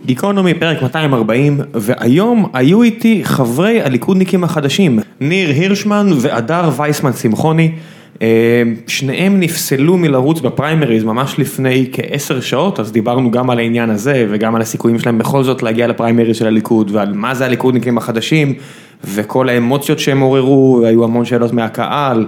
גיקונומי, פרק 240, והיום היו איתי חברי הליכודניקים החדשים, ניר הירשמן ואדר וייסמן שמחוני, שניהם נפסלו מלרוץ בפריימריז ממש לפני כ10 שעות, אז דיברנו גם על העניין הזה וגם על הסיכויים שלהם בכל זאת להגיע לפריימריז של הליכוד, ועל מה זה הליכודניקים החדשים, וכל האמוציות שהם עוררו, והיו המון שאלות מהקהל,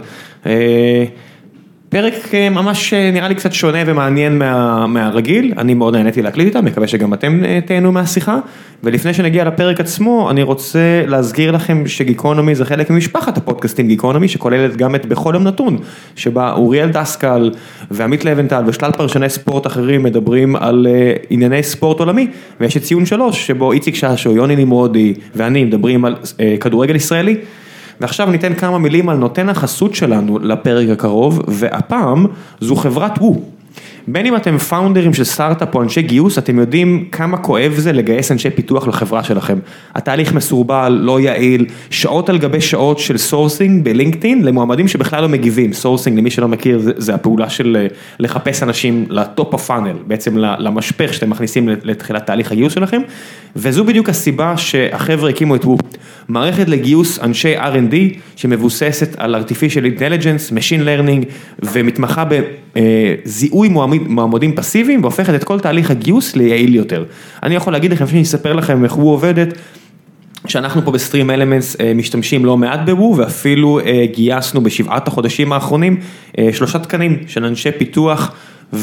פרק ממש נראה לי קצת שונה ומעניין מהרגיל, אני מאוד נהניתי להקליט איתה, מקווה שגם אתם תהנו מהשיחה, ולפני שנגיע לפרק עצמו, אני רוצה להזכיר לכם שגיקונומי זה חלק ממשפחת הפודקאסטים גיקונומי, שכוללת גם את בכל יום נתון, שבה אוריאל דסקל ועמית לבנטל ושלל פרשני ספורט אחרים מדברים על ענייני ספורט עולמי, ויש את ציון 3, שבו איציק ששו, יוני נמרודי ואני מדברים על כדורגל ישראלי, ועכשיו ניתן כמה מילים על נותן החסות שלנו לפרק הקרוב, והפעם זו חברת וו. בין אם אתם פאונדרים של סטארט-אפ או אנשי גיוס, אתם יודעים כמה כואב זה לגייס אנשי פיתוח לחברה שלכם. התהליך מסורבל, לא יעיל, שעות על גבי שעות של סורסינג בלינקדאין, למועמדים שבכלל לא מגיבים. סורסינג, למי שלא מכיר, זה הפעולה של לחפש אנשים לטופ הפאנל, בעצם למשפך שאתם מכניסים לתחילת תהליך הגיוס שלכם, וזו בדיוק הסיבה שהחבר'ה הקימו את וו. מערכת לגיוס אנשי R&D שמבוססת על Artificial Intelligence, Machine Learning, ומתמחה בזיהוי מועמדים פסיביים, והופכת את כל תהליך הגיוס ליעיל יותר. אני יכול להגיד לכם, שאני אספר לכם איך הוא עובדת, שאנחנו פה בסטרים אלמנטס משתמשים לא מעט בוו, ואפילו גייסנו בשבעת החודשים האחרונים 3 תקנים של אנשי פיתוח,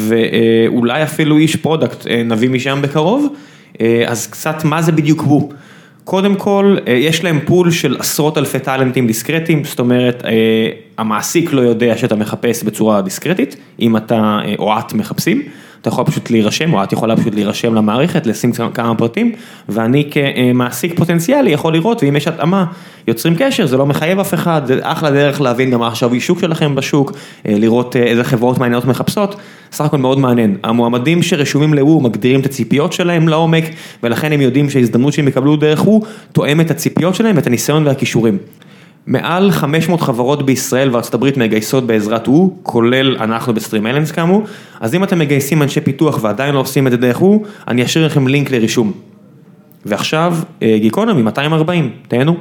ואולי אפילו איש פרודקט נביא משם בקרוב, אז קצת מה זה בדיוק וו. קודם כל, יש להם פול של עשרות אלפי טלנטים דיסקרטיים, זאת אומרת, המעסיק לא יודע שאתה מחפש בצורה דיסקרטית, אם אתה או את מחפשים, אתה יכול פשוט להירשם, או את יכולה פשוט להירשם למערכת, לשים כמה פרטים, ואני כמעסיק פוטנציאלי יכול לראות, ואם יש התאמה, יוצרים קשר, זה לא מחייב אף אחד, זה אחלה דרך להבין גם עכשיו אישוק שלכם בשוק, לראות איזה חברות מעניינות מחפשות, סך הכל מאוד מעניין. המועמדים שרשומים לוו מגדירים את הציפיות שלהם לעומק, ולכן הם יודעים שההזדמנות שהם יקבלו דרך וו, תואם את הציפיות שלהם, את הניסיון והכישורים. מעל 500 חברות בישראל וארצות הברית מגייסות בעזרת וו, כולל אנחנו בסטרים אלמנטס כאמור, אז אם אתם מגייסים אנשי פיתוח ועדיין לא עושים את זה דרך וו, אני אשאיר לכם לינק לרישום. ועכשיו, גיקונומי 240, תהנו.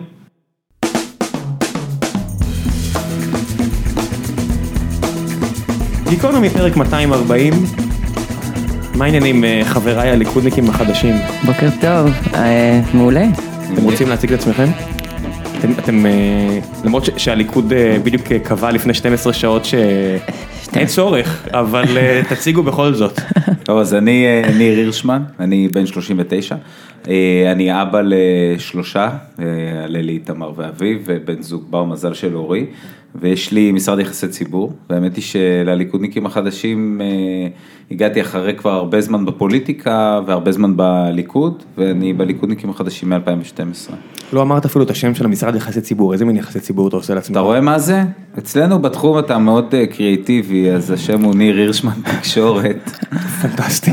גיקונומי פרק 240, מה העניינים חבריי הליכודניקים החדשים? בוקר טוב, מעולה. אתם רוצים להציג את עצמכם? אתם, למרות שהליכוד בדיוק קבע לפני 12 שעות שאין צורך, אבל תציגו בכל זאת. טוב, אז אני ניר הירשמן, אני בן 39, אני אבא ל3, ללי, תמר ואביב, ובן זוג בר מזל של אורי, ויש לי משרד יחסי ציבור, והאמת היא שלליכודניקים החדשים הגעתי אחרי כבר הרבה זמן בפוליטיקה, והרבה זמן בליכוד, ואני בליכודניקים החדשים מ-2012. לא אמרת אפילו את השם של המשרד יחסי ציבור, איזה מין יחסי ציבור אתה עושה לעצמך? אתה רואה מה זה? אצלנו בתחום אתה מאוד קריאטיבי, אז השם הוא ניר הירשמן תקשורת. פנטסטי.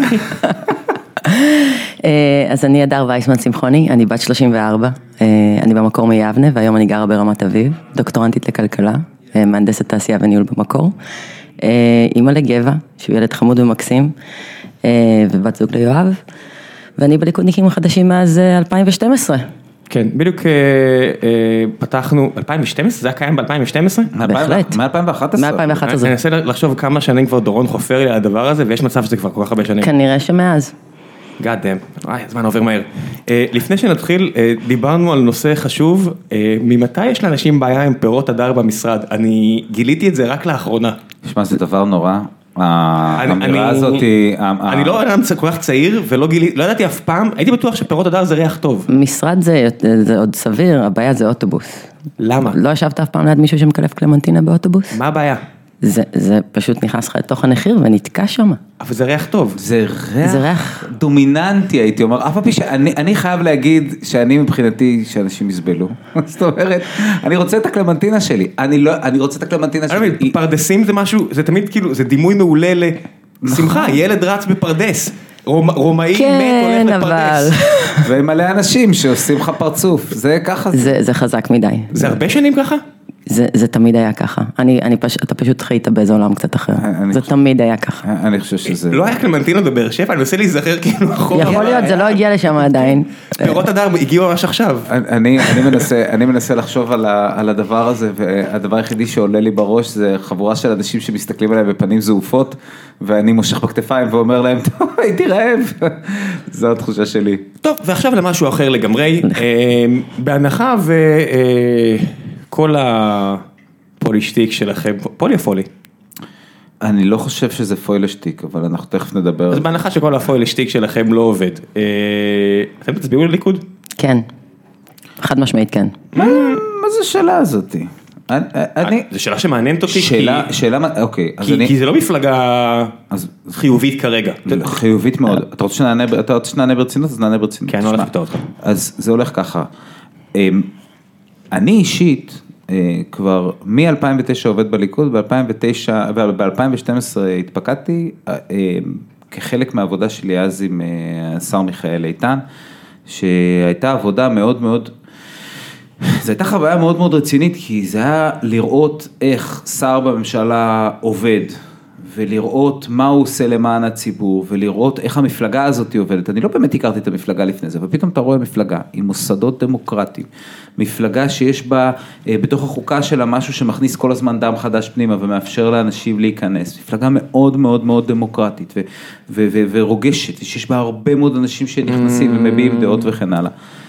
אז אני אדר וייסמן שמחוני, אני בת 34, אני במקור מיבנה, והיום אני גרה ברמת אביב, דוקטורנטית לכלכלה, מהנדסת תעשייה וניהול במקור, אמא לגבע, שהוא ילד חמוד ומקסים, ובת זוג ליואב, ואני בליכודניקים החדשים מאז 2012. כן, בדיוק פתחנו, 2012? זה היה קיים ב-2012? בהחלט. מ-2011. מ-2011. אני אנסה לחשוב כמה שנים כבר דורון חופר לי על הדבר הזה, ויש מצב שזה כבר כל כך הרבה שנים. כנראה שמאז. God damn, הזמן עובר מהר. לפני שנתחיל, דיברנו על נושא חשוב, ממתי יש לאנשים בעיה עם פירות הדר במשרד? אני גיליתי את זה רק לאחרונה. תשמע, זה דבר נורא. האמירה הזאת היא... אני לא אדם כל כך צעיר, ולא ידעתי אף פעם, הייתי בטוח שפירות הדר זה ריח טוב. משרד זה עוד סביר, הבעיה זה אוטובוס. למה? לא ישבת אף פעם ליד מישהו שמקלף קלמנטינה באוטובוס? מה הבעיה? זה פשוט נכנס לך לתוך הנחיר ונתקע שם. אבל זה ריח טוב. זה ריח דומיננטי, הייתי אומר. אף פעם אני חייב להגיד שאני מבחינתי שאנשים יסבלו. זאת אומרת, אני רוצה את הקלמנטינה שלי. אני רוצה את הקלמנטינה שלי. פרדסים זה משהו, זה תמיד כאילו, זה דימוי מעולה לשמחה. ילד רץ בפרדס. רומאי מת הולך לפרדס. ומלא אנשים שעושים לך פרצוף. זה ככה. זה חזק מדי. זה הרבה שנים ככה? זה תמיד היה ככה. אתה פשוט חיית באיזה עולם קצת אחר. זה תמיד היה ככה. אני חושב שזה... לא היה קלמנטינות בבאר שבע, אני מנסה להיזכר כאילו אחורה. יכול להיות, זה לא הגיע לשם עדיין. פירות הדר הגיעו ממש עכשיו. אני מנסה לחשוב על הדבר הזה, והדבר היחידי שעולה לי בראש זה חבורה של אנשים שמסתכלים עליהם בפנים זעופות, ואני מושך בכתפיים ואומר להם, טוב, הייתי רעב. זו התחושה שלי. טוב, ועכשיו למשהו אחר לגמרי. בהנחה כל הפולישטיק שלכם, פולי או פולי? אני לא חושב שזה פוילשטיק, אבל אנחנו תכף נדבר. אז בהנחה שכל הפוילשטיק שלכם לא עובד, אתם תצביעו לליכוד? כן, חד משמעית כן. מה זה השאלה הזאת? זו שאלה שמעניינת אותי, שאלה, אוקיי. כי זה לא מפלגה חיובית כרגע. חיובית מאוד. אתה רוצה שנענה ברצינות? אז נענה ברצינות. כן, אני הולך לפתור אותך. אז זה הולך ככה. אני אישית, כבר מ-2009 עובד בליכוד, ב-2012 התפקדתי, כחלק מהעבודה שלי אז עם השר מיכאל איתן, שהייתה עבודה מאוד מאוד, זו הייתה חוויה מאוד מאוד רצינית, כי זה היה לראות איך שר בממשלה עובד, ולראות מה הוא עושה למען הציבור, ולראות איך המפלגה הזאת עובדת. אני לא באמת הכרתי את המפלגה לפני זה, ופתאום אתה רואה מפלגה עם מוסדות דמוקרטיים, מפלגה שיש בה בתוך החוקה שלה משהו שמכניס כל הזמן דם חדש פנימה, ומאפשר לאנשים להיכנס. מפלגה מאוד מאוד מאוד דמוקרטית, ורוגשת, שיש בה הרבה מאוד אנשים שנכנסים ומביעים דעות וכן הלאה.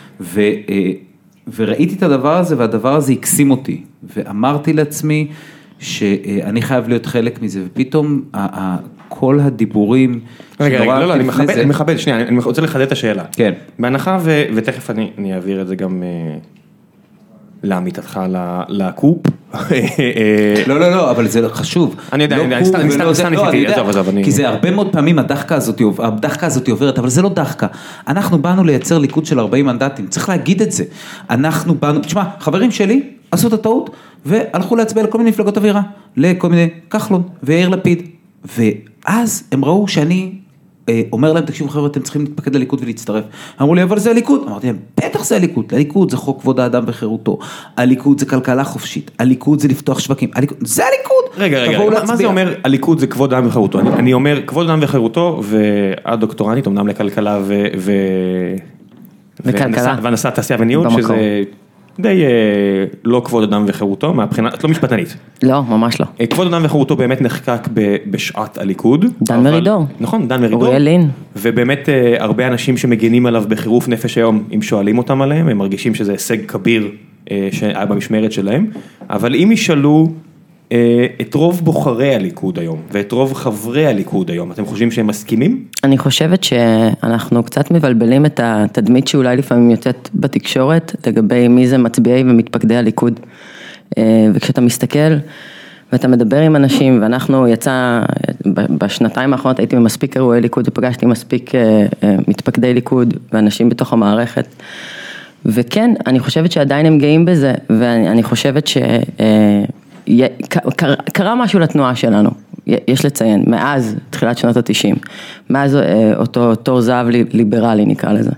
וראיתי את הדבר הזה, והדבר הזה הקסים אותי, ואמרתי לעצמי, שאני חייב להיות חלק מזה, ופתאום כל הדיבורים... רגע, לא, אני מכבד, שנייה, אני רוצה לחדד את השאלה. כן. בהנחה, ותכף אני אעביר את זה גם לעמיתתך לקופ. לא, אבל זה חשוב. אני יודע, סתם ניסיתי, עזוב. כי זה הרבה מאוד פעמים הדחקה הזאת עוברת, אבל זה לא דחקה. אנחנו באנו לייצר ליכוד של 40 מנדטים, צריך להגיד את זה. אנחנו באנו, תשמע, חברים שלי עשו את הטעות, והלכו להצביע לכל מיני מפלגות אווירה, לכל מיני כחלון ויאיר לפיד, ואז הם ראו שאני אומר להם, תקשיבו חבר'ה, אתם צריכים להתפקד לליכוד ולהצטרף. אמרו לי, אבל זה הליכוד. אמרתי להם, בטח זה הליכוד. הליכוד זה חוק כבוד האדם וחירותו. הליכוד זה כלכלה חופשית. הליכוד זה לפתוח שווקים. זה הליכוד. רגע, מה זה אומר הליכוד זה כבוד האדם וחירותו? אני אומר, כבוד האדם וחירותו, והדוקטורנית, אמנם לכלכלה והנדסת תעשייה וניהול, שזה די לא כבוד אדם וחירותו, מהבחינה, את לא משפטנית. לא, ממש לא. כבוד אדם וחירותו באמת נחקק בשעת הליכוד. דן מרידור. נכון, דן מרידור. אוריאל לין. ובאמת הרבה אנשים שמגינים עליו בחירוף נפש היום, אם שואלים אותם עליהם, הם מרגישים שזה הישג כביר שהיה במשמרת שלהם, אבל אם ישאלו את רוב בוחרי הליכוד היום, ואת רוב חברי הליכוד היום, אתם חושבים שהם מסכימים? אני חושבת שאנחנו קצת מבלבלים את התדמית שאולי לפעמים יוצאת בתקשורת, לגבי מי זה מצביעי ומתפקדי הליכוד. וכשאתה מסתכל, ואתה מדבר עם אנשים, ואנחנו בשנתיים האחרונות הייתי במספיק אירועי ליכוד, ופגשתי מספיק מתפקדי ליכוד, ואנשים בתוך המערכת. וכן, אני חושבת שעדיין הם גאים בזה, ואני חושבת קרה משהו לתנועה שלנו, יש לציין, מאז תחילת שנות ה-90, מאז אותו תור זהב ליברלי נקרא לזה,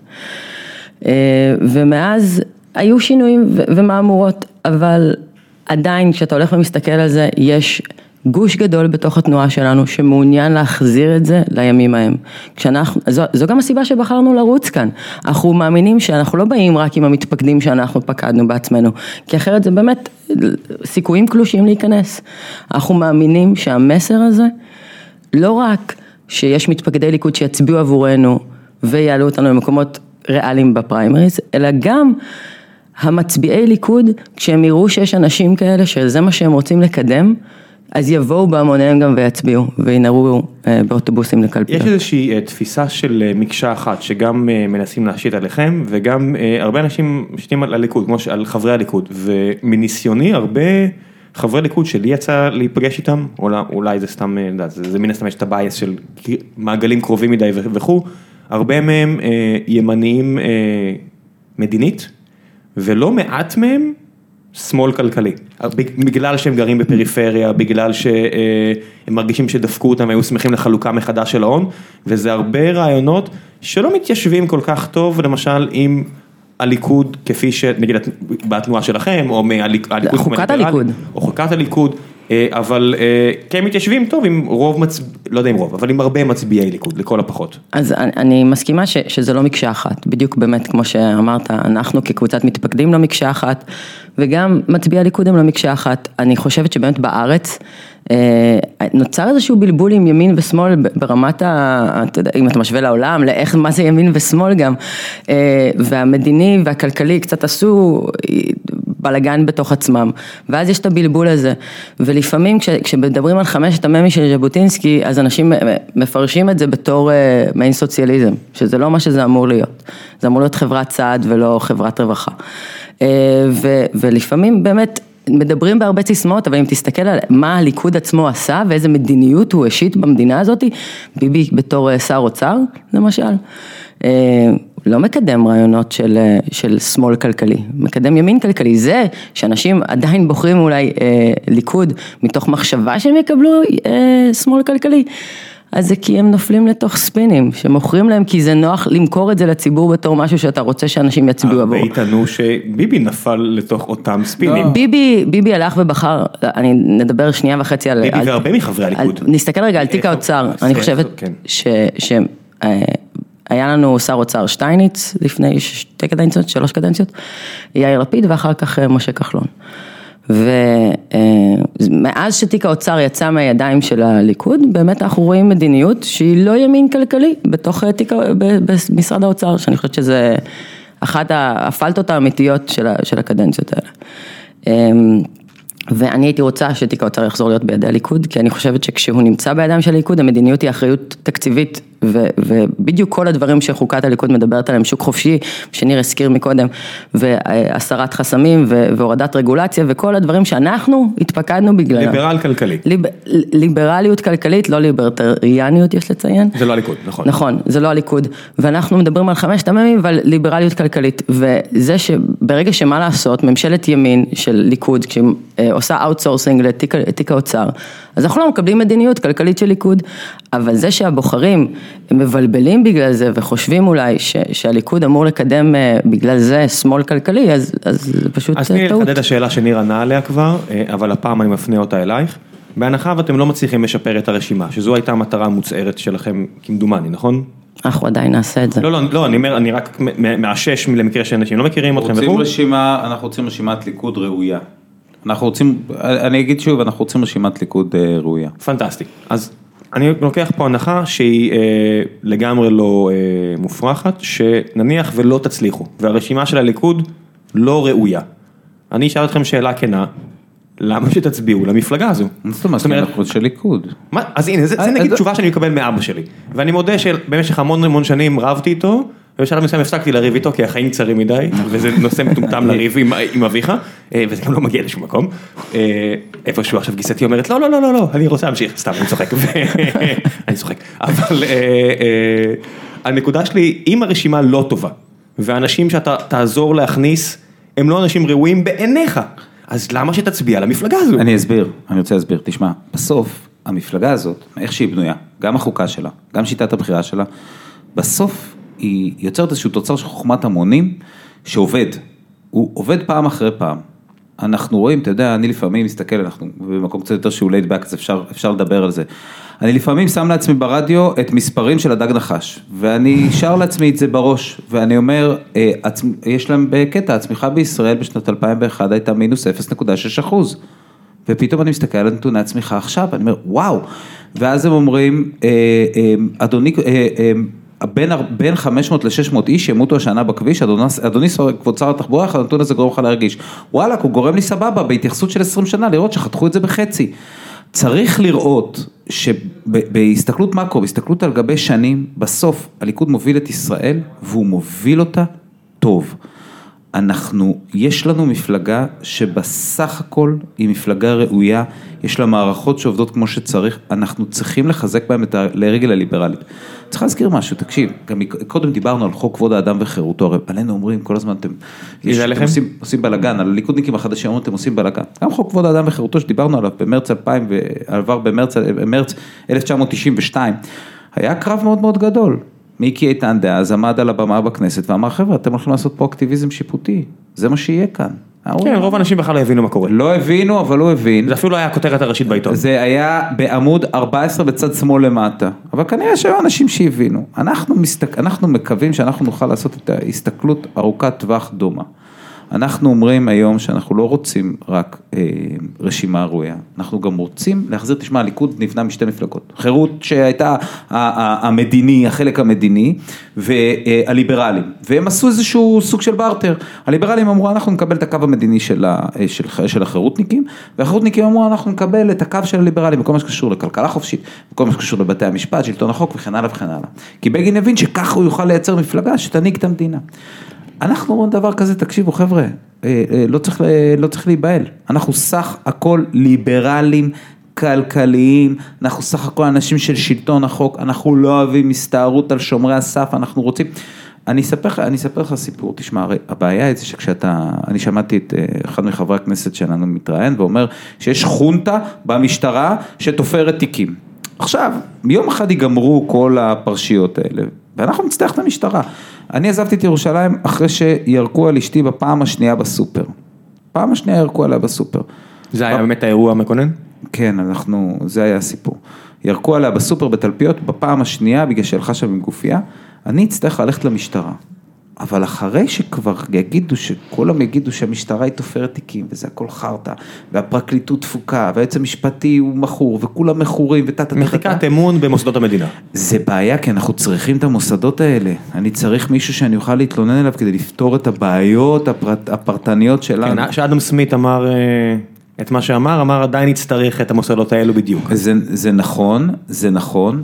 ומאז היו שינויים ומאמורות, אבל עדיין כשאתה הולך ומסתכל על זה, יש גוש גדול בתוך התנועה שלנו שמעוניין להחזיר את זה לימים ההם. זו גם הסיבה שבחרנו לרוץ כאן. אנחנו מאמינים שאנחנו לא באים רק עם המתפקדים שאנחנו פקדנו בעצמנו, כי אחרת זה באמת סיכויים קלושים להיכנס. אנחנו מאמינים שהמסר הזה, לא רק שיש מתפקדי ליכוד שיצביעו עבורנו ויעלו אותנו למקומות ריאליים בפריימריז, אלא גם המצביעי ליכוד, כשהם יראו שיש אנשים כאלה שזה מה שהם רוצים לקדם, אז יבואו בהמוניהם גם ויצביעו, וינערו באוטובוסים לקלפיות. יש איזושהי תפיסה של מקשה אחת, שגם מנסים להשית עליכם, וגם הרבה אנשים משתים על הליכוד, כמו על חברי הליכוד, ומניסיוני הרבה חברי ליכוד שלי יצא להיפגש איתם, אולי זה סתם, זה מן הסתם יש את הבייס של מעגלים קרובים מדי וכו', הרבה מהם ימניים מדינית, ולא מעט מהם שמאל כלכלי, בגלל שהם גרים בפריפריה, בגלל שהם מרגישים שדפקו אותם, היו שמחים לחלוקה מחדש של ההון, וזה הרבה רעיונות שלא מתיישבים כל כך טוב, למשל עם הליכוד כפי שנגיד בתנועה שלכם, או חוקת הליכוד. או חוקת הליכוד, אבל כן מתיישבים טוב עם רוב, לא יודע אם רוב, אבל עם הרבה מצביעי ליכוד, לכל הפחות. אז אני מסכימה שזה לא מקשה אחת, בדיוק באמת כמו שאמרת, אנחנו כקבוצת מתפקדים לא מקשה אחת, וגם מצביעי ליכוד הם לא מקשה אחת. אני חושבת שבאמת בארץ, נוצר איזשהו בלבול עם ימין ושמאל ברמת, אם אתה משווה לעולם, לאיך, מה זה ימין ושמאל גם, והמדיני והכלכלי קצת עשו בלגן בתוך עצמם, ואז יש את הבלבול הזה, ולפעמים כשמדברים על 5 המ"מים של ז'בוטינסקי, אז אנשים מפרשים את זה בתור מעין סוציאליזם, שזה לא מה שזה אמור להיות, זה אמור להיות חברת צעד ולא חברת רווחה, ולפעמים באמת, מדברים בהרבה סיסמאות, אבל אם תסתכל על מה הליכוד עצמו עשה, ואיזה מדיניות הוא השית במדינה הזאת, ביבי בתור שר אוצר, למשל, לא מקדם רעיונות של שמאל כלכלי, מקדם ימין כלכלי, זה שאנשים עדיין בוחרים אולי ליכוד, מתוך מחשבה שהם יקבלו שמאל כלכלי, אז זה כי הם נופלים לתוך ספינים, שמוכרים להם כי זה נוח למכור את זה לציבור בתור משהו שאתה רוצה שאנשים יצביעו עבור. והתענו שביבי נפל לתוך אותם ספינים. ביבי הלך ובחר, אני נדבר שנייה וחצי על... ביבי והרבה מחברי הליכוד. נסתכל רגע על תיק האוצר, אני חושבת שהיה לנו שר אוצר שטייניץ לפני 2 קדנציות, 3 קדנציות, יאיר לפיד ואחר כך משה כחלון. ומאז שתיק האוצר יצא מהידיים של הליכוד, באמת אנחנו רואים מדיניות שהיא לא ימין כלכלי בתוך במשרד האוצר, שאני חושבת שזה אחת הפלטות האמיתיות של הקדנציות האלה. ואני הייתי רוצה שתיק האוצר יחזור להיות בידי הליכוד, כי אני חושבת שכשהוא נמצא בידיים של הליכוד, המדיניות היא אחריות תקציבית, ובדיוק כל הדברים שחוקת הליכוד מדברת עליהם, שוק חופשי, שניר הזכיר מקודם, והסרת חסמים, והורדת רגולציה, וכל הדברים שאנחנו התפקדנו בגללם. ליברל כלכלי. ליברליות כלכלית, לא ליברטריאניות יש לציין. זה לא הליכוד, נכון. נכון, זה לא הליכוד, ואנחנו מדברים על 5 המ"מים, אבל ליברליות כלכלית, וזה שברגע שמה לעשות, ממשלת ימין של ליכוד, כשהיא עושה אאוטסורסינג לתיק האוצר, אז אנחנו לא מקבלים מדיניות כלכלית של ליכוד, אבל זה שהבוחרים מבלבלים בגלל זה, וחושבים אולי שהליכוד אמור לקדם בגלל זה שמאל כלכלי, אז זה פשוט טעות. אז תני לחדד השאלה שניר ענה עליה כבר, אבל הפעם אני מפנה אותה אלייך, בהנחה ואתם לא מצליחים לשפר את הרשימה, שזו הייתה המטרה המוצערת שלכם כמדומני, נכון? אנחנו עדיין נעשה את זה. לא, אני אומר, אני רק מאשש למקרה שאנשים לא מכירים אתכם. אנחנו רוצים רשימת ליכוד ראויה. אני אגיד שוב, אנחנו רוצים רשימת ליכוד ראויה. פנטסטי. אז אני לוקח פה הנחה שהיא לגמרי לא מופרכת, שנניח ולא תצליחו, והרשימה של הליכוד לא ראויה. אני אשאל אתכם שאלה כנה, למה שתצביעו למפלגה הזו? זאת אומרת, של ליכוד. אז הנה, זה נגיד תשובה שאני מקבל מאבא שלי, ואני מודה שבמשך המון שנים רבתי איתו, ובשלב מסוים הפסקתי לריב איתו, כי החיים צרים מדי, וזה נושא מטומטם לריב עם אביך, וזה גם לא מגיע לשום מקום. איפשהו עכשיו גיסתי אומרת, לא, אני רוצה להמשיך, סתם, אני צוחק, אני צוחק. אבל הנקודה שלי, אם הרשימה לא טובה, ואנשים שאתה תעזור להכניס, הם לא אנשים ראויים בעיניך, אז למה שתצביע למפלגה הזו? אני רוצה להסביר, תשמע, בסוף המפלגה הזאת, איך שהיא בנויה, גם החוקה שלה, גם שיטת הבחירה שלה, בסוף היא יוצרת איזשהו תוצר של חוכמת המונים שעובד, הוא עובד פעם אחרי פעם. אנחנו רואים, אתה יודע, אני לפעמים מסתכל, אנחנו במקום קצת יותר שהוא laid back, אז אפשר לדבר על זה. אני לפעמים שם לעצמי ברדיו את מספרים של הדג נחש, ואני שר לעצמי את זה בראש, ואני אומר, יש להם בקטע, הצמיחה בישראל בשנת 2001 הייתה מינוס 0.6%, ופתאום אני מסתכל על נתוני הצמיחה עכשיו, אני אומר, וואו, ואז הם אומרים, אדוני, בין 500 ל-600 איש ימותו השנה בכביש, אדוני כבוד שר התחבורה, הנתון הזה גורם לך להרגיש, וואלה, הוא גורם לי סבבה, בהתייחסות של 20 שנה, לראות שחתכו את זה בחצי. צריך לראות שבהסתכלות מקרו, בהסתכלות על גבי שנים, בסוף הליכוד מוביל את ישראל, והוא מוביל אותה טוב. יש לנו מפלגה שבסך הכל היא מפלגה ראויה, יש לה מערכות שעובדות כמו שצריך, אנחנו צריכים לחזק בהם את הרגל הליברלית. צריך להזכיר משהו, תקשיב, גם קודם דיברנו על חוק כבוד האדם וחירותו, הרי עלינו אומרים כל הזמן, אתם עושים בלגן, על הליכודניקים החדשים אומרים, אתם עושים בלגן. גם חוק כבוד האדם וחירותו שדיברנו עליו במרץ 2000, עבר במרץ 1992, היה קרב מאוד מאוד גדול. מיקי איתן דאז עמד על הבמה בכנסת ואמר, חבר'ה, אתם הולכים לעשות פה אקטיביזם שיפוטי, זה מה שיהיה כאן. כן, רוב האנשים בכלל לא הבינו מה קורה. לא הבינו, אבל הוא הבין. זה אפילו לא היה הכותרת הראשית בעיתון. זה היה בעמוד 14 בצד שמאל למטה. אבל כנראה שהיו אנשים שהבינו. אנחנו מקווים שאנחנו נוכל לעשות את ההסתכלות ארוכת טווח דומה. אנחנו אומרים היום שאנחנו לא רוצים רק רשימה ראויה, אנחנו גם רוצים להחזיר, תשמע, הליכוד נבנה משתי מפלגות, חירות שהייתה המדיני, החלק המדיני, והליברלים, והם עשו איזשהו סוג של בארטר, הליברלים אמרו, אנחנו נקבל את הקו המדיני של החירותניקים, והחירותניקים אמרו, אנחנו נקבל את הקו של הליברלים, בכל מה שקשור לכלכלה חופשית, בכל מה שקשור לבתי המשפט, שלטון החוק וכן הלאה וכן הלאה, כי בגין הבין שכך הוא יוכל לייצר מפלגה שתנהיג את המדינה. אנחנו אומרים דבר כזה, תקשיבו חבר'ה, לא צריך להיבהל, אנחנו סך הכל ליברלים, כלכליים, אנחנו סך הכל אנשים של שלטון החוק, אנחנו לא אוהבים מסתערות על שומרי הסף, אנחנו רוצים, אני אספר לך סיפור, תשמע, הבעיה היא אני שמעתי את אחד מחברי הכנסת שלנו מתראיין, ואומר שיש חונטה במשטרה שתופרת תיקים. עכשיו, יום אחד ייגמרו כל הפרשיות האלה, ואנחנו נצטרך את המשטרה. אני עזבתי את ירושלים אחרי שירקו על אשתי בפעם השנייה בסופר. פעם השנייה ירקו עליה בסופר. זה היה באמת האירוע המקונן? כן, זה היה הסיפור. ירקו עליה בסופר בתלפיות בפעם השנייה, בגלל שהלכה שם עם גופייה, אני אצטרך ללכת למשטרה. אבל אחרי שכבר כולם יגידו שהמשטרה היא תופרת תיקים, וזה הכל חרטה, והפרקליטות תפוקה, והיועץ המשפטי הוא מכור, וכולם מכורים, מחיקת אמון במוסדות המדינה. זה בעיה, כי אנחנו צריכים את המוסדות האלה. אני צריך מישהו שאני אוכל להתלונן אליו, כדי לפתור את הבעיות הפרטניות שלנו. כן, שאדם סמית אמר את מה שאמר עדיין יצטרך את המוסדות האלו בדיוק. זה נכון,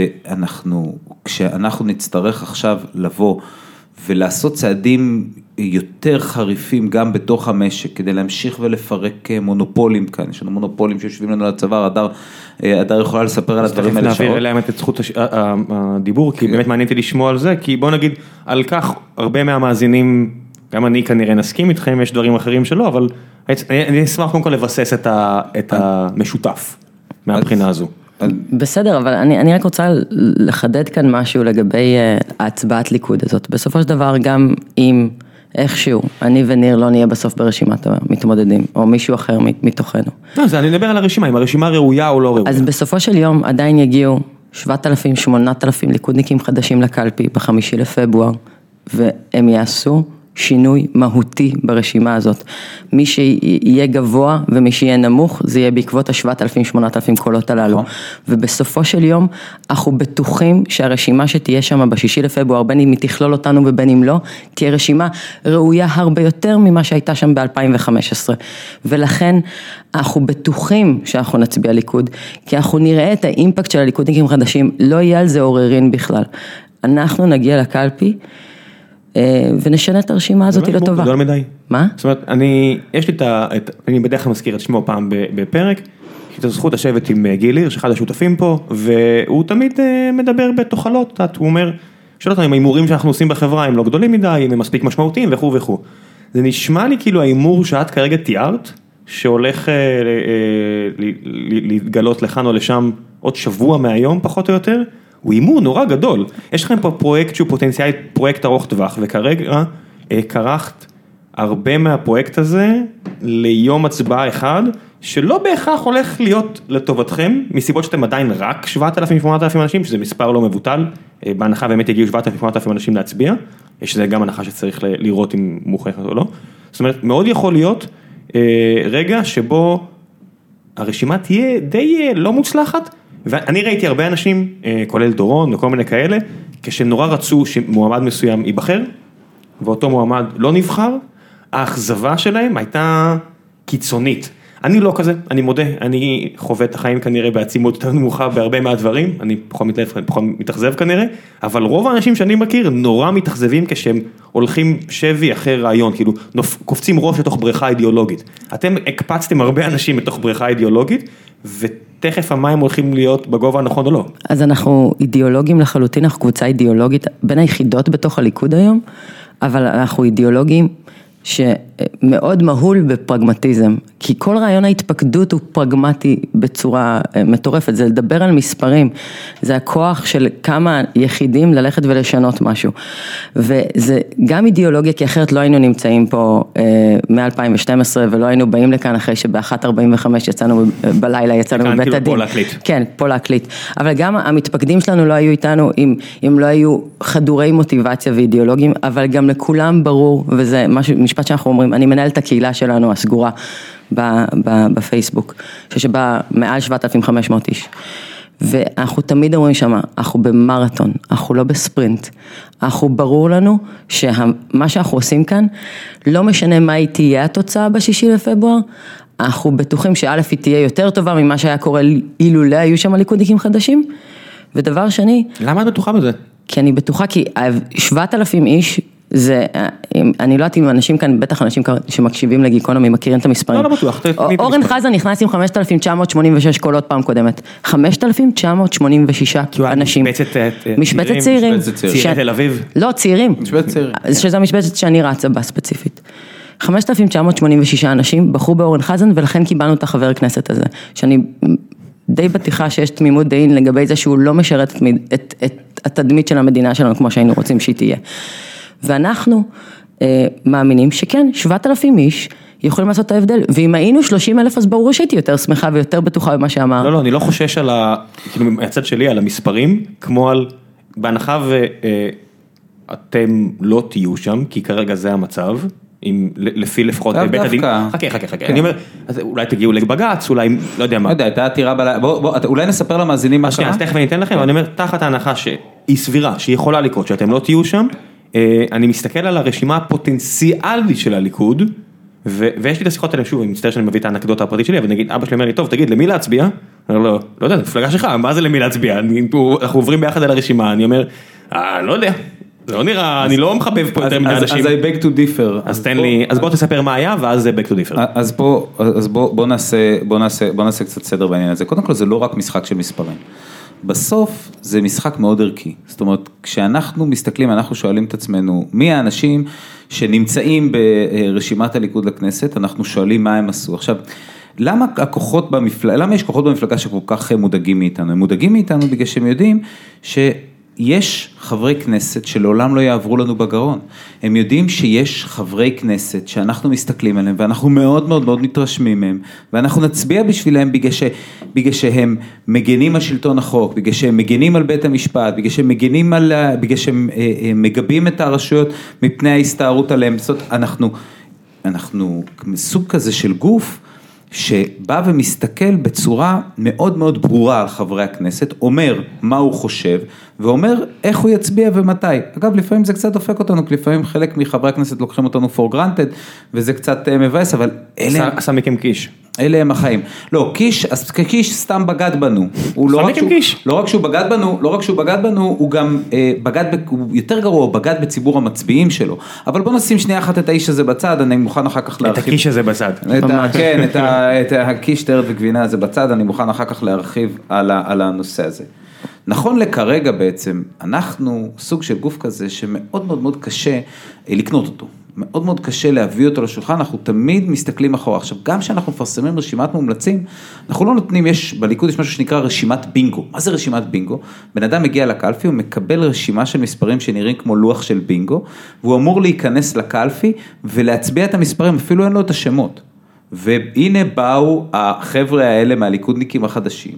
כשאנחנו נצטרך עכשיו לבוא, ולעשות צעדים יותר חריפים גם בתוך המשק, כדי להמשיך ולפרק מונופולים כאן, יש לנו מונופולים שיושבים לנו על הצוואר, הדר יכולה לספר על הדברים האלה שעות. נעביר אליהם את זכות הדיבור, כי באמת מעניינתי לשמוע על זה, כי בוא נגיד, על כך הרבה מהמאזינים, גם אני כנראה נסכים איתכם, יש דברים אחרים שלא, אבל אני אשמח קודם כל לבסס את המשותף מהבחינה הזו. בסדר, אבל אני רק רוצה לחדד כאן משהו לגבי ההצבעת ליכוד הזאת. בסופו של דבר, גם אם איכשהו, אני וניר לא נהיה בסוף ברשימת המתמודדים, או מישהו אחר מתוכנו. לא, אני מדבר על הרשימה, אם הרשימה ראויה או לא ראויה. אז בסופו של יום עדיין יגיעו 7,000, 8,000 ליכודניקים חדשים לקלפי ב5 לפברואר, והם יעשו שינוי מהותי ברשימה הזאת. מי שיהיה גבוה ומי שיהיה נמוך, זה יהיה בעקבות ה7,000-8,000 קולות הללו. ובסופו של יום, אנחנו בטוחים שהרשימה שתהיה שם ב6 לפברואר, בין אם היא תכלול אותנו ובין אם לא, תהיה רשימה ראויה הרבה יותר ממה שהייתה שם ב-2015. ולכן, אנחנו בטוחים שאנחנו נצביע ליכוד, כי אנחנו נראה את האימפקט של הליכודניקים חדשים, לא יהיה על זה עוררין בכלל. אנחנו נגיע לקלפי, ונשנה את הרשימה הזאת לטובה. גדול מדי. מה? זאת אומרת, אני בדרך כלל מזכיר את שמו פעם בפרק, יש לי את הזכות לשבת עם גיל הירש, אחד השותפים פה, והוא תמיד מדבר בתוכלות, הוא אומר, שואל אותנו, אם האימורים שאנחנו עושים בחברה הם לא גדולים מדי, אם הם מספיק משמעותיים וכו' וכו'. זה נשמע לי כאילו האימור שאת כרגע תיארת, שהולך להתגלות לכאן או לשם עוד שבוע מהיום פחות או יותר, הוא אימור נורא גדול. יש לכם פה פרויקט שהוא פוטנציאלי פרויקט ארוך טווח, וכרגע קרחת הרבה מהפרויקט הזה ליום הצבעה אחד, שלא בהכרח הולך להיות לטובתכם, מסיבות שאתם עדיין רק 7,000-8,000 אנשים, שזה מספר לא מבוטל, בהנחה באמת יגיעו 7,000-8,000 אנשים להצביע, יש לזה גם הנחה שצריך לראות אם מוכרח או לא. זאת אומרת, מאוד יכול להיות רגע שבו הרשימה תהיה די לא מוצלחת, ואני ראיתי הרבה אנשים, כולל דורון וכל מיני כאלה, כשנורא רצו שמועמד מסוים ייבחר, ואותו מועמד לא נבחר, האכזבה שלהם הייתה קיצונית. אני לא כזה, אני מודה, אני חווה את החיים כנראה בעצימות יותר נמוכה בהרבה מהדברים, אני פחות מתאכזב כנראה, אבל רוב האנשים שאני מכיר נורא מתאכזבים כשהם הולכים שבי אחרי רעיון, כאילו קופצים ראש לתוך בריכה אידיאולוגית. אתם הקפצתם הרבה אנשים לתוך בריכה אידיאולוגית, ותכף המים הולכים להיות בגובה הנכון או לא. אז אנחנו אידיאולוגים לחלוטין, אנחנו קבוצה אידיאולוגית בין היחידות בתוך הליכוד היום, אבל אנחנו אידיאולוגים מאוד מהול בפרגמטיזם, כי כל רעיון ההתפקדות הוא פרגמטי בצורה מטורפת, זה לדבר על מספרים, זה הכוח של כמה יחידים ללכת ולשנות משהו, וזה גם אידיאולוגיה, כי אחרת לא היינו נמצאים פה מ-2012, ולא היינו באים לכאן אחרי שב-1:45 יצאנו בלילה, יצאנו בבית הדין. כן, פה להקליט, אבל גם המתפקדים שלנו לא היו איתנו, אם לא היו חדורי מוטיבציה ואידיאולוגים, אבל גם לכולם ברור, וזה משפט שאנחנו אומרים, אני מנהל את הקהילה שלנו הסגורה בפייסבוק, שבה מעל 7,500 איש, ואנחנו תמיד אומרים שמה, אנחנו במרתון, אנחנו לא בספרינט, אנחנו ברור לנו שמה שאנחנו עושים כאן, לא משנה מה היא תהיה התוצאה ב6 לפברואר, אנחנו בטוחים שא' היא תהיה יותר טובה ממה שהיה קורה אילולא היו שם ליכודניקים חדשים, ודבר שני... למה את בטוחה בזה? כי אני בטוחה, כי 7,000 איש, זה, אני לא יודעת אם אנשים כאן, בטח אנשים שמקשיבים לגיקונומי, מכירים את המספרים. לא בטוח. אורן חזן נכנס עם 5,986 קולות פעם קודמת. 5,986 אנשים. משבצת צעירים. צעירי תל אביב. לא, צעירים. משבצת צעירים. שזו המשבצת שאני רצה בה ספציפית. 5,986 אנשים בחרו באורן חזן, ולכן קיבלנו את החבר הכנסת הזה. שאני די בטיחה שיש תמימות דעים לגבי זה שהוא לא משרת את התדמית של המדינה שלנו כמו שהיינו רוצים שהיא תהיה. ואנחנו מאמינים שכן, 7,000 איש יכולים לעשות את ההבדל, ואם היינו 30,000 אז ברור שהייתי יותר שמחה ויותר בטוחה במה שאמר. לא, אני לא חושש על הצד שלי, על המספרים, כמו על, בהנחה ואתם לא תהיו שם, כי כרגע זה המצב, לפי לפחות בית הדין. חכה. אני אומר, אולי תגיעו לבג"ץ, אולי, לא יודע מה. לא יודע, הייתה עתירה אולי נספר למאזינים מה קרה. אז תכף אני אתן לכם, אבל אני אומר, תחת ההנחה שהיא סבירה, שהיא יכולה לקרות, שאתם לא תהיו שם, אני מסתכל על הרשימה הפוטנציאלית של הליכוד, ויש לי את השיחות האלה, שוב, אני מצטער שאני מביא את האנקדוטה הפרטית שלי, אבל נגיד, אבא שלי אומר לי, טוב, תגיד, למי להצביע? אני אומר, לא יודע, זה מפלגה שלך, מה זה למי להצביע? אנחנו עוברים ביחד על הרשימה, אני אומר, לא יודע, זה לא נראה, אני לא מחבב פה יותר מדי אנשים. אז I beg to differ. אז בוא תספר מה היה, ואז זה beg to differ. אז בוא נעשה קצת סדר בעניין הזה. קודם כל, זה לא רק משחק של מספרים. בסוף זה משחק מאוד ערכי, זאת אומרת, כשאנחנו מסתכלים, אנחנו שואלים את עצמנו, מי האנשים שנמצאים ברשימת הליכוד לכנסת, אנחנו שואלים מה הם עשו. עכשיו, למה יש כוחות במפלגה שכל כך מודאגים מאיתנו? הם מודאגים מאיתנו בגלל שהם יודעים יש חברי כנסת שלעולם לא יעברו לנו בגרון. הם יודעים שיש חברי כנסת שאנחנו מסתכלים עליהם, ואנחנו מאוד מאוד מאוד מתרשמים מהם, ואנחנו נצביע בשבילם בגלל שהם מגנים על שלטון החוק, בגלל שהם מגנים על בית המשפט, בגלל שהם מגבים את הרשויות מפני ההסתערות עליהם. זאת אנחנו סוג כזה של גוף, שבא ומסתכל בצורה מאוד מאוד ברורה על חברי הכנסת, אומר מה הוא חושב, ואומר איך הוא יצביע ומתי. אגב, לפעמים זה קצת דופק אותנו, כי לפעמים חלק מחברי הכנסת לוקחים אותנו for granted, וזה קצת מבאס, אבל עשה מכם קיש. אלה הם החיים. לא, קיש סתם בגד בנו. לא רק שהוא בגד בנו, הוא גם הוא יותר גרוע, הוא בגד בציבור המצביעים שלו. אבל בוא נשים שנייה אחת את האיש הזה בצד, אני מוכן אחר כך להרחיב. את הקיש הזה בצד. כן, את הקיש טרד וגבינה הזה בצד, אני מוכן אחר כך להרחיב על הנושא הזה. נכון לכרגע בעצם, אנחנו סוג של גוף כזה שמאוד מאוד מאוד קשה לקנות אותו. מאוד מאוד קשה להביא אותו לשולחן, אנחנו תמיד מסתכלים אחורה. עכשיו, גם כשאנחנו מפרסמים רשימת מומלצים, אנחנו לא נותנים, בליכוד יש משהו שנקרא רשימת בינגו. מה זה רשימת בינגו? בן אדם מגיע לקלפי, הוא מקבל רשימה של מספרים שנראים כמו לוח של בינגו, והוא אמור להיכנס לקלפי ולהצביע את המספרים, אפילו אין לו את השמות. והנה באו החבר'ה האלה מהליכודניקים החדשים,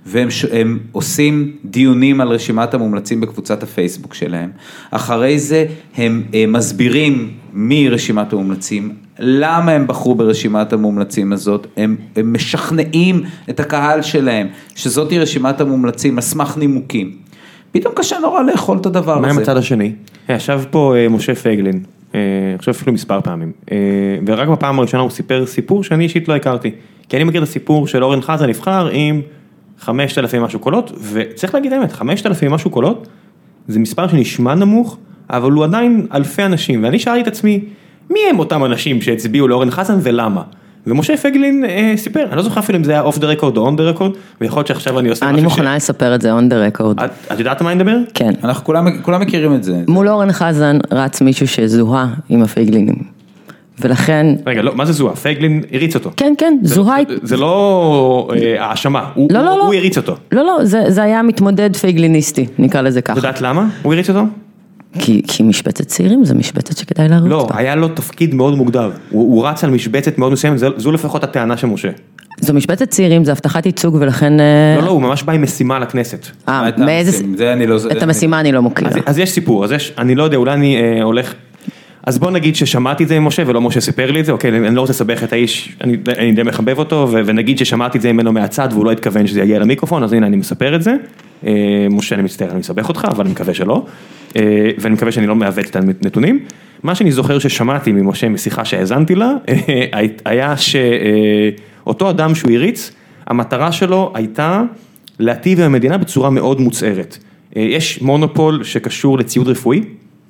והם עושים דיונים על רשימת המומלצים בקבוצת הפייסבוק שלהם. אחרי זה הם מסבירים מרשימת המומלצים, למה הם בחרו ברשימת המומלצים הזאת, הם משכנעים את הקהל שלהם, שזאת היא רשימת המומלצים, על סמך נימוקים. פתאום קשה נורא לאכול את הדבר הזה. מה עם הצד השני? ישב פה משה פייגלין, אני חושב אפילו מספר פעמים, ורק בפעם הראשונה הוא סיפר סיפור שאני אישית לא הכרתי, כי אני מכיר את הסיפור של אורן חזן נבחר עם 5,000 משהו קולות, וצריך להגיד האמת, 5,000 משהו קולות, זה מספר שנשמע נמוך, אבל הוא עדיין אלפי אנשים, ואני שאלתי את עצמי, מי הם אותם אנשים שהצביעו לאורן חזן ולמה? ומשה פייגלין סיפר, אני לא זוכר אפילו אם זה היה off the record או on the record, ויכול להיות שעכשיו אני עושה משהו אני מוכנה לספר את זה on the record. את יודעת מה אני מדבר? כן. אנחנו כולם מכירים את זה. מול אורן חזן רץ מישהו שזוהה עם הפייגלינים, ולכן... רגע, לא, מה זה זוהה? פייגלין הריץ אותו. כן, כן, זוהה... זה לא האשמה, הוא הריץ אותו. לא, זה היה מתמודד פייגליניסטי, נקרא לזה ככה. יודעת למה הוא הריץ אותו? כי משבצת צעירים זה משבצת שכדאי להרוץ. לא, היה לו תפקיד מאוד מוגדר, הוא רץ על משבצת מאוד מסוימת, זו לפחות הטענה של משה. זו משבצת צעירים, זה הבטחת ייצוג ולכן... לא, הוא ממש בא עם משימה לכנסת. מאיזה... את המשימה אני לא מוכירה. אז יש סיפור, אני לא יודע, אולי אני הולך... אז בוא נגיד ששמעתי את זה עם משה, ולא משה סיפר לי את זה, אוקיי, אני לא רוצה לסבך את האיש, אני די מחבב אותו, ונגיד ששמעתי את זה ממנו מהצד, והוא לא התכוון שזה יגיע למיקרופון, אז הנה אני מספר את זה. משה, אני מצטער, אני מסבך אותך, אבל אני מקווה שלא, ואני מקווה שאני לא מעוות את הנתונים. מה שאני זוכר ששמעתי ממשה משיחה שהאזנתי לה, היה שאותו אדם שהוא הריץ, המטרה שלו הייתה להטיב עם המדינה בצורה מאוד מוצהרת. יש מונופול שקשור לציוד רפואי,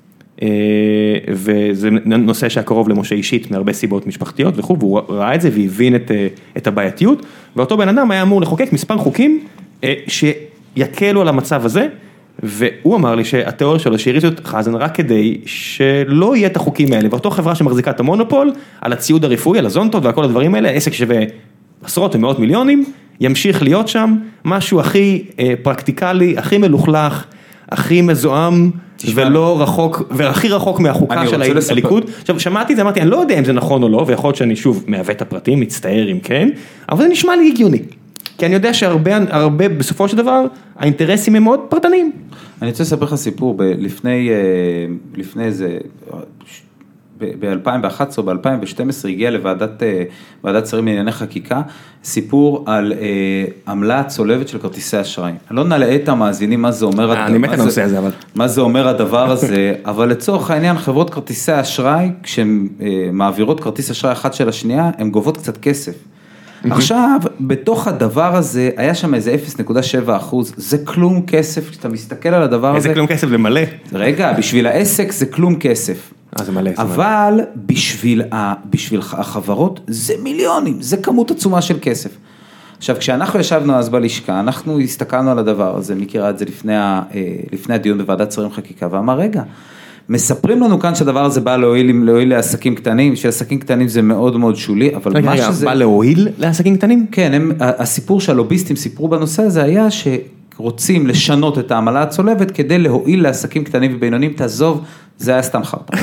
וזה נושא שהקרוב למשה אישית מהרבה סיבות משפחתיות וכו', והוא ראה את זה והבין את הבעייתיות, ואותו בן אדם היה אמור לחוקק מספר חוקים שיקלו על המצב הזה, והוא אמר לי שהתיאוריה שלו שהריץ את חזן רק כדי שלא יהיה את החוקים האלה, ואותו חברה שמחזיקה את המונופול על הציוד הרפואי, על הזונטות ועל כל הדברים האלה, עסק שווה עשרות ומאות מיליונים, ימשיך להיות שם משהו הכי פרקטיקלי, הכי מלוכלך, הכי מזוהם, ולא רחוק, והכי רחוק מהחוקה של הליכוד. עכשיו, שמעתי את זה, אמרתי, אני לא יודע אם זה נכון או לא, ויכול להיות שאני שוב מעוות את הפרטים, מצטער אם כן, אבל זה נשמע לי הגיוני. כי אני יודע שהרבה, בסופו של דבר, האינטרסים הם מאוד פרטניים. אני רוצה לספר לך סיפור, לפני איזה, ב-2011 או ב-2012 הגיע לוועדת שרים לענייני חקיקה, סיפור על עמלה צולבת של כרטיסי אשראי. אני לא נעלה את המאזינים מה זה אומר, מה זה אומר הדבר הזה, אבל לצורך העניין חברות כרטיסי אשראי, כשהן מעבירות כרטיס אשראי אחת של השנייה, הן גובות קצת כסף. עכשיו, בתוך הדבר הזה, היה שם איזה 0.7%, זה כלום כסף, כשאתה מסתכל על הדבר הזה. איזה כלום כסף למלא? רגע, בשביל העסק זה כלום כסף. זה מלא. אבל בשביל החברות זה מיליונים, זה כמות עצומה של כסף. עכשיו, כשאנחנו ישבנו אז בלשכה, אנחנו הסתכלנו על הדבר הזה, מכירה את זה לפני הדיון בוועדת שרים חקיקה, ואמר, רגע, מספרים לנו כאן שהדבר הזה בא להועיל לעסקים קטנים, שעסקים קטנים זה מאוד מאוד שולי, אבל מה שזה... בא להועיל לעסקים קטנים? כן, הסיפור שהלוביסטים סיפרו בנושא הזה היה שרוצים לשנות את העמלה הצולבת כדי להועיל לעסקים קטנים ובינוניים, תעזוב, זה היה סתם חרטה.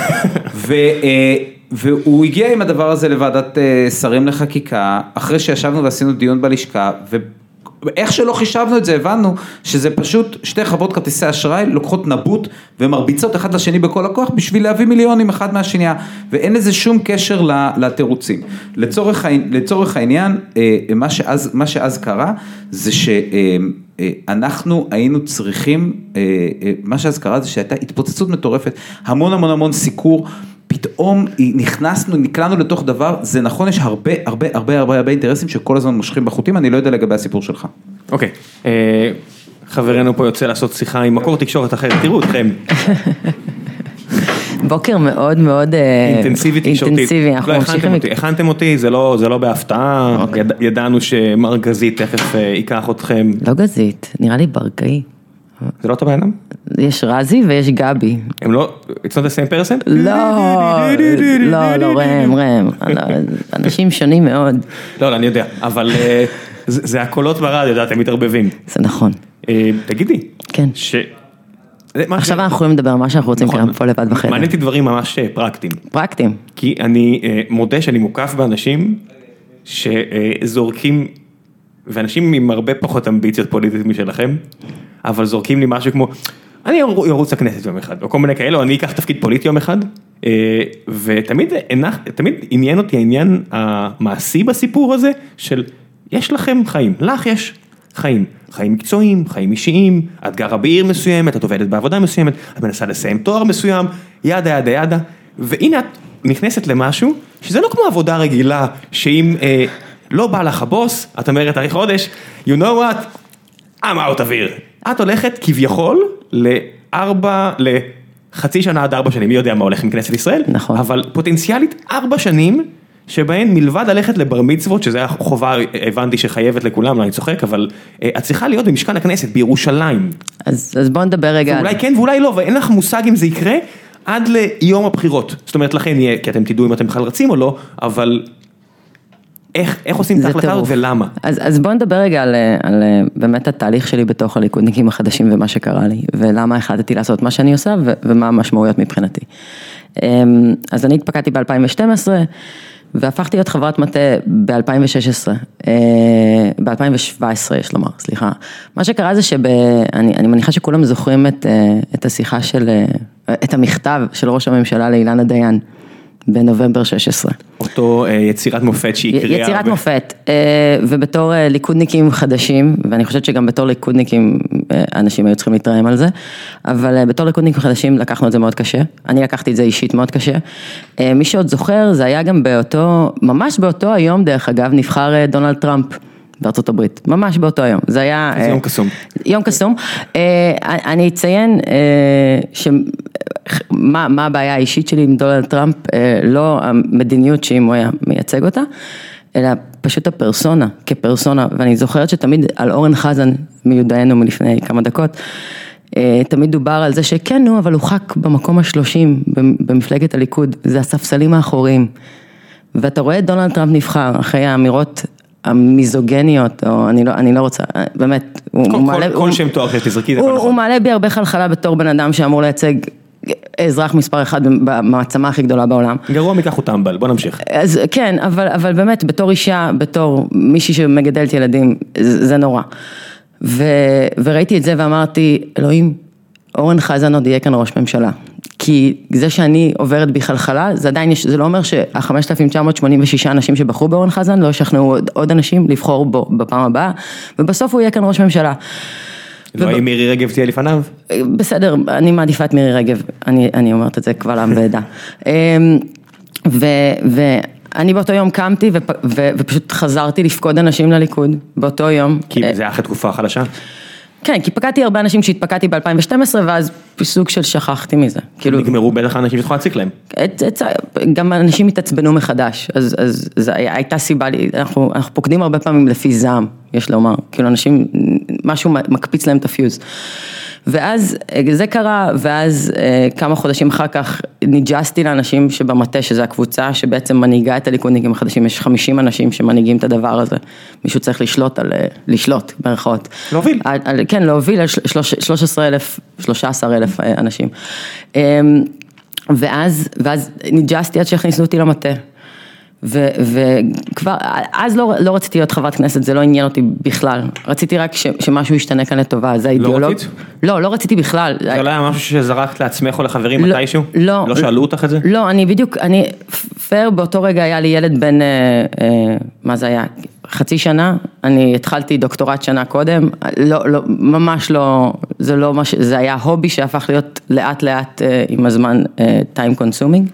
והוא הגיע עם הדבר הזה לוועדת שרים לחקיקה, אחרי שישבנו ועשינו דיון בלשכה, ואיך שלא חישבנו את זה, הבנו שזה פשוט שתי חברות כרטיסי אשראי, לוקחות נבוט ומרביצות אחד לשני בכל הכוח, בשביל להביא מיליונים אחד מהשנייה, ואין לזה שום קשר לתירוצים. לצורך העניין, מה שאז קרה, זה שאנחנו היינו צריכים, מה שאז קרה זה שהייתה התפוצצות מטורפת, המון המון המון סיקור, פתאום נקלענו לתוך דבר, זה נכון, יש הרבה אינטרסים שכל הזמן מושכים בחוטים, אני לא יודע לגבי הסיפור שלך. אוקיי, חברנו פה יוצא לעשות שיחה עם מקור תקשורת אחרת, תראו אתכם. בוקר מאוד מאוד אינטנסיבי, אנחנו ממשיכים. הכנתם אותי, זה לא בהפתעה, ידענו שמר גזית תכף ייקח אתכם. לא גזית, נראה לי ברקאי. זה לא אותו בעינם? יש רזי ויש גבי. הם לא, it's not the same person? לא, רם, אנשים שונים מאוד. לא, אני יודע, אבל זה הקולות ברדיו, אתם מתערבבים. זה נכון. תגידי. כן. עכשיו אנחנו יכולים לדבר על מה שאנחנו רוצים, כי אנחנו פה לבד בחדר. מעניינתי דברים ממש פרקטיים. פרקטיים. כי אני מודה שאני מוקף באנשים שזורקים, ואנשים עם הרבה פחות אמביציות פוליטית משלכם, אבל זורקים לי משהו כמו, אני ארוץ לכנסת יום אחד, או כל מיני כאלה, או אני אקח תפקיד פוליטי יום אחד, ותמיד עניין אותי העניין המעשי בסיפור הזה, של יש לכם חיים, לך יש חיים מקצועיים, חיים אישיים, את גרה בעיר מסוימת, את עובדת בעבודה מסוימת, את מנסה לסיים תואר מסוים, ידה, והנה את נכנסת למשהו, שזה לא כמו עבודה רגילה, שאם לא בא לך הבוס, את אומרת אחרי חודש, you know what, I'm out of here. את הולכת כביכול לחצי שנה עד 4 שנים, מי יודע מה הולך עם כנסת ישראל, נכון. אבל פוטנציאלית 4 שנים, שבהן מלבד ללכת לבר מצוות, שזה היה חובה, הבנתי שחייבת לכולם, לא אני צוחק, אבל את צריכה להיות במשכן הכנסת, בירושלים. אז בוא נדבר רגע. ואולי כן ואולי לא, ואין לך מושג אם זה יקרה, עד ליום הבחירות, זאת אומרת לכן יהיה, כי אתם תדעו אם אתם בכלל רצים או לא, אבל איך עושים את ההחלטה הזאת ולמה? אז בואו נדבר רגע על באמת התהליך שלי בתוך הליכודניקים החדשים ומה שקרה לי, ולמה החלטתי לעשות מה שאני עושה ומה המשמעויות מבחינתי. אז אני התפקדתי ב-2012, והפכתי להיות חברת מטה ב-2016, ב-2017 יש לומר, סליחה. מה שקרה זה אני מניחה שכולם זוכרים את השיחה את המכתב של ראש הממשלה לאילנה דיין, בנובמבר 16. אותו יצירת מופת שהיא קריאה. יצירת מופת, ובתור ליכודניקים חדשים, ואני חושבת שגם בתור ליכודניקים, אנשים היו צריכים להתרעם על זה, אבל בתור ליכודניקים חדשים לקחנו את זה מאוד קשה, אני לקחתי את זה אישית מאוד קשה. מי שעוד זוכר, זה היה גם ממש באותו היום, דרך אגב, נבחר דונלד טראמפ. בארצות הברית, ממש באותו יום, זה היה... זה יום קסום. יום קסום, אני אציין מה הבעיה האישית שלי עם דונלד טראמפ, לא המדיניות שאם הוא היה מייצג אותה, אלא פשוט הפרסונה, כפרסונה, ואני זוכרת שתמיד על אורן חזן, מיודענו מלפני כמה דקות, תמיד דובר על זה שכן, אבל הוא חק במקום ה-30 במפלגת הליכוד, זה הספסלים האחוריים, ואתה רואה את דונלד טראמפ נבחר, אחרי האמירות המיזוגניות, או אני לא רוצה, באמת, כל שם תואר שתזרקי, זה כבר נכון. הוא מעלה בי הרבה חלחלה בתור בן אדם שאמור לייצג אזרח מספר אחד במעצמה הכי גדולה בעולם. גרוע מכך הוא טמבל, בוא נמשיך. אז כן, אבל באמת, בתור אישה, בתור מישהי שמגדלת ילדים, זה נורא. וראיתי את זה ואמרתי, אלוהים, אורן חזן עוד יהיה כאן ראש ממשלה. כי זה שאני עוברת בי חלחלה, זה עדיין, זה לא אומר שה-5,986 אנשים שבחרו באורן חזן, לא ישכנעו עוד אנשים לבחור בו בפעם הבאה, ובסוף הוא יהיה כאן ראש ממשלה. לא אם מירי רגב תהיה לפניו? בסדר, אני מעדיפה את מירי רגב, אני אומרת את זה קבל עם ועדה. ואני באותו יום קמתי ופשוט חזרתי לפקוד אנשים לליכוד, באותו יום. כי זה היה אחרי תקופה חדשה? כן, כי פקדתי הרבה אנשים שהתפקדתי ב-2012, ואז סוג של שכחתי מזה. נגמרו בטח האנשים שתוכל להציק להם. גם אנשים התעצבנו מחדש, אז זו הייתה סיבה, אנחנו פוקדים הרבה פעמים לפי זעם, יש לומר, כאילו אנשים, משהו מקפיץ להם את הפיוז. ואז זה קרה, ואז כמה חודשים אחר כך ניג'סתי לאנשים שבמטה, שזו הקבוצה שבעצם מנהיגה את הליכודניקים החדשים, יש 50 אנשים שמנהיגים את הדבר הזה, מישהו צריך לשלוט ברכאות. להוביל. כן, להוביל על 13,000 אנשים. ואז ניג'סתי עד שהכניסו אותי למטה. וכבר, אז לא רציתי להיות חברת כנסת, זה לא עניין אותי בכלל. רציתי רק שמשהו ישתנה כאן לטובה, זה האידיאולוג. לא רצית? לא רציתי בכלל. זה לא היה משהו שזרקת לעצמך או לחברים מתישהו? לא. לא שאלו אותך את זה? לא, פייר באותו רגע היה לי ילד בן, מה זה היה? חצי שנה, אני התחלתי דוקטורט שנה קודם, ממש לא, זה היה הובי שהפך להיות לאט לאט עם הזמן time consuming.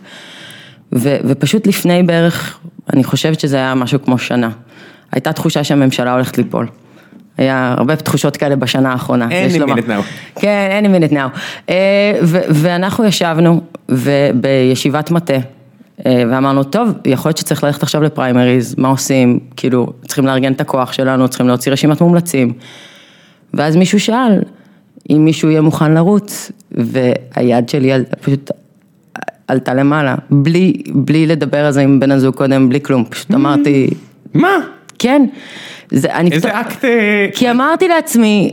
ופשוט לפני בערך, אני חושבת שזה היה משהו כמו שנה. הייתה תחושה שהממשלה הולכת ליפול. היה הרבה תחושות כאלה בשנה האחרונה. Any minute now. כן, any minute now. ואנחנו ישבנו בישיבת מטה, ואמרנו, טוב, יכול להיות שצריך ללכת עכשיו לפריימריז, מה עושים? כאילו, צריכים לארגן את הכוח שלנו, צריכים להוציא רשימת מומלצים. ואז מישהו שאל, אם מישהו יהיה מוכן והיד שלי פשוט עלתה למעלה, בלי לדבר על זה עם בן הזוג קודם, בלי כלום, פשוט אמרתי... מה? כן. איזה אקט... כי אמרתי לעצמי,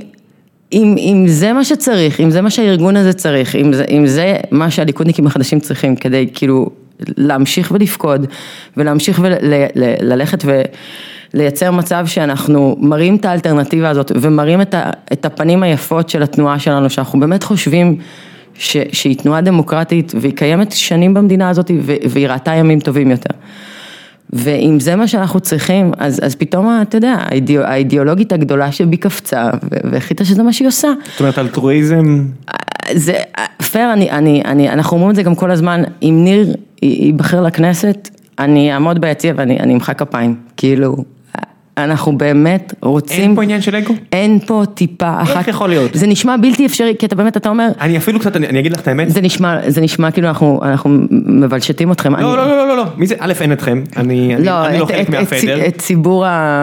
אם זה מה שצריך, אם זה מה שהארגון הזה צריך, אם זה מה שהליכודניקים החדשים צריכים, כדי כאילו להמשיך ולפקוד, ולהמשיך וללכת ולייצר מצב שאנחנו מראים את האלטרנטיבה הזאת, ומראים את הפנים היפות של התנועה שלנו, שאנחנו באמת חושבים שהיא תנועה דמוקרטית, והיא קיימת שנים במדינה הזאת, והיא ראתה ימים טובים יותר. ואם זה מה שאנחנו צריכים, אז פתאום, אתה יודע, האידיאולוגית הגדולה שבי קפצה, והחליטה שזה מה שהיא עושה. זאת אומרת, אלטרואיזם... זה, פייר, אנחנו אומרים את זה גם כל הזמן, אם ניר ייבחר לכנסת, אני אעמוד ביציע ואני אמחא כפיים, כאילו... אנחנו באמת רוצים... אין פה עניין של אגו? אין פה טיפה אחת. איך יכול להיות? זה נשמע בלתי אפשרי, כי אתה באמת, אתה אומר... אני אפילו קצת, אני אגיד לך את האמת. זה נשמע כאילו אנחנו מבלשתים אתכם. לא. מי זה? א', אין אתכם. אני לא חלק מהפדר. את ציבור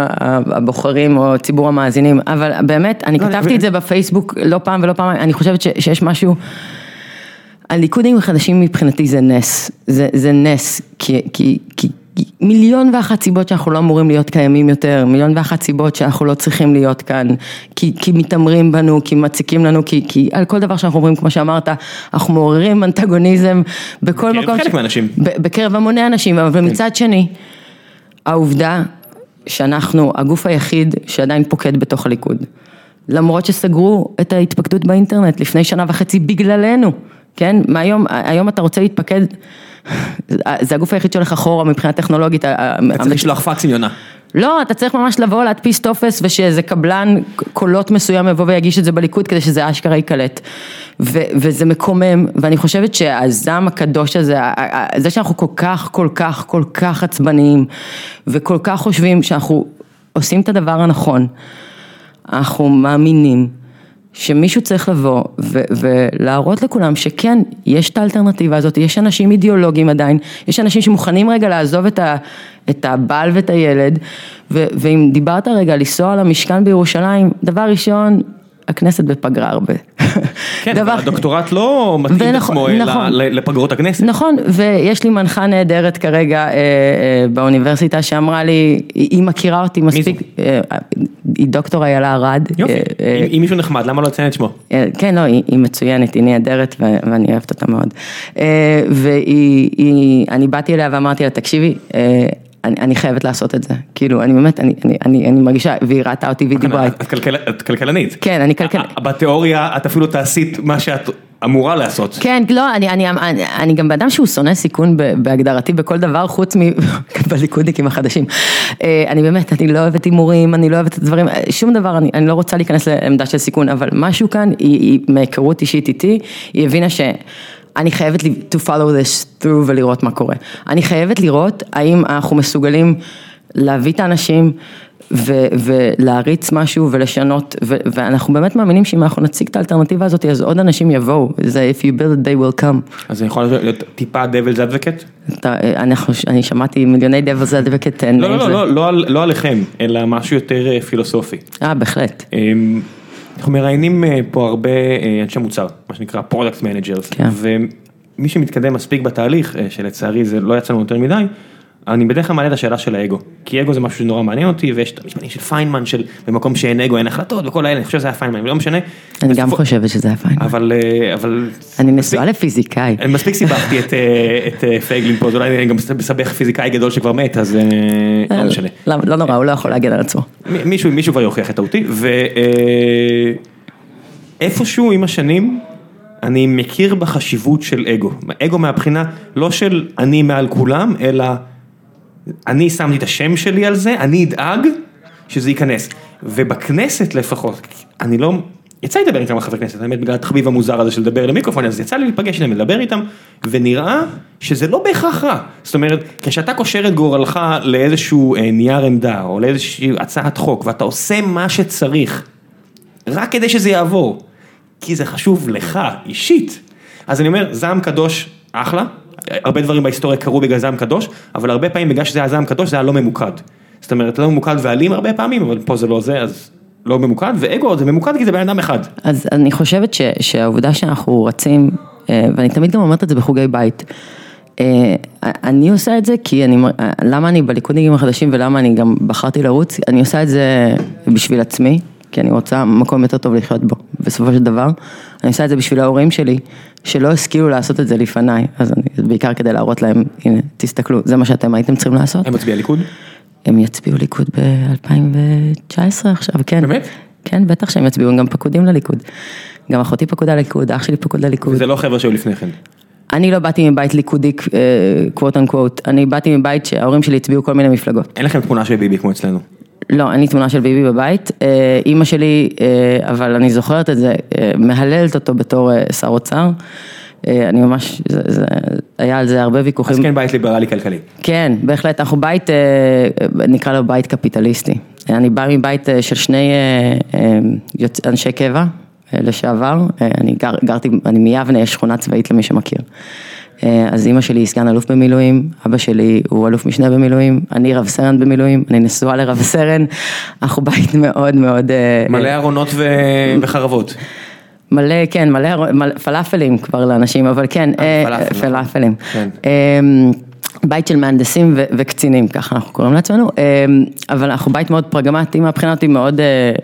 הבוחרים או ציבור המאזינים, אבל באמת, אני כתבתי את זה בפייסבוק לא פעם ולא פעם, אני חושבת שיש משהו... הליכודים החדשים מבחינתי זה נס, זה נס, כי 1,001,000 סיבות שאנחנו לא אמורים להיות קיימים יותר, 1,001,000 סיבות שאנחנו לא צריכים להיות כאן, כי מתאמרים בנו, כי מציקים לנו, כי על כל דבר שאנחנו אומרים, כמו שאמרת, אנחנו מעוררים אנטגוניזם בכל מקום. בקרב חלק מהאנשים. בקרב המוני אנשים, אבל מצד שני, העובדה שאנחנו הגוף היחיד שעדיין פוקד בתוך הליכוד, למרות שסגרו את ההתפקדות באינטרנט לפני 1.5 שנה בגללנו, כן? היום אתה רוצה להתפקד, זה הגוף היחיד שהולך אחורה מבחינה טכנולוגית. אתה צריך לשלוח פקס עם יונה. לא, אתה צריך ממש לבוא, להדפיס טופס, ושאיזה קבלן קולות מסוים יבוא ויגיש את זה בליכוד, כדי שזה אשכרה יקלט. וזה מקומם, ואני חושבת שהזעם הקדוש הזה, זה שאנחנו כל כך עצבניים, וכל כך חושבים שאנחנו עושים את הדבר הנכון, אנחנו מאמינים, שמישהו צריך לבוא ולהראות לכולם שכן, יש את האלטרנטיבה הזאת, יש אנשים אידיאולוגיים עדיין, יש אנשים שמוכנים רגע לעזוב את הבעל ואת הילד, ואם דיברת רגע לנסוע למשכן בירושלים, דבר ראשון, הכנסת בפגרה הרבה. כן, אבל הדוקטורט לא מתאים עצמו לפגרות הכנסת. נכון, ויש לי מנחה נהדרת כרגע באוניברסיטה שאמרה לי, היא מכירה אותי מספיק, היא דוקטור איילה ארד. יופי, אם מישהו נחמד, למה לא לציין את שמו? כן, לא, היא מצוינת, היא נהדרת ואני אוהבת אותה מאוד. ואני באתי אליה ואמרתי לה, תקשיבי, אני חייבת לעשות את זה, כאילו, אני באמת, אני מרגישה, והיא ראתה אותי והיא דיברה. את כלכלנית. כן, אני כלכלנית. בתיאוריה, את אפילו תעשית מה שאת אמורה לעשות. כן, לא, אני גם באדם שהוא שונא סיכון בהגדרתי בכל דבר, חוץ בליכודניקים החדשים. אני באמת, אני לא אוהבת אימורים, אני לא אוהבת את הדברים, שום דבר, אני לא רוצה להיכנס לעמדה של סיכון, אבל משהו כאן, מהיכרות אישית איתי, היא הבינה אני חייבת to follow this through ולראות מה קורה. אני חייבת לראות האם אנחנו מסוגלים להביא את האנשים ולהריץ משהו ולשנות, ואנחנו באמת מאמינים שאם אנחנו נציג את האלטרנטיבה הזאת, אז עוד אנשים יבואו, זה if you build it, they will come. אז אני יכול להיות טיפה devil's advocate? אני שמעתי מיליוני devil's advocate. לא עליכם, אלא משהו יותר פילוסופי. בהחלט. אנחנו מראיינים פה הרבה אנשי מוצר, מה שנקרא product managers, ומי שמתקדם מספיק בתהליך, שלצערי זה לא יצא לנו יותר מדי, אני בדרך כלל מעלה את השאלה של האגו, כי אגו זה משהו שנורא מעניין אותי, ויש את המשפטים של פיינמן, של במקום שאין אגו, אין החלטות, וכל האלה, אני חושב שזה היה פיינמן, לא משנה. אני גם חושבת שזה היה פיינמן. אבל אני נשואה לפיזיקאי. אני מספיק סיבכתי את פייגלין פה, אז אולי אני גם מסבך פיזיקאי גדול שכבר מת, אז לא משנה. לא נורא, הוא לא יכול להגן על עצמו. מישהו כבר יוכיח את אותי, ואיפשהו עם השנים, אני מכיר בחשיבות של אגו. אגו מהבחינה, לא של אני מעל כולם, אלא אני שמתי את השם שלי על זה, אני אדאג שזה ייכנס. ובכנסת לפחות, אני לא, יצא לדבר עם כמה חברי כנסת, האמת בגלל התחביב המוזר הזה של לדבר למיקרופון, אז יצא לי להיפגש להם, לדבר איתם, ונראה שזה לא בהכרח רע. זאת אומרת, כשאתה קושר את גורלך לאיזשהו נייר עמדה, או לאיזושהי הצעת חוק, ואתה עושה מה שצריך, רק כדי שזה יעבור, כי זה חשוב לך, אישית. אז אני אומר, זעם קדוש, אחלה, הרבה דברים בהיסטוריה קרו בגלל זעם קדוש, אבל הרבה פעמים בגלל שזה היה זעם קדוש, זה היה לא ממוקד. זאת אומרת, לא ממוקד ואלים הרבה פעמים, אבל פה זה לא זה, אז לא ממוקד, ואגו זה ממוקד כי זה בן אדם אחד. אז אני חושבת שהעובדה שאנחנו רצים, ואני תמיד גם אומרת את זה בחוגי בית, אני עושה את זה כי למה אני בליכודניקים החדשים ולמה אני גם בחרתי לרוץ, אני עושה את זה בשביל עצמי, כי אני רוצה מקום יותר טוב לחיות בו. בסופו של דבר, אני עושה את זה בשביל ההורים שלי, שלא השכילו לעשות את זה לפניי, אז בעיקר כדי להראות להם, הנה, תסתכלו, זה מה שאתם הייתם צריכים לעשות. הם מצביעי ליכוד? הם יצביעו ליכוד ב-2019 עכשיו, כן. באמת? כן, בטח שהם יצביעו, הם גם פקודים לליכוד. גם אחותי פקודה לליכוד, אח שלי פקוד לליכוד. וזה לא חבר'ה שהיו לפני כן? אני לא באתי מבית ליכודי, quote unquote, אני באתי מבית שההורים שלי הצביעו כל מיני מפלגות. אין לכם תמונה של ביבי כמו אצלנו? לא, אין לי תמונה של ביבי בבית, אמא שלי, אבל אני זוכרת את זה, מהללת אותו בתור שר אוצר, אני ממש, היה על זה הרבה ויכוחים. אז כן בית ליברלי כלכלי. כן, בהחלט, אנחנו בית, נקרא לו בית קפיטליסטי, אני בא מבית של שני אנשי קבע לשעבר, אני מיבנה, יש שכונה צבאית למי שמכיר. אז אמא שלי היא סגן אלוף במילואים, אבא שלי הוא אלוף משנה במילואים, אני רב סרן במילואים, אני נשואה לרב סרן, אנחנו בית מאוד מאוד... מלא ארונות וחרבות. מלא, כן, מלא פלאפלים כבר לאנשים, אבל כן, פלאפלים. בית של מהנדסים וקצינים, ככה אנחנו קוראים לעצמנו, אבל אנחנו בית מאוד פרגמטי, מהבחינה אותי מאוד,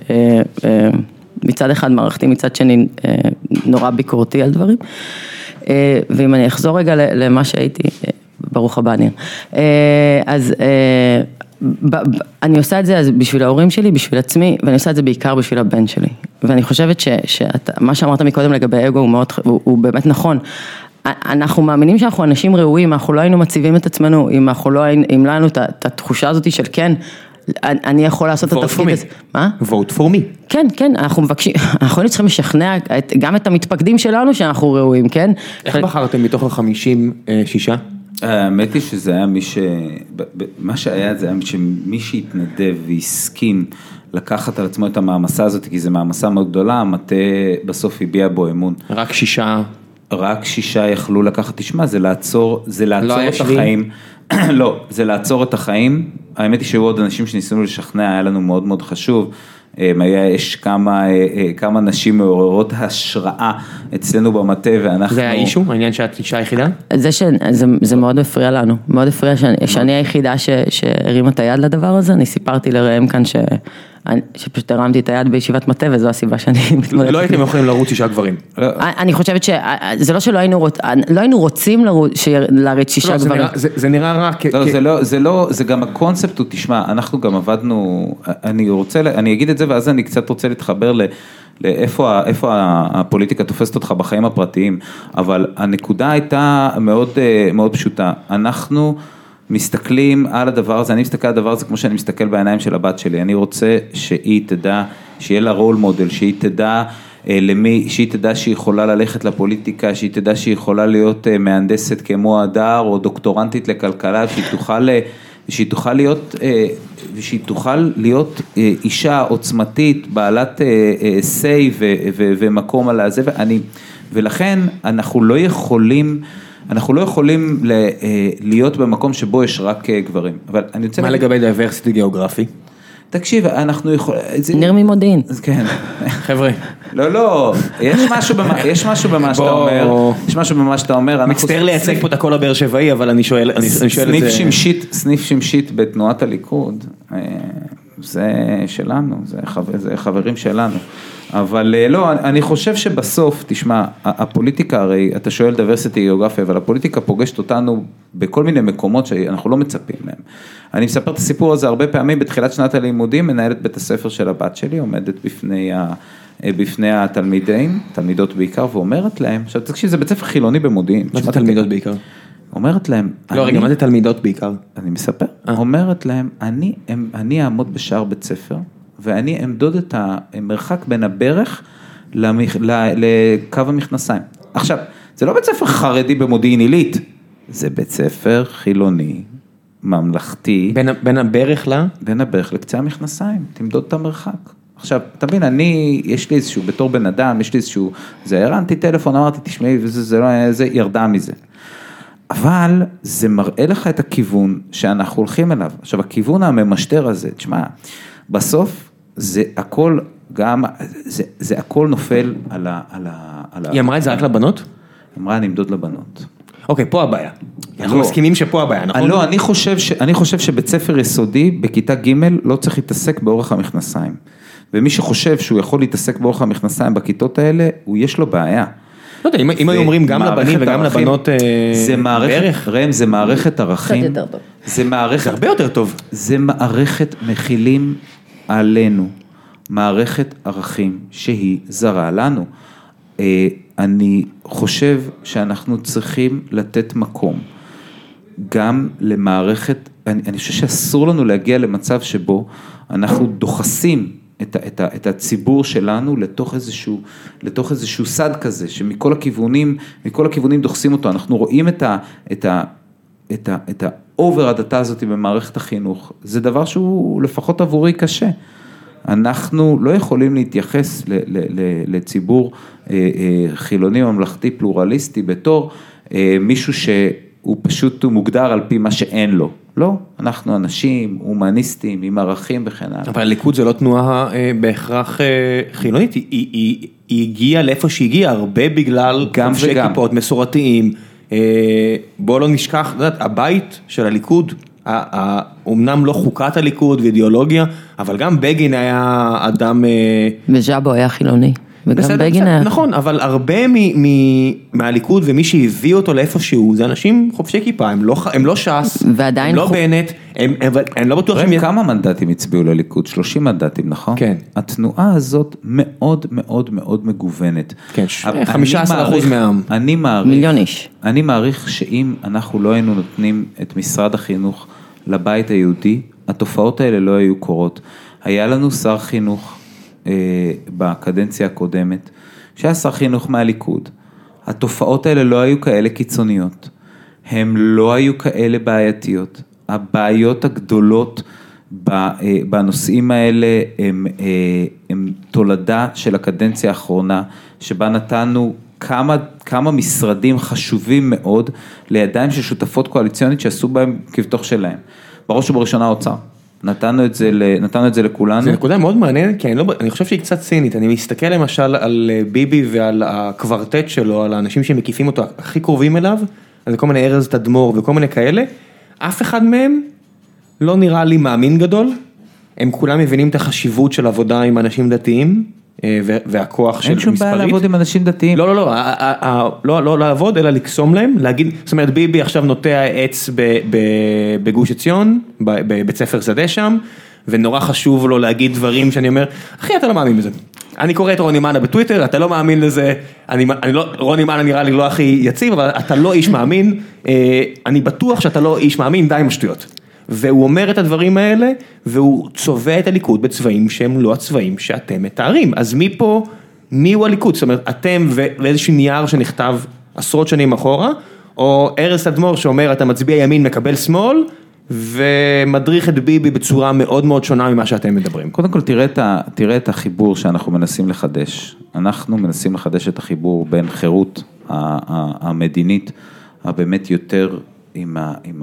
מצד אחד מערכתי, מצד שני נורא ביקורתי על דברים, ואם אני אחזור רגע למה שהייתי, ברוך הבא ניר, אז אני עושה את זה בשביל ההורים שלי, בשביל עצמי, ואני עושה את זה בעיקר בשביל הבן שלי, ואני חושבת שמה שאמרת מקודם לגבי אגו הוא באמת נכון, אנחנו מאמינים שאנחנו אנשים ראויים, אנחנו לא היינו מציבים את עצמנו, אם לא היינו את התחושה הזאת של כן, אני יכול לעשות את התפקיד הזה. מה? vote for me. כן, כן, אנחנו מבקשים, אנחנו צריכים לשכנע גם את המתפקדים שלנו שאנחנו ראויים, כן? איך בחרתם מתוך ה-56? האמת היא שזה היה מה שהיה זה היה שמי שהתנדב והסכים לקחת על עצמו את המעמסה הזאת, כי זו מעמסה מאוד גדולה, המטה בסוף הביע בו אמון. רק 6 יכלו לקחת, תשמע, זה לעצור את החיים. לא, זה לעצור את החיים. האמת היא שהיו עוד אנשים שניסינו לשכנע, היה לנו מאוד מאוד חשוב. יש כמה נשים מעוררות השראה אצלנו במטה, ואנחנו... זה האישו, העניין שאת אישה היחידה? זה מאוד מפריע לנו, מאוד מפריע שאני היחידה שהרימה את היד לדבר הזה, אני סיפרתי לראם כאן שפשוט הרמתי את היד בישיבת מטה, וזו הסיבה שאני מתמודדת. לא הייתם יכולים לרוץ 6 גברים. אני חושבת שזה לא שלא היינו רוצים להריץ 6 גברים. זה נראה רע. זה גם הקונספט הוא, תשמע, אנחנו גם עבדנו, אני אגיד את זה, ואז אני קצת רוצה להתחבר לאיפה הפוליטיקה תופסת אותך בחיים הפרטיים, אבל הנקודה הייתה מאוד, מאוד פשוטה. אנחנו מסתכלים על הדבר הזה, אני מסתכל על הדבר הזה כמו שאני מסתכל בעיניים של הבת שלי, אני רוצה שהיא תדע, שיהיה לה רול מודל, שהיא תדע שהיא תדע שהיא יכולה ללכת לפוליטיקה, שהיא תדע שהיא יכולה להיות מהנדסת כמו הדר, או דוקטורנטית לכלכלה, שהיא תוכל להיות אישה עוצמתית, בעלת סי ומקום על הזה, ולכן אנחנו לא יכולים להיות במקום שבו יש רק גברים. מה לגבי דייברסיטי גיאוגרפי? תקשיב, אנחנו יכולים... ניר ממודיעין. כן. חבר'ה. לא, יש משהו במה שאתה אומר, מצטער לייצג פה את הכל הבאר שבעי, אבל אני שואל את זה... סניף שמשית בתנועת הליכוד, זה שלנו, זה חברים שלנו. אבל לא, אני חושב שבסוף, תשמע, הפוליטיקה הרי, אתה שואל דייברסיטי גיאוגרפיה, אבל הפוליטיקה פוגשת אותנו בכל מיני מקומות שאנחנו לא מצפים להם. אני מספר את הסיפור הזה הרבה פעמים, בתחילת שנת הלימודים, מנהלת בית הספר של הבת שלי, עומדת בפני תלמידות בעיקר, ואומרת להם, עכשיו תקשיב, זה בית ספר חילוני במודיעין. מה זה תלמידות בעיקר? אומרת להם... לא, רגע, מה זה תלמידות בעיקר? אני מספר. אומרת להם, אני אעמוד בשער בית ספר, ואני אמדוד את המרחק בין הברך לקו המכנסיים. עכשיו, זה לא בית ספר חרדי במודיעין עילית, זה בית ספר חילוני, ממלכתי. בין הברך בין הברך לקצה המכנסיים, תמדוד את המרחק. עכשיו, תבין, יש לי איזשהו, בתור בן אדם, יש לי איזשהו, זה הרנתי טלפון, אמרתי, תשמעי, זה ירדה מזה. אבל זה מראה לך את הכיוון שאנחנו הולכים אליו. עכשיו, הכיוון הממשטר הזה, תשמע, בסוף, זה הכל נופל על היא אמרה את זה רק לבנות? היא אמרה, אני אמדוד לבנות. אוקיי, פה הבעיה. אנחנו מסכימים שפה הבעיה, נכון? לא, אני חושב שבית ספר יסודי, בכיתה ג' לא צריך להתעסק באורך המכנסיים. ומי שחושב שהוא יכול להתעסק באורך המכנסיים בכיתות האלה, יש לו בעיה. לא יודע, אם היו אומרים גם לבנים וגם לבנות בערך. ראם, זה מערכת ערכים. זה הרבה יותר טוב. זה מערכת מכילים עלינו, מערכת ערכים שהיא זרה לנו. אני חושב שאנחנו צריכים לתת מקום, גם למערכת, אני חושב שאסור לנו להגיע למצב שבו אנחנו דוחסים את הציבור שלנו לתוך איזשהו סד כזה, שמכל הכיוונים דוחסים אותו. אנחנו רואים את האובר הדתה הזאת במערכת החינוך. זה דבר שהוא לפחות עבורי קשה. אנחנו לא יכולים להתייחס לציבור חילוני ממלכתי פלורליסטי בתור מישהו הוא פשוט מוגדר על פי מה שאין לו. לא, אנחנו אנשים הומניסטים, עם ערכים וכן הלאה. אבל הליכוד זה לא תנועה בהכרח חילונית, היא הגיעה לאיפה שהיא הגיעה, הרבה בגלל חובשי כיפות מסורתיים. בוא לא נשכח, הבית של הליכוד, אומנם לא חוקת הליכוד ואידיאולוגיה, אבל גם בגין היה אדם... וז'אבו היה חילוני. וגם בגין היה... נכון, אבל הרבה מהליכוד ומי שהביא אותו לאיפה שהוא, זה אנשים חובשי כיפה, הם לא ש"ס, הם לא בנט, הם לא בטוח שהם... כמה מנדטים הצביעו לליכוד? 30 מנדטים, נכון? כן. התנועה הזאת מאוד מאוד מאוד מגוונת. כן, 15% מהעם. מיליון איש. אני מעריך שאם אנחנו לא היינו נותנים את משרד החינוך לבית היהודי, התופעות האלה לא היו קורות. היה לנו שר חינוך בקדנציה הקודמת, שהיה שר חינוך מהליכוד. התופעות האלה לא היו כאלה קיצוניות, הם לא היו כאלה בעייתיות. הבעיות הגדולות בנושאים האלה הם תולדה של הקדנציה האחרונה, שבה נתנו כמה משרדים חשובים מאוד לידיים של שותפות קואליציונית שעשו בהם כבתוך שלהם. בראש ובראשונה האוצר. נתנו את זה לכולנו. זה נקודה מאוד מעניינת, כי אני חושב שהיא קצת סינית. אני מסתכל למשל על ביבי ועל הקוורטט שלו, על האנשים שמקיפים אותו הכי קרובים אליו, אז כל מיני ארז תדמור וכל מיני כאלה. אף אחד מהם לא נראה לי מאמין גדול. הם כולם מבינים את החשיבות של עבודה עם אנשים דתיים, והכוח של מספרית. אין שום בעיה לעבוד עם אנשים דתיים. לא לעבוד, אלא לקסום להם, להגיד, זאת אומרת, ביבי עכשיו נוטע עץ בגוש עציון, בבית ספר שדה שם, ונורא חשוב לו להגיד דברים שאני אומר, אחי, אתה לא מאמין בזה. אני קורא את רוני מאנה בטוויטר, אתה לא מאמין לזה, רוני מאנה נראה לי לא הכי יציב, אבל אתה לא איש מאמין, אני בטוח שאתה לא איש מאמין, די עם השטויות. והוא אומר את הדברים האלה, והוא צובע את הליכוד בצבעים שהם לא הצבעים שאתם מתארים. אז מי הוא הליכוד? זאת אומרת, אתם ואיזשהו נייר שנכתב עשרות שנים אחורה, או ארז תדמור שאומר, אתה מצביע ימין, מקבל שמאל, ומדריך את ביבי בצורה מאוד מאוד שונה ממה שאתם מדברים. קודם כל, תראה את החיבור שאנחנו מנסים לחדש. אנחנו מנסים לחדש את החיבור בין חירות המדינית, הבאמת יותר עם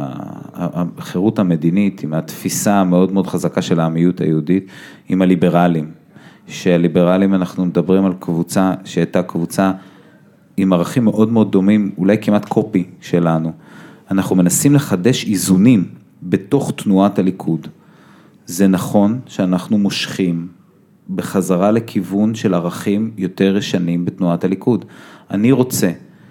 החירות המדינית, עם התפיסה המאוד מאוד חזקה של העמיות היהודית, עם הליברלים. שהליברלים אנחנו מדברים על קבוצה, שהייתה קבוצה עם ערכים מאוד מאוד דומים, אולי כמעט קופי שלנו. אנחנו מנסים לחדש איזונים בתוך תנועת הליכוד. זה נכון שאנחנו מושכים בחזרה לכיוון של ערכים יותר רשנים בתנועת הליכוד. אני רוצה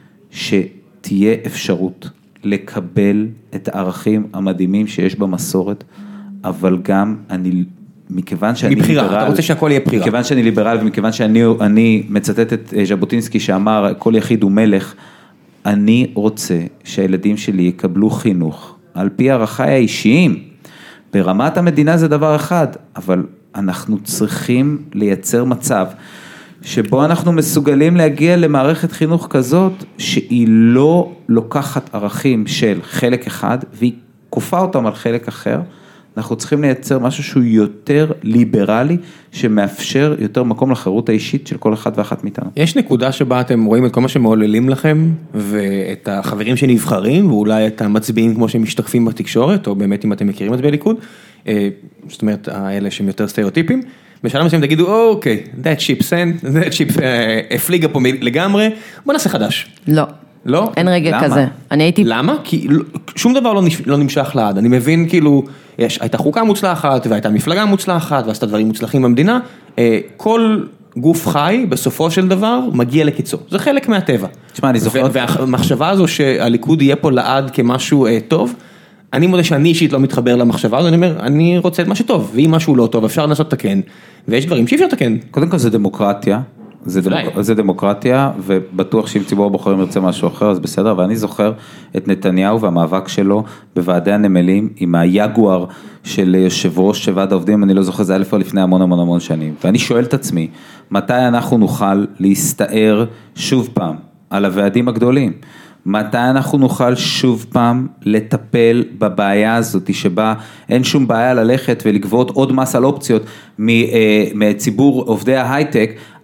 שתהיה אפשרות לקבל את הערכים המדהימים שיש במסורת, אבל גם מכיוון שאני מבחירה, אתה רוצה שהכל יהיה בחירה. מכיוון שאני ליברל ומכיוון שאני מצטט את ז'בוטינסקי שאמר כל יחיד הוא מלך, אני רוצה שהילדים שלי יקבלו חינוך על פי ערכיי האישיים. ברמת המדינה זה דבר אחד, אבל אנחנו צריכים לייצר מצב שבו אנחנו מסוגלים להגיע למערכת חינוך כזאת, שהיא לא לוקחת ערכים של חלק אחד, והיא כופה אותם על חלק אחר. אנחנו צריכים לייצר משהו שהוא יותר ליברלי, שמאפשר יותר מקום לחירות האישית של כל אחד ואחת מאיתנו. יש נקודה שבה אתם רואים את כל מה שמעוללים לכם, ואת החברים שנבחרים, ואולי את המצביעים כמו שהם משתקפים בתקשורת, או באמת אם אתם מכירים את בליכוד, זאת אומרת, האלה שהם יותר סטריאוטיפים, בשלב מסוים תגידו, אוקיי, that ship הפליגה פה לגמרי, בוא נעשה חדש. לא. לא? אין רגע כזה. למה? כי שום דבר לא נמשך לעד. אני מבין, כאילו, הייתה חוקה מוצלחת, והייתה מפלגה מוצלחת, ועשתה דברים מוצלחים במדינה. כל גוף חי, בסופו של דבר, מגיע לקיצו. זה חלק מהטבע. תשמע, אני זוכר. והמחשבה הזו שהליכוד יהיה פה לעד כמשהו טוב, אני מודה שאני אישית לא מתחבר למחשבה הזו, אני אומר, אני רוצה את מה שטוב, ואם משהו לא טוב, אפשר לנסות לתקן, ויש דברים שאי אפשר לתקן. קודם כל זה דמוקרטיה, זה דמוקרטיה, ובטוח שאם ציבור הבוחרים ירצה משהו אחר, אז בסדר, ואני זוכר את נתניהו והמאבק שלו בוועדי הנמלים, עם היגואר של יושב ראש ועד העובדים, אני לא זוכר, זה היה לפני המון שנים, ואני שואל את עצמי, מתי אנחנו נוכל להסתער שוב פעם על הוועדים הגדולים? מתי אנחנו נוכל שוב פעם לטפל בבעיה הזאת, שבה אין שום בעיה ללכת ולגבות עוד מס על אופציות מציבור עובדי ההייטק,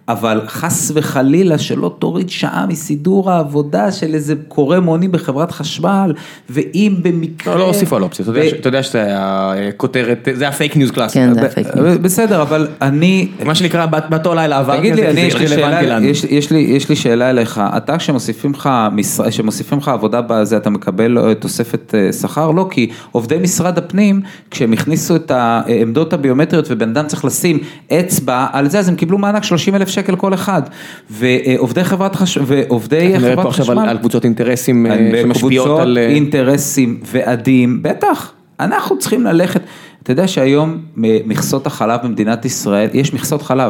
אבל חס וחלילה שלא תוריד שעה מסידור העבודה של איזה קורא מונים בחברת חשמל, ואם במקרה... לא הוסיפו על אופציה, אתה יודע שזה היה כותרת, זה היה פייק ניוז קלאסי. כן, זה היה פייק ניוז. בסדר, אבל אני... מה שנקרא, באותו לילה עבר, תגיד לי, יש לי שאלה אליך, אתה כשמוסיפים לך עבודה בזה, אתה מקבל תוספת שכר? לא, כי עובדי משרד הפנים, כשהם הכניסו את העמדות הביומטריות, ובן אדם צריך לשים אצבע על זה, אז הם קיבלו מענק 30,000 שקל כל אחד, ועובדי חברת חשמל, אני מדבר פה עכשיו על קבוצות אינטרסים שמשפיעות על... קבוצות אינטרסים ועדים, בטח, אנחנו צריכים ללכת, אתה יודע שהיום מכסות החלב במדינת ישראל, יש מכסות חלב,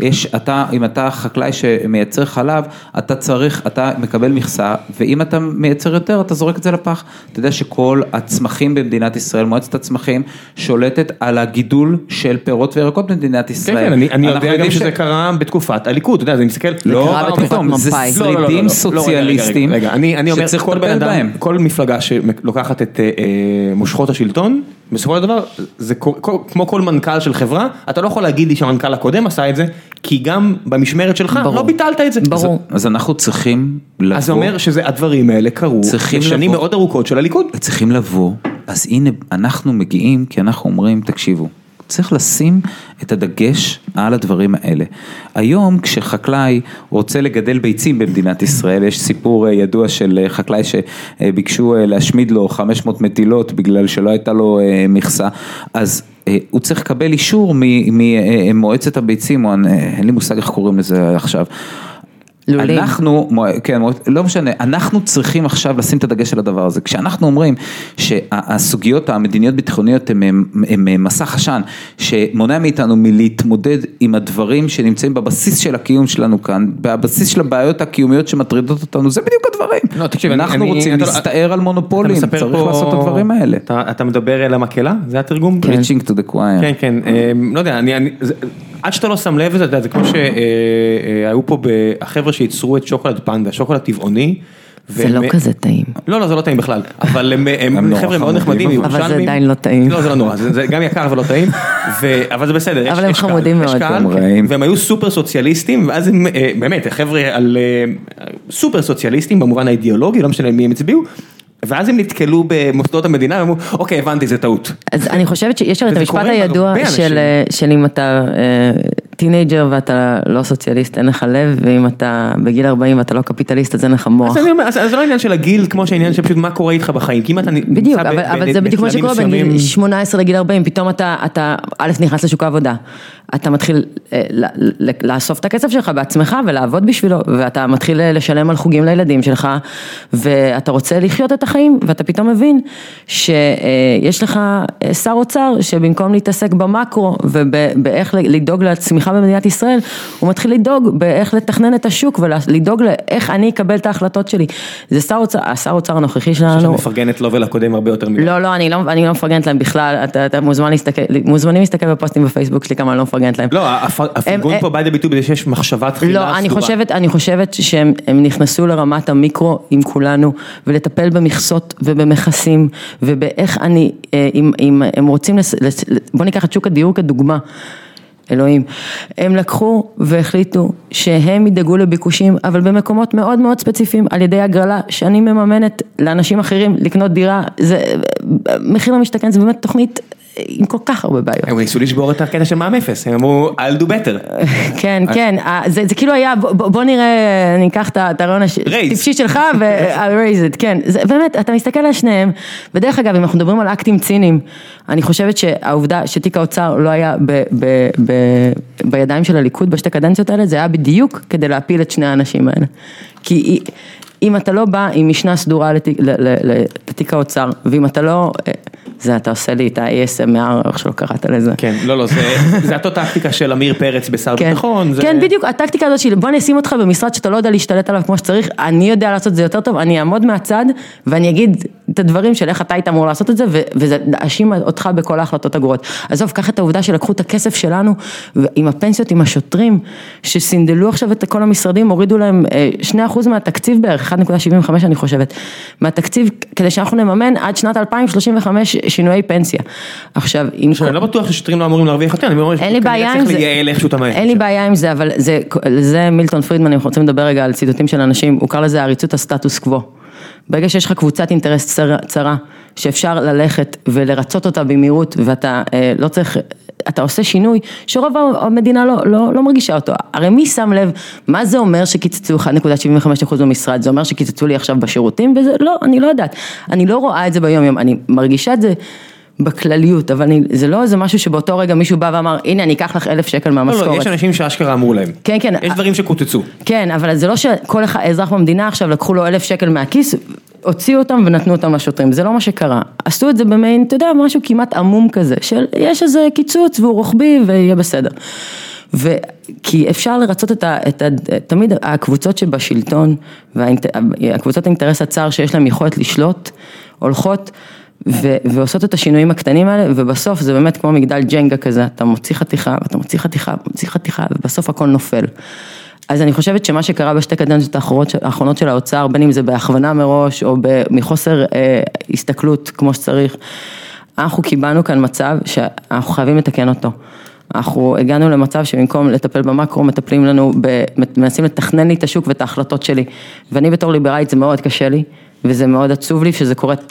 אם אתה חקלאי שמייצר חלב, אתה מקבל מכסה, ואם אתה מייצר יותר, אתה זורק את זה לפח. אתה יודע שכל הצמחים במדינת ישראל, מועצת הצמחים, שולטת על הגידול של פירות וירקות במדינת ישראל. כן, אני יודע גם שזה קרה בתקופת הליכוד, אתה יודע, זה מסתכל... לא, זה שרידים סוציאליסטים, שצריך לטפל בהם. כל מפלגה שלוקחת את מושכות השלטון, בסופו של דבר, זה כמו כל מנכ"ל של חברה, אתה לא יכול להגיד לי שהמנכ"ל הקודם עשה את זה, כי גם במשמרת שלך לא ביטלת את זה. ברור. אז אנחנו צריכים לבוא. אז זה אומר שהדברים האלה קרו בשנים מאוד ארוכות של הליכוד. צריכים לבוא, אז הנה אנחנו מגיעים, כי אנחנו אומרים, תקשיבו, צריך לשים את הדגש על הדברים האלה. היום כשחקלאי רוצה לגדל ביצים במדינת ישראל, יש סיפור ידוע של חקלאי שביקשו להשמיד לו 500 מטילות בגלל שלא הייתה לו מכסה, אז הוא צריך לקבל אישור ממועצת הביצים, או אין לי מושג איך קוראים לזה עכשיו, לולים. אנחנו, כן, לא משנה, אנחנו צריכים עכשיו לשים את הדגש על הדבר הזה. כשאנחנו אומרים שהסוגיות המדיניות ביטחוניות הם מסך עשן, שמונע מאיתנו מלהתמודד עם הדברים שנמצאים בבסיס של הקיום שלנו כאן, בבסיס של הבעיות הקיומיות שמטרידות אותנו, זה בדיוק הדברים. לא, תקשיב, אנחנו רוצים להסתער על מונופולים, צריך לעשות את הדברים האלה. אתה מדבר אל המקהלה? זה התרגום? Preaching to the choir. כן, כן, לא יודע, עד שאתה לא שם לב לזה, זה כמו שהיו פה החבר'ה שייצרו את שוקולד פנדה, שוקולד טבעוני. זה לא כזה טעים. לא, זה לא טעים בכלל, אבל הם חבר'ה מאוד נחמדים. אבל זה עדיין לא טעים. לא, זה לא נורא, זה גם יקר ולא טעים, אבל זה בסדר. אבל הם חמודים מאוד. והם היו סופר סוציאליסטים, ואז הם באמת, החבר'ה על סופר סוציאליסטים במובן האידיאולוגי, לא משנה מי הם הצביעו, ואז הם נתקלו במוסדות המדינה, ואמרו, אוקיי, הבנתי, זה טעות. אז אני חושבת שיש את המשפט הידוע של אם אתה טינג'ר ואתה לא סוציאליסט, אין לך לב, ואם אתה בגיל 40 ואתה לא קפיטליסט, אז אין לך מוח. אז זה לא עניין של הגיל, כמו שהעניין שפשוט מה קורה איתך בחיים, כי אם אתה בדיוק, אבל זה בדיוק כמו שקורה בין גיל 18 לגיל 40, פתאום אתה א' נכנס לשוק העבודה, אתה מתחיל לאסוף את הכסף שלך בעצמך ולעבוד בשבילו, ואתה מתחיל לשלם על חוגים לילדים שלך, ואתה רוצה לחיות את החיים, ואתה פתאום מבין שיש לך שר אוצר שבמקום להתעסק במקרו ובאיך לדאוג לצמיחה במדינת ישראל, הוא מתחיל לדאוג באיך לתכנן את השוק ולדאוג לאיך אני אקבל את ההחלטות שלי. זה השר אוצר הנוכחי שלנו. שאני מפרגנת לו ולקודם הרבה יותר מדי. לא, אני לא מפרגנת להם בכלל, אתה מוזמנים להסתכל בפוסטים בפייסבוק שלי כמה אני לא מפרגנת להם. לא, הפרגון פה בא ביטוי בזה שיש מחשבה תחילה סדורה. לא, אני חושבת שהם נכנסו לרמת המיקרו עם כולנו, ולטפל במכסות ובמכסים, ובאיך אם הם רוצים, בוא ניקח את שוק הדיור כדוגמה, אלוהים, הם לקחו והחליטו שהם ידאגו לביקושים, אבל במקומות מאוד מאוד ספציפיים, על ידי הגרלה שאני מממנת לאנשים אחרים לקנות דירה, זה מחיר למשתכן, זה באמת תוכנית עם כל כך הרבה בעיות. הם ניסו לשבור את הקטע של מע"מ אפס, הם אמרו, I'll do better. כן, כן, זה כאילו היה, בוא נראה, אני אקח את הרעיון הטיפשי שלך ו-I'll raise it, כן, באמת, אתה מסתכל על שניהם, ודרך אגב, אם אנחנו מדברים על אקטים ציניים, אני חושבת שהעובדה שתיק האוצר לא היה בידיים של הליכוד בשתי קדנציות האלה, זה היה בדיוק כדי להפיל את שני האנשים האלה. כי אם אתה לא בא עם משנה סדורה לתיק האוצר, ואם אתה לא, זה אתה עושה לי את ה-ASMR, איך שלא קראת לזה. כן, לא, זה אותו טקטיקה של אמיר פרץ בשר ביטחון. כן, בדיוק, הטקטיקה הזאת של בוא נשים אותך במשרד שאתה לא יודע להשתלט עליו כמו שצריך, אני יודע לעשות זה יותר טוב, אני אעמוד מהצד, ואני אגיד את הדברים של איך אתה היית אמור לעשות את זה, וזה להאשים אותך בכל ההחלטות הגרועות. עזוב, קח את העובדה שלקחו את הכסף שלנו, עם הפנסיות, עם השוטרים, שסינדלו עכשיו את כל המשרדים, הורידו להם 2% מהתקציב בערך, 1.75 אני חושבת, מהתקציב, כדי שאנחנו נממן עד שנת 2035 שינויי פנסיה. עכשיו, אני לא בטוח ששוטרים לא אמורים להרוויח יותר, אין לי בעיה עם זה, אין לי בעיה עם זה, אבל זה מילטון פרידמן, אם אנחנו רוצים לדבר רגע על ציטוטים של אנשים, הוא קרא לזה עריצות הסטטוס קוו. ברגע שיש לך קבוצת אינטרס צרה, שאפשר ללכת ולרצות אותה במהירות, ואתה לא צריך, אתה עושה שינוי, שרוב המדינה לא מרגישה אותו. הרי מי שם לב, מה זה אומר שקיצצו 1.75% במשרד? זה אומר שקיצצו לי עכשיו בשירותים, וזה לא, אני לא יודעת. אני לא רואה את זה ביום יום, אני מרגישה את זה בכלליות, אבל זה לא איזה משהו שבאותו רגע מישהו בא ואמר, הנה אני אקח לך 1,000 שקל מהמשכורת. לא, יש אנשים שאשכרה אמרו להם. כן, כן. יש דברים שקוצצו. כן, אבל זה לא שכל אזרח במדינה עכשיו לקחו לו 1,000 שקל מהכיס, הוציאו אותם ונתנו אותם לשוטרים, זה לא מה שקרה. עשו את זה במיין, אתה יודע, משהו כמעט עמום כזה, של יש איזה קיצוץ והוא רוחבי ויהיה בסדר. כי אפשר לרצות תמיד הקבוצות שבשלטון, והקבוצות האינטרס הצער שיש להם יכולת לשלוט, הולכות ועושות את השינויים הקטנים האלה, ובסוף זה באמת כמו מגדל ג'נגה כזה, אתה מוציא חתיכה, ואתה מוציא חתיכה, מוציא חתיכה, ובסוף הכל נופל. אז אני חושבת שמה שקרה בשתי קדנציות האחרונות של האוצר, בין אם זה בהכוונה מראש, או מחוסר הסתכלות כמו שצריך, אנחנו קיבלנו כאן מצב שאנחנו חייבים לתקן אותו. אנחנו הגענו למצב שבמקום לטפל במקרו, מטפלים לנו, מנסים לתכנן לי את השוק ואת ההחלטות שלי. ואני בתור ליברלית זה מאוד קשה לי, וזה מאוד עצוב לי שזה קורה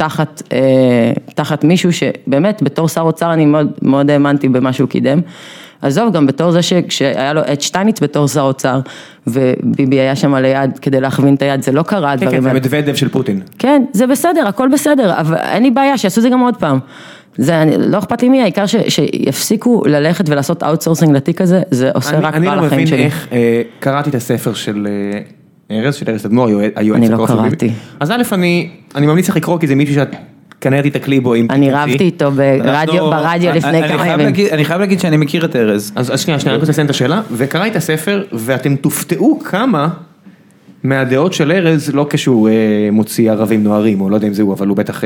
תחת מישהו שבאמת בתור שר אוצר אני מאוד האמנתי במה שהוא קידם. עזוב, גם בתור זה שהיה לו את שטייניץ בתור שר אוצר, וביבי היה שם על היד כדי להכווין את היד, זה לא קרה. כן, כן, זה מדוודב של פוטין. כן, זה בסדר, הכל בסדר, אבל אין לי בעיה שיעשו זה גם עוד פעם. זה לא אכפת לי מי, העיקר שיפסיקו ללכת ולעשות אאוטסורסינג לתיק הזה, זה עושה רק רע לחיים שלי. אני לא מבין איך, קראתי את הספר של ארז תדמור, היועץ. אני לא קראתי. אז א', אני ממליץ לך לקרוא, כי זה מישהו שאת כנראה תתקלי בו. אני רבתי איתו ברדיו לפני כמה ימים. אני חייב להגיד שאני מכיר את ארז. אז שנייה, אני רוצה לסיים את השאלה, וקרא את הספר, ואתם תופתעו כמה מהדעות של ארז, לא כשהוא מוציא ערבים נוערים, או לא יודע אם זהו, אבל הוא בטח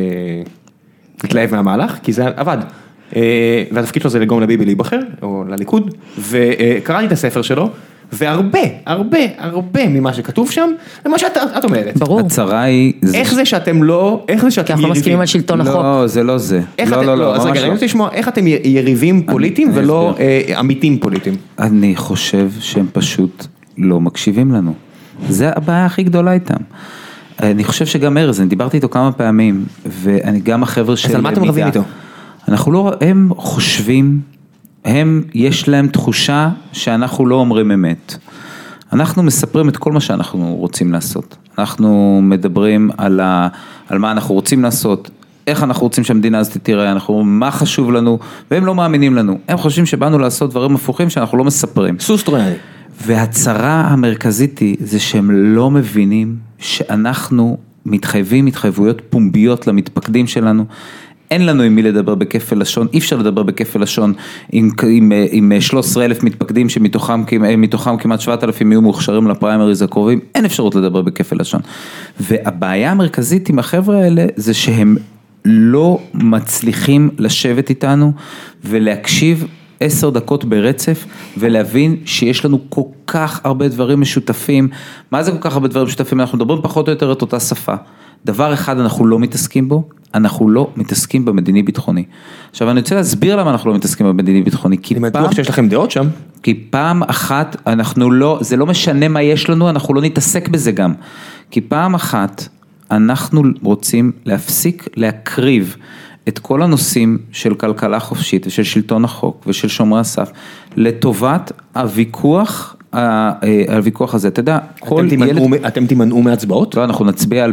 התלהב מהמהלך, כי זה עבד. והתפקיד שלו זה לגרום לביבי להיבחר, או לליכוד, וקראתי את הספר שלו, והרבה ממה שכתוב שם, זה מה שאת אומרת. ברור. הצרה היא... איך זה שאתם לא... כי אנחנו מסכימים על שלטון החוק. לא, זה לא זה. לא, אז רגע, אני רוצה לשמוע איך אתם יריבים פוליטיים ולא עמיתים פוליטיים. אני חושב שהם פשוט לא מקשיבים לנו. זה הבעיה הכי גדולה איתם. אני חושב שגם ארז, אני דיברתי איתו כמה פעמים, ואני גם החבר'ה של... אז על מה אתם רבים איתו? אנחנו לא... הם חושבים... יש להם תחושה שאנחנו לא אומרים אמת. אנחנו מספרים את כל מה שאנחנו רוצים לעשות. אנחנו מדברים על מה אנחנו רוצים לעשות, איך אנחנו רוצים שהמדינה הזאת תראה, מה חשוב לנו, והם לא מאמינים לנו. הם חושבים שבאנו לעשות דברים הפוכים שאנחנו לא מספרים. סוס טרויאני. והצרה המרכזית היא, זה שהם לא מבינים שאנחנו מתחייבים התחייבויות פומביות למתפקדים שלנו, אין לנו עם מי לדבר בכפל לשון, אי אפשר לדבר בכפל לשון עם 13,000 מתפקדים שמתוכם כמעט 7,000 יהיו מוכשרים לפריימריז הקרובים, אין אפשרות לדבר בכפל לשון. והבעיה המרכזית עם החבר'ה האלה זה שהם לא מצליחים לשבת איתנו ולהקשיב 10 דקות ברצף ולהבין שיש לנו כל כך הרבה דברים משותפים. מה זה כל כך הרבה דברים משותפים? אנחנו מדברים פחות או יותר את אותה שפה. דבר אחד אנחנו לא מתעסקים בו, אנחנו לא מתעסקים במדיני ביטחוני. עכשיו אני רוצה להסביר למה אנחנו לא מתעסקים במדיני ביטחוני. אני בטוח שיש לכם דעות שם. כי פעם אחת אנחנו לא, זה לא משנה מה יש לנו, אנחנו לא נתעסק בזה גם. כי פעם אחת אנחנו רוצים להפסיק להקריב את כל הנושאים של כלכלה חופשית ושל שלטון החוק ושל שומרי הסף, לטובת הוויכוח הזה, אתה יודע, אתם תימנעו מהצבעות? לא, אנחנו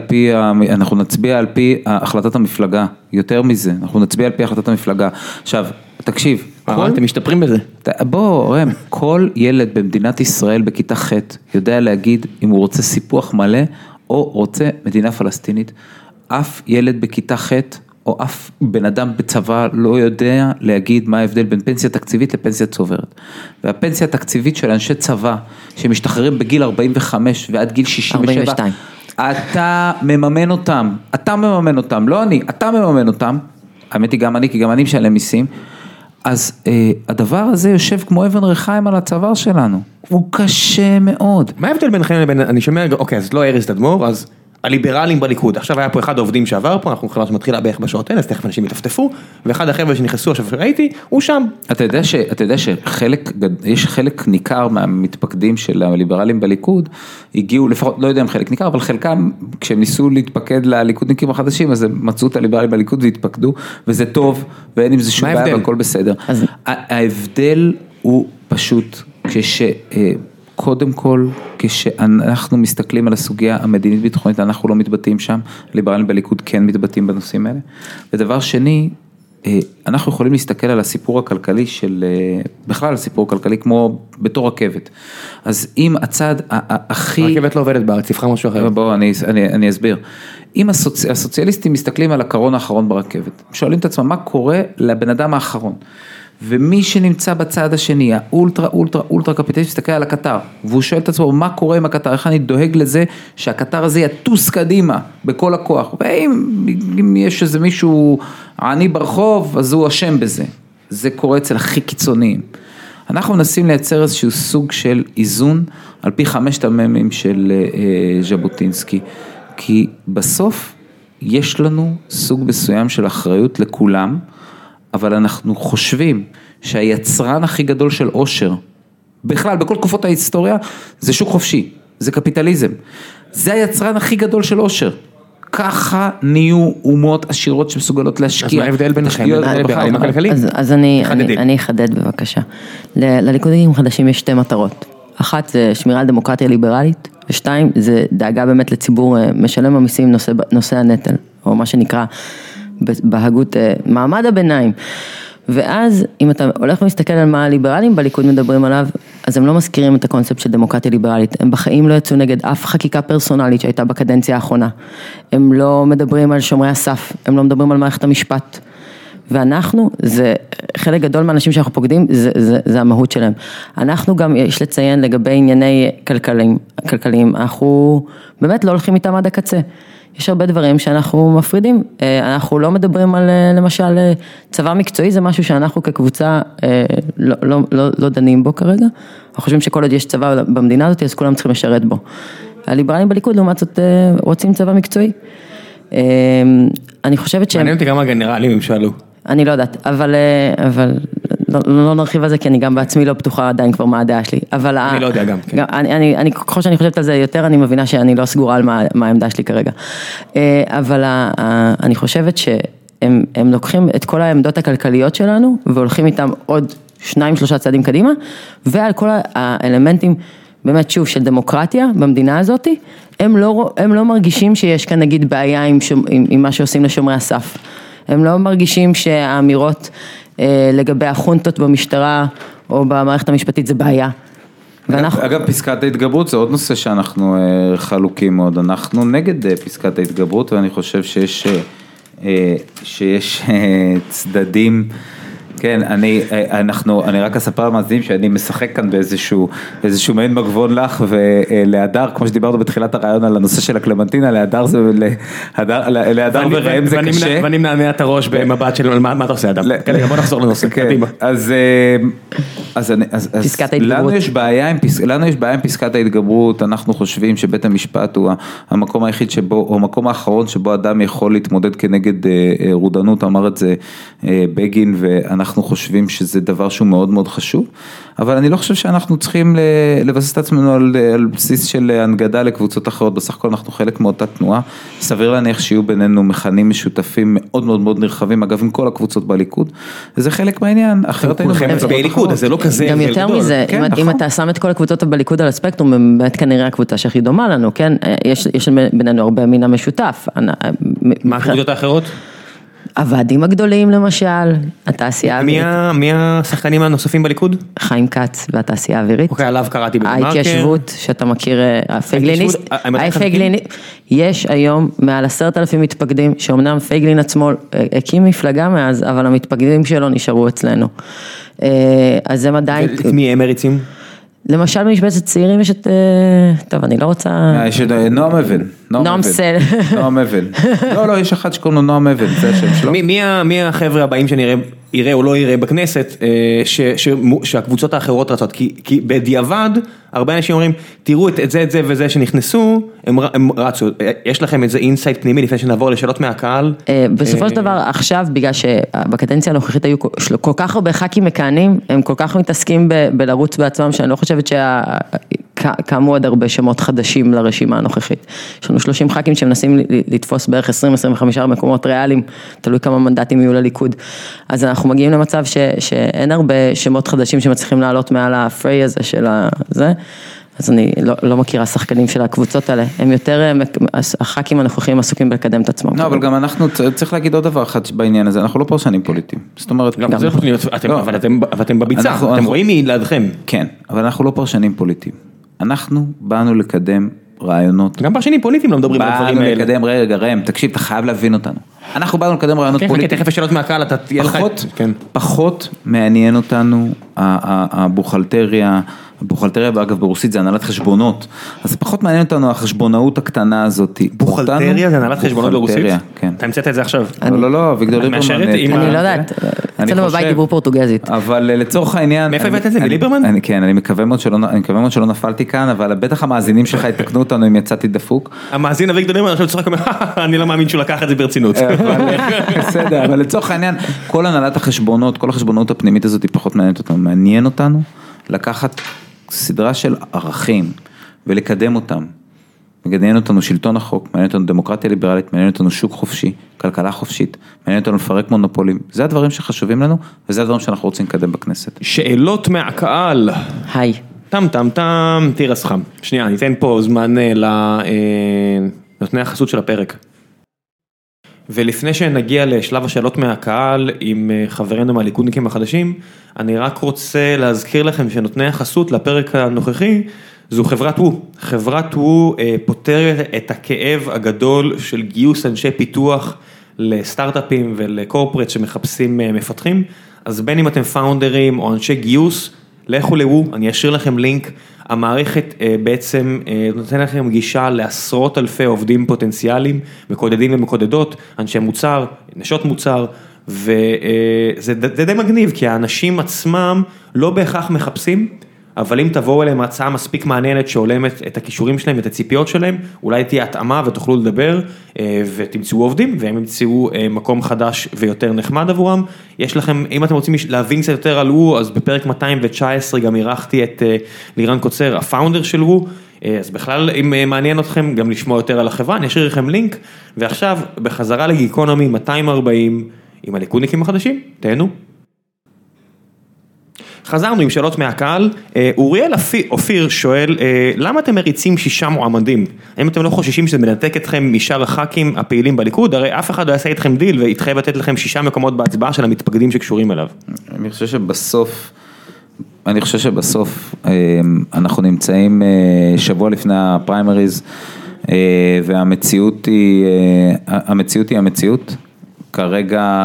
נצביע על פי החלטת המפלגה, יותר מזה, אנחנו נצביע על פי החלטת המפלגה. עכשיו, תקשיב. אתם משתפרים בזה. בוא, רם, כל ילד במדינת ישראל בכיתה ח' יודע להגיד אם הוא רוצה סיפוח מלא או רוצה מדינה פלסטינית. אף ילד בכיתה ח' או אף בן אדם בצבא לא יודע להגיד מה ההבדל בין פנסיה תקציבית לפנסיה צוברת. והפנסיה התקציבית של אנשי צבא, שמשתחררים בגיל 45 ועד גיל 67, 42. אתה מממן אותם, לא אני, אתה מממן אותם, האמת היא גם אני, כי גם אני משלם מיסים, אז הדבר הזה יושב כמו אבן ריחיים על הצוואר שלנו, הוא קשה מאוד. מה ההבדל ביניכם לבין, אני שומע, אוקיי, אז לא ארז תדמור, אז הליברלים בליכוד, עכשיו היה פה אחד העובדים שעבר פה, אנחנו מתחילה בערך בשעות האלה, אז תכף אנשים יטפטפו, ואחד החבר'ה שנכנסו עכשיו שראיתי, הוא שם. אתה יודע שיש חלק ניכר מהמתפקדים של הליברלים בליכוד, הגיעו לפחות, לא יודע אם חלק ניכר, אבל חלקם, כשהם ניסו להתפקד לליכודניקים החדשים, אז הם מצאו את הליברלים בליכוד והתפקדו, וזה טוב, ואין עם זה שום בעיה, והכל בסדר. ההבדל הוא פשוט, קודם כל, כשאנחנו מסתכלים על הסוגיה המדינית ביטחונית, אנחנו לא מתבטאים שם, ליברלים בליכוד כן מתבטאים בנושאים האלה. ודבר שני, אנחנו יכולים להסתכל על הסיפור הכלכלי בכלל הסיפור הכלכלי כמו בתור רכבת. אז אם הצד הכי... הרכבת לא עובדת בארץ, תבחר משהו אחר. בואו, אני אסביר. אם הסוציאליסטים מסתכלים על הקרון האחרון ברכבת, שואלים את עצמם מה קורה לבן אדם האחרון. ומי שנמצא בצד השני, האולטרה קפיטליסט, מסתכל על הקטר, והוא שואל את עצמו, מה קורה עם הקטר? איך אני דואג לזה שהקטר הזה יטוס קדימה בכל הכוח? ואם יש איזה מישהו עני ברחוב, אז הוא אשם בזה. זה קורה אצל הכי קיצוניים. אנחנו מנסים לייצר איזשהו סוג של איזון, על פי 5 המ"מים של ז'בוטינסקי, כי בסוף יש לנו סוג מסוים של אחריות לכולם, אבל אנחנו חושבים שהיצרן הכי גדול של עושר, בכלל, בכל תקופות ההיסטוריה, זה שוק חופשי, זה קפיטליזם. זה היצרן הכי גדול של עושר. ככה נהיו אומות עשירות שמסוגלות להשקיע. אז מה ההבדל ביניכם? הליברלים הכלכליים? אז אני אחדד בבקשה. לליכודניקים חדשים יש 2 מטרות. אחת זה שמירה על דמוקרטיה ליברלית, ו2 זה דאגה באמת לציבור משלם המיסים נושא הנטל, או מה שנקרא בהגות מעמד הביניים. ואז אם אתה הולך ומסתכל על מה הליברלים בליכוד מדברים עליו, אז הם לא מזכירים את הקונספט של דמוקרטיה ליברלית, הם בחיים לא יצאו נגד אף חקיקה פרסונלית שהייתה בקדנציה האחרונה, הם לא מדברים על שומרי הסף, הם לא מדברים על מערכת המשפט, ואנחנו, זה חלק גדול מהאנשים שאנחנו פוקדים, זה המהות שלהם. אנחנו גם, יש לציין לגבי ענייני כלכליים, אנחנו באמת לא הולכים איתם עד הקצה. יש הרבה דברים שאנחנו מפרידים, אנחנו לא מדברים על למשל צבא מקצועי, זה משהו שאנחנו כקבוצה לא דנים בו כרגע, אנחנו חושבים שכל עוד יש צבא במדינה הזאת, אז כולם צריכים לשרת בו. הליברלים בליכוד לעומת זאת רוצים צבא מקצועי. אני חושבת שהם... מעניין אותי כמה גנרלים הם שאלו. אני לא יודעת, אבל לא נרחיב על זה, כי אני גם בעצמי לא בטוחה עדיין כבר מה הדעה שלי, אבל... אני לא יודע גם. ככל שאני חושבת על זה יותר, אני מבינה שאני לא סגורה על מה העמדה שלי כרגע. אבל אני חושבת שהם לוקחים את כל העמדות הכלכליות שלנו, והולכים איתם עוד 2-3 צעדים קדימה, ועל כל האלמנטים, באמת שוב, של דמוקרטיה במדינה הזאת, הם לא מרגישים שיש כאן נגיד בעיה עם מה שעושים לשומרי הסף. הם לא מרגישים שהאמירות לגבי החונטות במשטרה או במערכת המשפטית זה בעיה. אגב, פסקת ההתגברות זה עוד נושא שאנחנו חלוקים מאוד. אנחנו נגד פסקת ההתגברות, ואני חושב שיש צדדים, כן, אני רק אספר למאזינים שאני משחק כאן באיזשהו מעין מגבון לך, ולהדר, כמו שדיברנו בתחילת הרעיון על הנושא של הקלמנטינה, להדר וראם זה קשה. ואני מנענע את הראש במבט של מה אתה עושה אדם. בוא נחזור לנושא. אז לנו יש בעיה עם פסקת ההתגברות, אנחנו חושבים שבית המשפט הוא המקום היחיד שבו, או המקום האחרון שבו אדם יכול להתמודד כנגד רודנות, אמר את זה בגין, ואנחנו חושבים שזה דבר שהוא מאוד מאוד חשוב, אבל אני לא חושב שאנחנו צריכים לבסס את עצמנו על בסיס של הנגדה לקבוצות אחרות, בסך הכל אנחנו חלק מאותה תנועה, סביר להניח שיהיו בינינו מכנים משותפים מאוד מאוד מאוד נרחבים, אגב עם כל הקבוצות בליכוד, וזה חלק מהעניין, אחרת היינו בליכוד, אז זה לא כזה גם יותר מזה, אם אתה שם את כל הקבוצות בליכוד על הספקטרום, הם באמת כנראה הקבוצה שהכי דומה לנו, כן? יש בינינו הרבה מן המשותף. מה הקבוצות האחרות? הוועדים הגדולים למשל, התעשייה האווירית. מי השחקנים הנוספים בליכוד? חיים כץ והתעשייה האווירית. אוקיי, עליו קראתי בדמרקר. ההתיישבות, שאתה מכיר, הפייגליניסט. יש היום מעל 10,000 מתפקדים, שאומנם פייגלין עצמו הקים מפלגה מאז, אבל המתפקדים שלו נשארו אצלנו. אז הם עדיין... מי הם מריצים? למשל במשבצת צעירים יש את, טוב, אני לא רוצה... יש את נועם אבן. נועם סל. נועם אבן. לא, יש אחד שקוראים לו נועם אבן, זה השם שלו. מי החבר'ה הבאים שאני יראה או לא יראה בכנסת, שהקבוצות האחרות רצות? כי בדיעבד, הרבה אנשים אומרים, תראו את זה וזה שנכנסו, הם רצו. יש לכם איזה אינסייט פנימי לפני שנעבור לשאלות מהקהל? בסופו של דבר, עכשיו, בגלל שבקדנציה הנוכחית היו כל כך הרבה ח"כים מכהנים, הם כל כך מתעסקים בלרוץ בעצמם, שאני לא חושבת שקמו עוד הרבה שמות חדשים לרשימה הנוכחית. יש לנו 30 ח"כים שמנסים לתפוס בערך 20-25 מקומות ריאליים, תלוי כמה מנדטים יהיו לליכוד. אז אנחנו מגיעים למצב שאין הרבה שמות חדשים שמצליחים לעלות מעל הפריי הזה של זה, אז אני לא מכירה שחקנים של הקבוצות האלה, הם יותר, הח"כים הנוכחים עסוקים בלקדם את עצמם. לא, אבל גם אנחנו, צריך להגיד עוד דבר אחד בעניין הזה, אנחנו לא פרשנים פוליטיים, זאת אומרת, אבל אתם בביצה, אתם רואים מלעדכם. כן, אבל אנחנו לא פרשנים פוליטיים, אנחנו באנו לקדם רעיונות. גם פרשנים פוליטיים לא מדברים על הדברים האלה. באנו לקדם, רגע, ראם, תקשיב, אתה חייב להבין אותנו. אנחנו באנו לקדם רעיונות פוליטיים. תכף השאלות מהקהל, אתה תהיה לך... פחות מעניין אותנו הבוכלטריה, אגב ברוסית זה הנהלת חשבונות, אז פחות מעניין אותנו החשבונאות הקטנה הזאת. בוכלטריה זה הנהלת חשבונות ברוסית? כן. אתה המצאת את זה עכשיו? לא, אביגדור ליברמן. אני לא יודעת, אצלנו בבית דיברו פורטוגזית. אבל לצורך העניין... מאיפה הבאת את זה, מליברמן? כן, אני מקווה מאוד שלא נפלתי כאן, אבל בטח המאזינים שלך יתקנו אותנו אם יצאתי דפוק. המאזין אביגדור ליברמן, עכשיו צוחק, אני לא מאמין שהוא לקח את זה ברצינות. בסדר, אבל לצורך העניין, כל הנהלת החשבונות, כל החשבונות הפנימית הזאת היא פחות מעניינת אותנו. מעניין אותנו לקחת סדרה של ערכים ולקדם אותם. מעניין אותנו שלטון החוק, מעניין אותנו דמוקרטיה ליברלית, מעניין אותנו שוק חופשי, כלכלה חופשית, מעניין אותנו לפרק מונופולים. זה הדברים שחשובים לנו, וזה הדברים שאנחנו רוצים לקדם בכנסת. שאלות מהקהל. היי. תם, תירס חם. שנייה, ניתן פה זמן לנותני החסות של הפרק. ולפני שנגיע לשלב השאלות מהקהל עם חברינו מהליכודניקים החדשים, אני רק רוצה להזכיר לכם שנותני החסות לפרק הנוכחי, זו חברת וו. חברת וו פותרת את הכאב הגדול של גיוס אנשי פיתוח לסטארט-אפים ולקורפרט שמחפשים מפתחים, אז בין אם אתם פאונדרים או אנשי גיוס, לכו לוו, אני אשאיר לכם לינק, המערכת בעצם נותן לכם גישה לעשרות אלפי עובדים פוטנציאליים, מקודדים ומקודדות, אנשי מוצר, נשות מוצר, וזה די מגניב, כי האנשים עצמם לא בהכרח מחפשים, אבל אם תבואו אליהם הצעה מספיק מעניינת שעולמת את הכישורים שלהם ואת הציפיות שלהם, אולי תהיה התאמה ותוכלו לדבר ותמצאו עובדים והם ימצאו מקום חדש ויותר נחמד עבורם. יש לכם, אם אתם רוצים להבין קצת יותר על וו, אז בפרק 219 גם אירחתי את לירן קוצר, הפאונדר של וו, אז בכלל אם מעניין אתכם גם לשמוע יותר על החברה, אני אשאיר לכם לינק, ועכשיו בחזרה לגיקונומי 240 עם הליכודניקים החדשים, תהנו. חזרנו עם שאלות מהקהל, אוריאל אופיר שואל, למה אתם מריצים 6 מועמדים? האם אתם לא חוששים שזה מנתק אתכם משאר הח"כים הפעילים בליכוד? הרי אף אחד לא יעשה איתכם דיל והתחייב לתת לכם 6 מקומות בהצבעה של המתפקדים שקשורים אליו. אני חושב שבסוף אנחנו נמצאים שבוע לפני הפריימריז, והמציאות היא המציאות. כרגע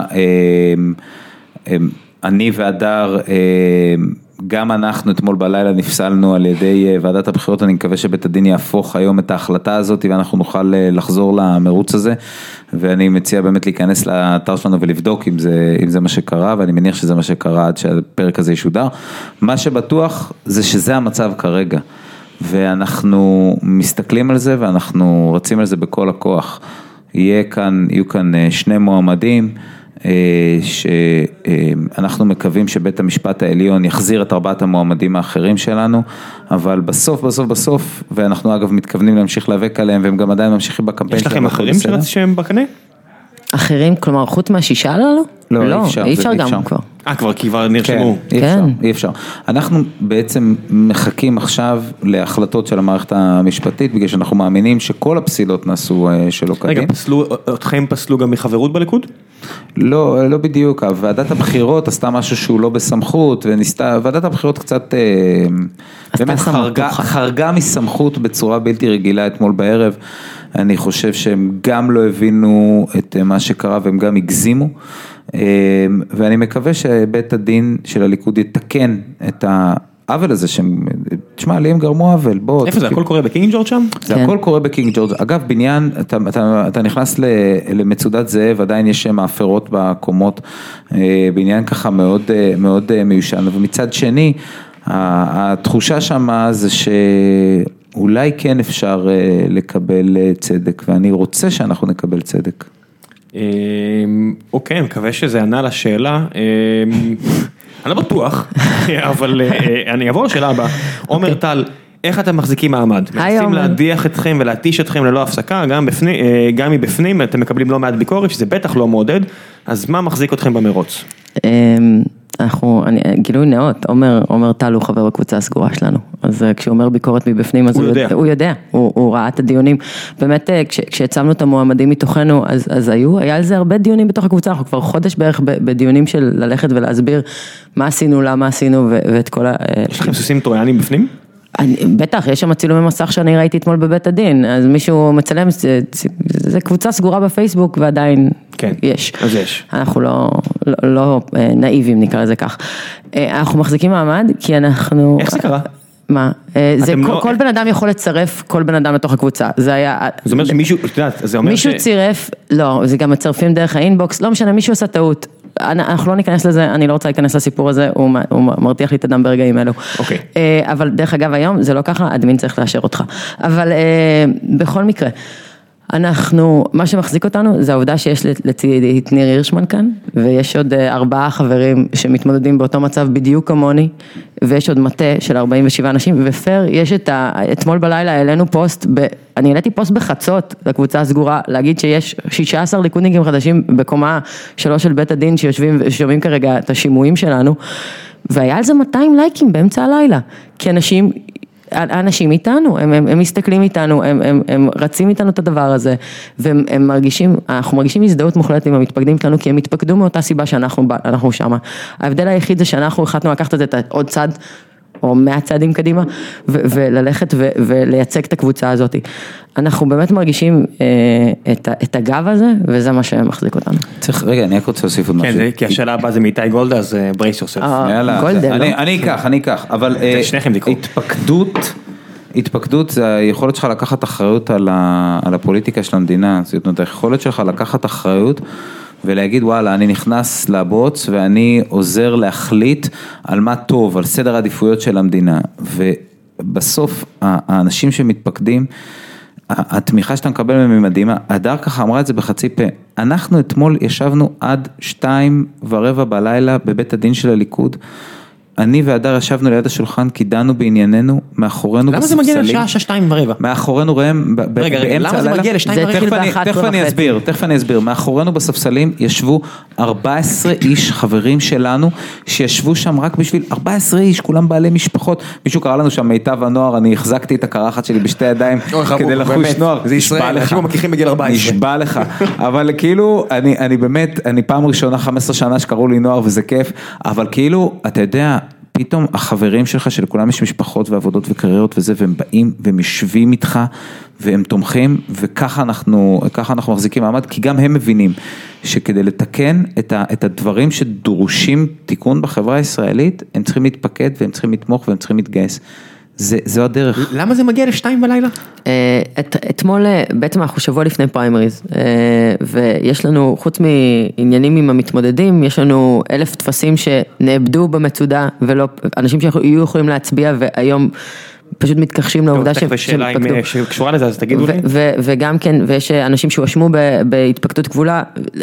אני והדר, גם אנחנו אתמול בלילה נפסלנו על ידי ועדת הבחירות, אני מקווה שבית הדין יהפוך היום את ההחלטה הזאת, ואנחנו נוכל לחזור למרוץ הזה, ואני מציע באמת להיכנס לאתר שלנו ולבדוק אם זה מה שקרה, ואני מניח שזה מה שקרה עד שהפרק הזה ישודר. מה שבטוח זה שזה המצב כרגע, ואנחנו מסתכלים על זה, ואנחנו רצים על זה בכל הכוח. יהיו כאן 2 מועמדים, שאנחנו מקווים שבית המשפט העליון יחזיר את 4 המועמדים האחרים שלנו, אבל בסוף, ואנחנו אגב מתכוונים להמשיך להיאבק עליהם, והם גם עדיין ממשיכים בקמפיין. יש לכם אחרים שהם בקנה? אחרים, כלומר, חוץ מה6 הללו? לא, אי אפשר גם כבר. כבר נרשמו. כן. אי אפשר. אנחנו בעצם מחכים עכשיו להחלטות של המערכת המשפטית, בגלל שאנחנו מאמינים שכל הפסילות נעשו שלא כדין. רגע, אתכם פסלו גם מחברות בליכוד? לא בדיוק, ועדת הבחירות עשתה משהו שהוא לא בסמכות, ועדת הבחירות קצת באמת חרגה מסמכות בצורה בלתי רגילה אתמול בערב. אני חושב שהם גם לא הבינו את מה שקרה והם גם הגזימו, ואני מקווה שבית הדין של הליכוד יתקן את העוול הזה, תשמע, לי הם גרמו עוול, בוא. איפה זה, הכל קורה בקינג ג'ורג' שם? זה הכל קורה בקינג ג'ורג'. אגב, בניין, אתה נכנס למצודת זאב, עדיין יש מאפרות בקומות, בניין ככה מאוד מיושן, ומצד שני, התחושה שמה זה שאולי כן אפשר לקבל צדק, ואני רוצה שאנחנו נקבל צדק. אוקיי, מקווה שזה ענה לשאלה. אני לא בטוח, אבל אני אעבור לשאלה הבאה. עומר טל, איך אתם מחזיקים מעמד? מנסים להדיח אתכם ולהתיש אתכם ללא הפסקה, גם מבפנים אתם מקבלים לא מעט ביקורת, שזה בטח לא מעודד, אז מה מחזיק אתכם במרוץ? גילוי נאות, עומר טל הוא חבר בקבוצה הסגורה שלנו, אז כשהוא אומר ביקורת מבפנים, אז הוא יודע, הוא ראה את הדיונים, באמת כשהצמנו את המועמדים מתוכנו, אז היה על זה הרבה דיונים בתוך הקבוצה, אנחנו כבר חודש בערך בדיונים של ללכת ולהסביר מה עשינו, למה עשינו, ואת כל יש לכם סוסים טרויאנים בפנים? בטח, יש שם צילומי מסך שאני ראיתי אתמול בבית הדין, אז מישהו מצלם, זה קבוצה סגורה בפייסבוק ועדיין יש. אז יש. אנחנו לא נאיבים נקרא לזה כך. אנחנו מחזיקים מעמד כי אנחנו... איך זה קרה? מה? כל בן אדם יכול לצרף כל בן אדם לתוך הקבוצה. זה היה... זאת אומרת שמישהו, את יודעת, זה אומר מישהו צירף, לא, זה גם מצרפים דרך האינבוקס, לא משנה, מישהו עשה טעות. אנחנו לא ניכנס לזה, אני לא רוצה להיכנס לסיפור הזה, הוא מרתיח לי את הדם ברגעים אלו. אוקיי. אבל דרך אגב היום זה לא ככה, אדמין צריך לאשר אותך. אבל בכל מקרה, מה שמחזיק אותנו זה העובדה שיש לצידי את ניר הירשמן כאן, ויש עוד 4 חברים שמתמודדים באותו מצב בדיוק כמוני, ויש עוד מטה של 47 אנשים, ופר, יש אתמול בלילה העלינו פוסט, אני העליתי פוסט בחצות לקבוצה הסגורה, להגיד שיש 16 ליכודניקים חדשים בקומה 3 של בית הדין, שיושבים ושומעים כרגע את השימועים שלנו, והיה על זה 200 לייקים באמצע הלילה, כי האנשים איתנו, הם מסתכלים איתנו, הם רצים איתנו את הדבר הזה, אנחנו מרגישים הזדהות מוחלטת עם המתפקדים שלנו, כי הם התפקדו מאותה סיבה שאנחנו שמה. ההבדל היחיד זה שאנחנו החלטנו לקחת את עוד צד, או 100 צעדים קדימה, וללכת ולייצג את הקבוצה הזאת. אנחנו באמת מרגישים את הגב הזה, וזה מה שמחזיק אותנו. רגע, אני רק רוצה להוסיף עוד משהו. כן, כי השאלה הבאה זה מאיתי גולדה, אז ברייס יוסף. גולדה, לא? אני אקח, אבל התפקדות זה היכולת שלך לקחת אחריות על הפוליטיקה של המדינה, זאת אומרת, היכולת שלך לקחת אחריות, ולהגיד וואלה, אני נכנס לבוץ ואני עוזר להחליט על מה טוב, על סדר העדיפויות של המדינה, ובסוף האנשים שמתפקדים, התמיכה שאתה מקבל מהם מדהימה, הדר ככה אמרה את זה בחצי פה, אנחנו אתמול ישבנו עד 2:15 בלילה בבית הדין של הליכוד, אני והדר ישבנו ליד השולחן, כי דנו בענייננו, מאחורינו בספסלים. למה זה מגיע לשעה 2:15? מאחורינו ראם, רגע, למה זה מגיע ל2:15? תכף אני אסביר. מאחורינו בספסלים ישבו 14 איש חברים שלנו, שישבו שם רק בשביל 14 איש, כולם בעלי משפחות. מישהו קרא לנו שם מיטב הנוער, אני החזקתי את הקרחת שלי בשתי ידיים, כדי לחוש נוער. זה ישראל, אנשים מכירים בגיל 14. נשבע לך. אבל כאילו, אני באמת, אני פעם ראשונה 15 שנה שקראו לי נוער, וזה כיף, אבל כאילו, אתה יודע, פתאום החברים שלך, שלכולם יש משפחות ועבודות וקריירות וזה, והם באים ומשווים איתך, והם תומכים, וככה אנחנו מחזיקים מעמד, כי גם הם מבינים, שכדי לתקן את הדברים שדרושים תיקון בחברה הישראלית, הם צריכים להתפקד, והם צריכים לתמוך, והם צריכים להתגייס. זו הדרך. למה זה מגיע ל2 בלילה? אתמול, בעצם אנחנו שבוע לפני פריימריז, ויש לנו, חוץ מעניינים עם המתמודדים, יש לנו 1,000 תפסים שנאבדו במצודה, אנשים שיהיו יכולים להצביע, והיום פשוט מתכחשים לעובדה ושאלה שקשורה לזה, אז תגידו לי. וגם כן, ויש אנשים שהואשמו בהתפקדות כבולה,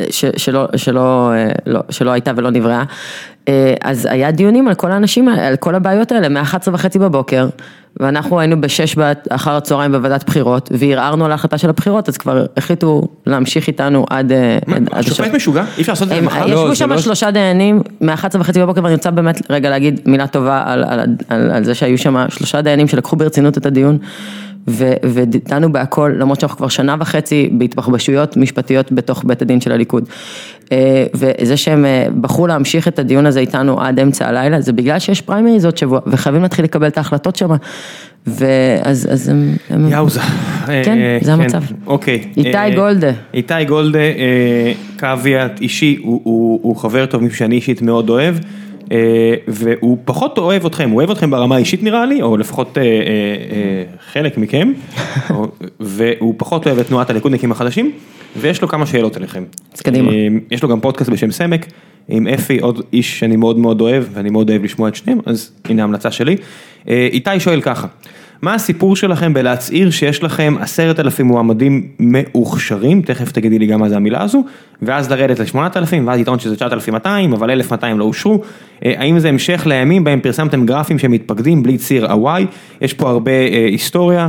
שלא הייתה ולא נבראה, אז היה דיונים על כל האנשים, על כל הבעיות האלה, 11:30 בבוקר, ואנחנו היינו ב6 אחר הצהריים בוועדת בחירות, והרערנו על ההחלטה של הבחירות, אז כבר החליטו להמשיך איתנו עד... השופט משוגע? אי אפשר לעשות את זה מחר? ישבו שם 3 דיינים, 11:30 בבוקר, ואני רוצה באמת רגע להגיד מילה טובה על זה שהיו שם 3 דיינים שלקחו ברצינות את הדיון, ודנו בהכל, למרות שאנחנו כבר 1.5 שנה בהתבחבשויות משפטיות בתוך בית הדין של הליכוד. וזה שהם בחרו להמשיך את הדיון הזה איתנו עד אמצע הלילה, זה בגלל שיש פריימריז עוד שבוע, וחייבים להתחיל לקבל את ההחלטות שם, ואז הם... יאוזה. כן, זה המצב. אוקיי. איתי גולדה, קוויאט אישי, הוא חבר טוב, מישהו שאני אישית מאוד אוהב, והוא פחות אוהב אתכם, הוא אוהב אתכם ברמה האישית נראה לי, או לפחות חלק מכם, והוא פחות אוהב את תנועת הליכודניקים החדשים, ויש לו כמה שאלות אליכם. אז קדימה. יש לו גם פודקאסט בשם סמק, עם אפי, עוד איש שאני מאוד מאוד אוהב, ואני מאוד אוהב לשמוע את שניהם, אז הנה ההמלצה שלי. איתי שואל ככה, מה הסיפור שלכם בלהצעיר שיש לכם 10,000 מועמדים מאוכשרים, תכף תגידי לי גם מה זה המילה הזו, ואז לרדת ל8,000, ואז יתרון שזה 9,200, אבל 1,200 לא אושרו, האם זה המשך לימים בהם פרסמתם גרפים שמתפקדים בלי ציר הוואי, יש פה הרבה היסטוריה,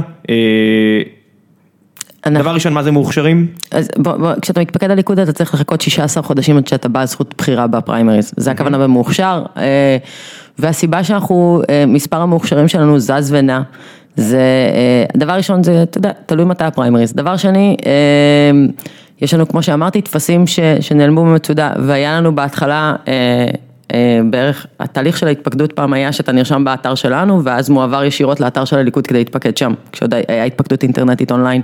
דבר ראשון, מה זה מאוכשרים? אז כשאתה מתפקד לליכוד, אתה צריך לחכות 16 חודשים עד שאתה בא זכות בחירה בפריימריז. זה הכוונה במאוכשר, והסיבה שאנחנו, מספר המאוכשרים שלנו זז ונע, זה, דבר ראשון זה, אתה יודע, תלוי מתי הפריימריז. דבר שני, יש לנו, כמו שאמרתי, תפסים שנעלמו במצודה, והיה לנו בהתחלה, בערך, התהליך של ההתפקדות פעם היה שאתה נרשם באתר שלנו, ואז מועבר ישירות לאתר של הליכוד כדי להתפקד שם, כשעוד היה התפקדות אינטרנטית אונליין.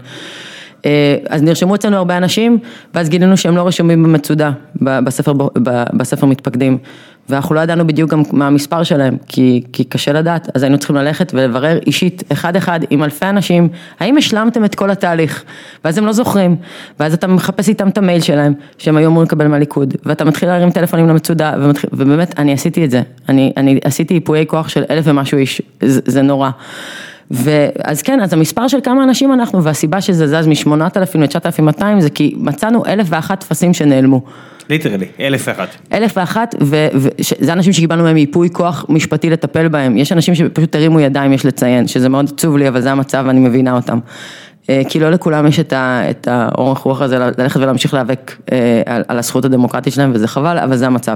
אז נרשמו אצלנו הרבה אנשים, ואז גילינו שהם לא רשומים במצודה, בספר מתפקדים, ואנחנו לא ידענו בדיוק גם מה המספר שלהם, כי קשה לדעת, אז היינו צריכים ללכת ולברר אישית, אחד עם אלפי אנשים, האם השלמתם את כל התהליך, ואז הם לא זוכרים, ואז אתה מחפש איתם את המייל שלהם, שהם היו אמורים לקבל מהליכוד, ואתה מתחיל להרים טלפונים למצודה, ובאמת אני עשיתי את זה, אני עשיתי ייפויי כוח של 1,000 ומשהו איש, זה נורא. ואז כן, אז המספר של כמה אנשים אנחנו, והסיבה שזה זז מ8,000 ל9,200, זה כי מצאנו 1,001 תפסים שנעלמו. ליטרלי, 1,001. 1,001, וזה אנשים שקיבלנו מהם ייפוי כוח משפטי לטפל בהם. יש אנשים שפשוט הרימו ידיים, יש לציין, שזה מאוד עצוב לי, אבל זה המצב ואני מבינה אותם. כי לא לכולם יש את האורך רוח הזה, ללכת ולהמשיך להיאבק על הזכות הדמוקרטית שלהם, וזה חבל, אבל זה המצב.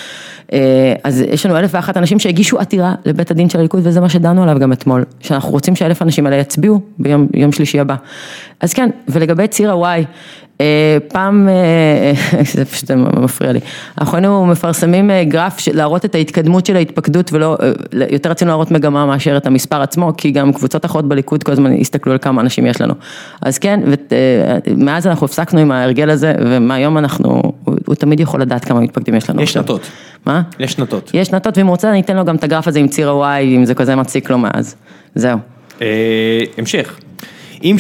אז יש לנו 1,001 אנשים שהגישו עתירה לבית הדין של הליכוד, וזה מה שדנו עליו גם אתמול, שאנחנו רוצים ש1,000 אנשים האלה יצביעו ביום שלישי הבא. אז כן, ולגבי ציר הוואי, פעם, זה פשוט מפריע לי, אנחנו היינו מפרסמים גרף להראות את ההתקדמות של ההתפקדות, ולא, יותר רצינו להראות מגמה מאשר את המספר עצמו, כי גם קבוצות אחרות בליכוד כל הזמן הסתכלו על כמה אנשים יש לנו. אז כן, ומאז אנחנו הפסקנו עם ההרגל הזה, ומהיום הוא תמיד יכול לדעת כמה מתפקדים יש לנו. יש שנתות. מה? יש שנתות. יש שנתות, ואם רוצה אני אתן לו גם את הגרף הזה עם ציר הוואי, אם זה כזה מציק לו מאז. זהו. המשך. אם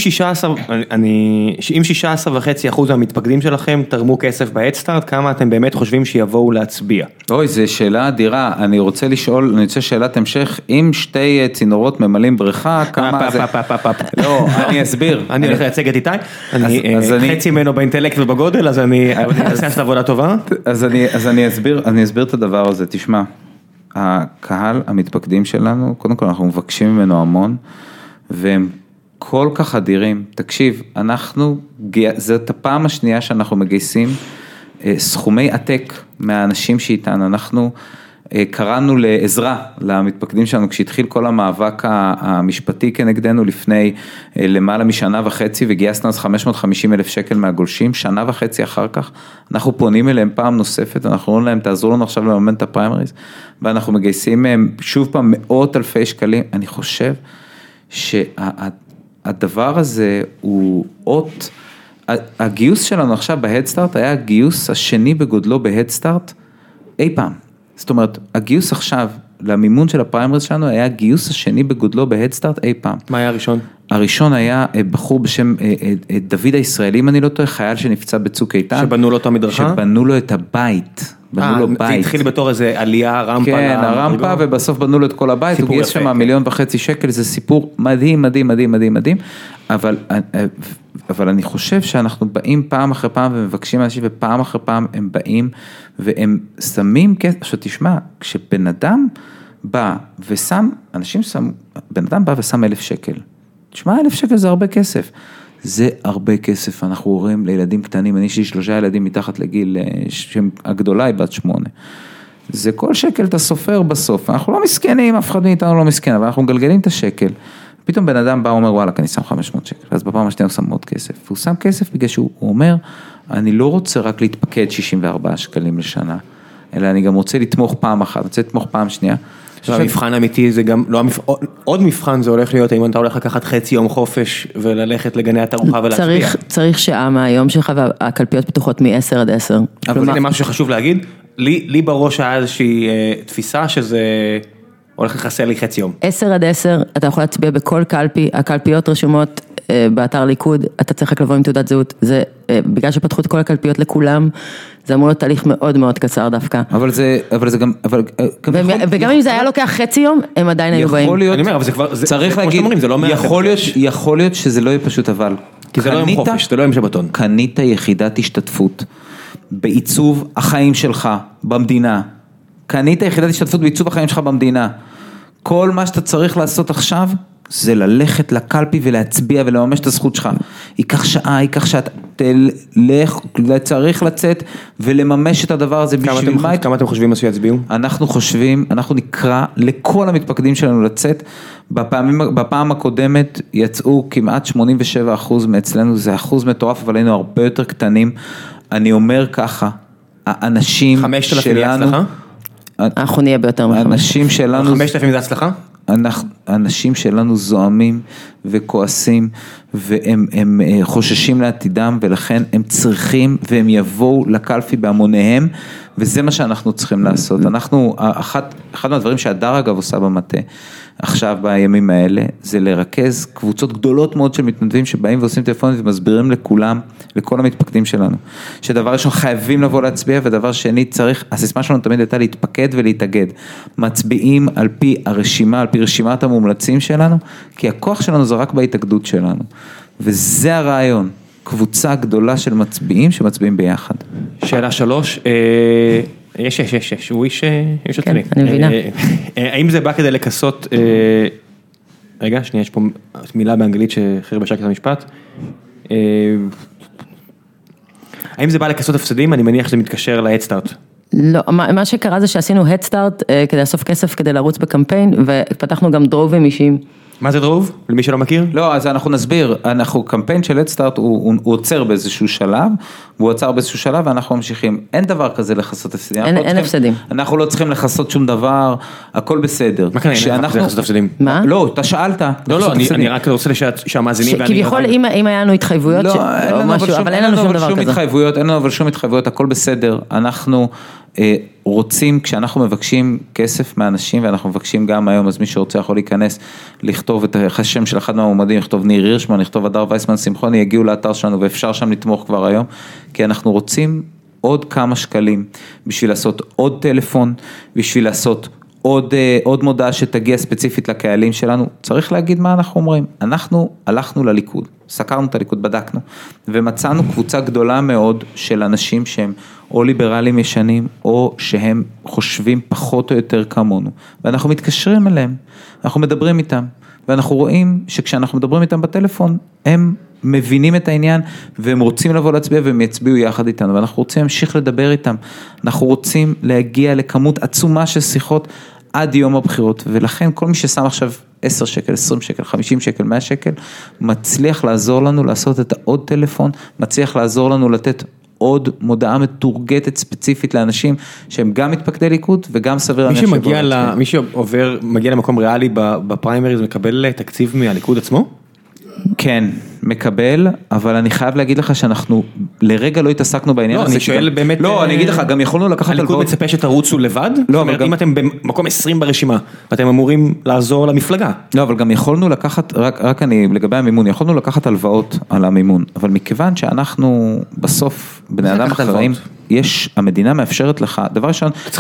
16.5% מהמתפקדים שלכם תרמו כסף בהדסטארט, כמה אתם באמת חושבים שיבואו להצביע? אוי, זו שאלה אדירה, אני רוצה שאלת המשך, אם שתי צינורות ממלאים בריכה, כמה זה... לא, אני אסביר. אני הולך לייצג את איתי, אני חצי ממנו באינטלקט ובגודל, אז אני אעשה את העבודה טובה. אז אני אסביר את הדבר הזה, תשמע, הקהל, המתפקדים שלנו, קודם כל אנחנו מבקשים ממנו המון, והם כל כך אדירים, תקשיב, זאת הפעם השנייה שאנחנו מגייסים סכומי עתק מהאנשים שאיתנו, אנחנו קראנו לעזרה למתפקדים שלנו, כשהתחיל כל המאבק המשפטי כנגדנו לפני למעלה משנה וחצי, וגייסנו אז 550,000 שקל מהגולשים, שנה וחצי אחר כך, אנחנו פונים אליהם פעם נוספת, אנחנו אומרים להם, תעזרו לנו עכשיו לממן את הפריימריז, ואנחנו מגייסים מהם שוב פעם מאות אלפי שקלים, אני חושב הדבר הזה הוא אות, הגיוס שלנו עכשיו בהדסטארט היה הגיוס השני בגודלו בהדסטארט אי פעם. זאת אומרת, הגיוס עכשיו למימון של הפריימריז שלנו היה הגיוס השני בגודלו בהדסטארט אי פעם. מה היה הראשון? הראשון היה בחור בשם דוד הישראלי, אם אני לא טועה, חייל שנפצע בצוק איתן. שבנו לו את המדרכה? שבנו לו את הבית. בנו לו בית. זה התחיל בתור איזה עלייה, רמפה. כן, הרמפה, ובסוף בנו לו את כל הבית, הוא גייס שם 1.5 מיליון שקל, זה סיפור מדהים, מדהים, מדהים, מדהים, מדהים, אבל אני חושב שאנחנו באים פעם אחרי פעם, ומבקשים אנשים, ופעם אחרי פעם הם באים, והם שמים כסף, עכשיו תשמע, כשבן אדם בא ושם, בן אדם בא ושם 1,000 שקל, תשמע, 1,000 שקל זה הרבה כסף, זה הרבה כסף, אנחנו הורים לילדים קטנים, אני יש לי 3 ילדים מתחת לגיל, הגדולה היא בת 8, זה כל שקל אתה סופר בסוף, אנחנו לא מסכנים, אף אחד מאיתנו לא מסכן, אבל אנחנו מגלגלים את השקל, פתאום בן אדם בא ואומר, וואלה, אני שם 500 שקל, אז בפעם השנייה הוא שם עוד כסף, והוא שם כסף בגלל שהוא אומר, אני לא רוצה רק להתפקד 64 שקלים לשנה, אלא אני גם רוצה לתמוך פעם אחת, רוצה לתמוך פעם שנייה, המבחן האמיתי זה גם, עוד מבחן זה הולך להיות, אם אתה הולך לקחת חצי יום חופש וללכת לגני התערוכה ולהצביע. צריך שעה מהיום שלך והקלפיות פתוחות מ-10 עד 10. אבל זה משהו שחשוב להגיד, לי בראש היה איזושהי תפיסה שזה הולך לחסר לי חצי יום. 10-10, אתה יכול להצביע בכל קלפי, הקלפיות רשומות באתר ליכוד, אתה צריך רק לבוא עם תעודת זהות, זה בגלל שפתחו את כל הקלפיות לכולם, זה אמור להיות תהליך מאוד מאוד קצר דווקא. אבל זה גם, וגם אם זה היה לוקח חצי יום, הם עדיין היו באים. אני אומר, אבל זה כבר, צריך להגיד, יכול להיות שזה לא יהיה פשוט אבל. כי זה לא יום חופש, זה לא יום שבתון. קנית יחידת השתתפות בעיצוב החיים שלך במדינה. קנית יחידת השתתפות בעיצוב החיים שלך במדינה. כל מה שאתה צריך לעשות עכשיו, זה ללכת לקלפי ולהצביע ולממש את הזכות שלך. ייקח שעה, ייקח שעת, צריך לצאת ולממש את הדבר הזה. כמה אתם חושבים שיצביעו? אנחנו נקרא לכל המתפקדים שלנו לצאת. בפעם הקודמת יצאו כמעט 87% מאצלנו, זה אחוז מטורף, אבל היינו הרבה יותר קטנים. אני אומר ככה, האנשים 5,000 שלנו, אנחנו נהיה ביותר האנשים שלנו, 5,000 זה הצלחה? האנשים שלנו זועמים וכועסים והם חוששים לעתידם ולכן הם צריכים והם יבואו לקלפי בהמוניהם וזה מה שאנחנו צריכים לעשות. אחד מהדברים שהדר אגב עושה במטה עכשיו בימים האלה זה לרכז קבוצות גדולות מאוד של מתנדבים שבאים ועושים טלפונים ומסבירים לכולם, לכל המתפקדים שלנו, שדבר ראשון חייבים לבוא להצביע ודבר שני צריך, הסיסמה שלנו תמיד הייתה להתפקד ולהתאגד, מצביעים על פי הרשימה, על פי רשימת המומלצים שלנו, כי הכוח שלנו זה רק בהתאגדות שלנו, וזה הרעיון, קבוצה גדולה של מצביעים שמצביעים ביחד. שאלה 3, יש, הוא איש אצלי. אני מבינה. האם זה בא כדי לכסות, רגע, שנייה, יש פה מילה באנגלית שחרבשה את המשפט. האם זה בא לכסות הפסדים? אני מניח שזה מתקשר להדסטארט. לא, מה שקרה זה שעשינו הדסטארט כדי לאסוף כסף כדי לרוץ בקמפיין, ופתחנו גם דרובים אישיים. מה זה דרוב? למי שלא מכיר? לא, אז אנחנו נסביר, קמפיין של הדסטארט הוא עוצר באיזשהו שלב, והוא עצר באיזשהו שלב ואנחנו ממשיכים, אין דבר כזה לחסות הפסדים. אין הפסדים. אנחנו לא צריכים לחסות שום דבר, הכל בסדר. מה כאן אין לחסות הפסדים? מה? לא, אתה שאלת. לא, אני רק רוצה שהמאזינים ואני... כביכול אם היה לנו התחייבויות או משהו, אבל אין לנו שום דבר כזה. אין לנו אבל שום התחייבויות, הכל בסדר. אנחנו רוצים, כשאנחנו מבקשים כסף מאנשים, ואנחנו מבקשים גם היום, אז מי שרוצה יכול להיכנס, לכתוב את השם של אחד מהמועמדים, לכתוב ניר הירשמן, לכתוב הדר וייסמן שמחוני, יגיעו לאתר שלנו, ואפשר שם לתמוך כבר היום, כי אנחנו רוצים עוד כמה שקלים, בשביל לעשות עוד טלפון, בשביל לעשות עוד מודעה שתגיע ספציפית לקהלים שלנו, צריך להגיד מה אנחנו אומרים, אנחנו הלכנו לליכוד, סקרנו את הליכוד, בדקנו, ומצאנו קבוצה גדולה מאוד של אנשים שהם או ליברלים ישנים, או שהם חושבים פחות או יותר כמונו, ואנחנו מתקשרים אליהם, אנחנו מדברים איתם, ואנחנו רואים שכשאנחנו מדברים איתם בטלפון, הם מבינים את העניין, והם רוצים לבוא להצביע, והם יצביעו יחד איתנו, ואנחנו רוצים להמשיך לדבר איתם, אנחנו רוצים להגיע לכמות עצומה של שיחות, עד יום הבחירות, ולכן כל מי ששם עכשיו 10 שקל, 20 שקל, 50 שקל, 100 שקל, מצליח לעזור לנו לעשות את העוד טלפון, מצליח לעזור לנו לתת עוד מודעה מתורגטת ספציפית לאנשים שהם גם מתפקדי ליכוד וגם סביר להניח מי שעובר, מגיע למקום ריאלי בפריימריז, מקבל תקציב מהליכוד עצמו? כן, מקבל, אבל אני חייב להגיד לך שאנחנו לרגע לא התעסקנו בעניין הזה. לא, אני שואל באמת... לא, אני אגיד לך, גם יכולנו לקחת הלוואות. הליכוד מצפה שתרוצו לבד? לא, אבל אם אתם במקום 20 ברשימה, ואתם אמורים לעזור למפלגה. לא, אבל גם יכולנו לקחת, רק אני, לגבי המימון, יכולנו לקחת הלוואות על המימון, אבל מכיוון שאנחנו בסוף, בני אדם אחראים, המדינה מאפשרת לך, דבר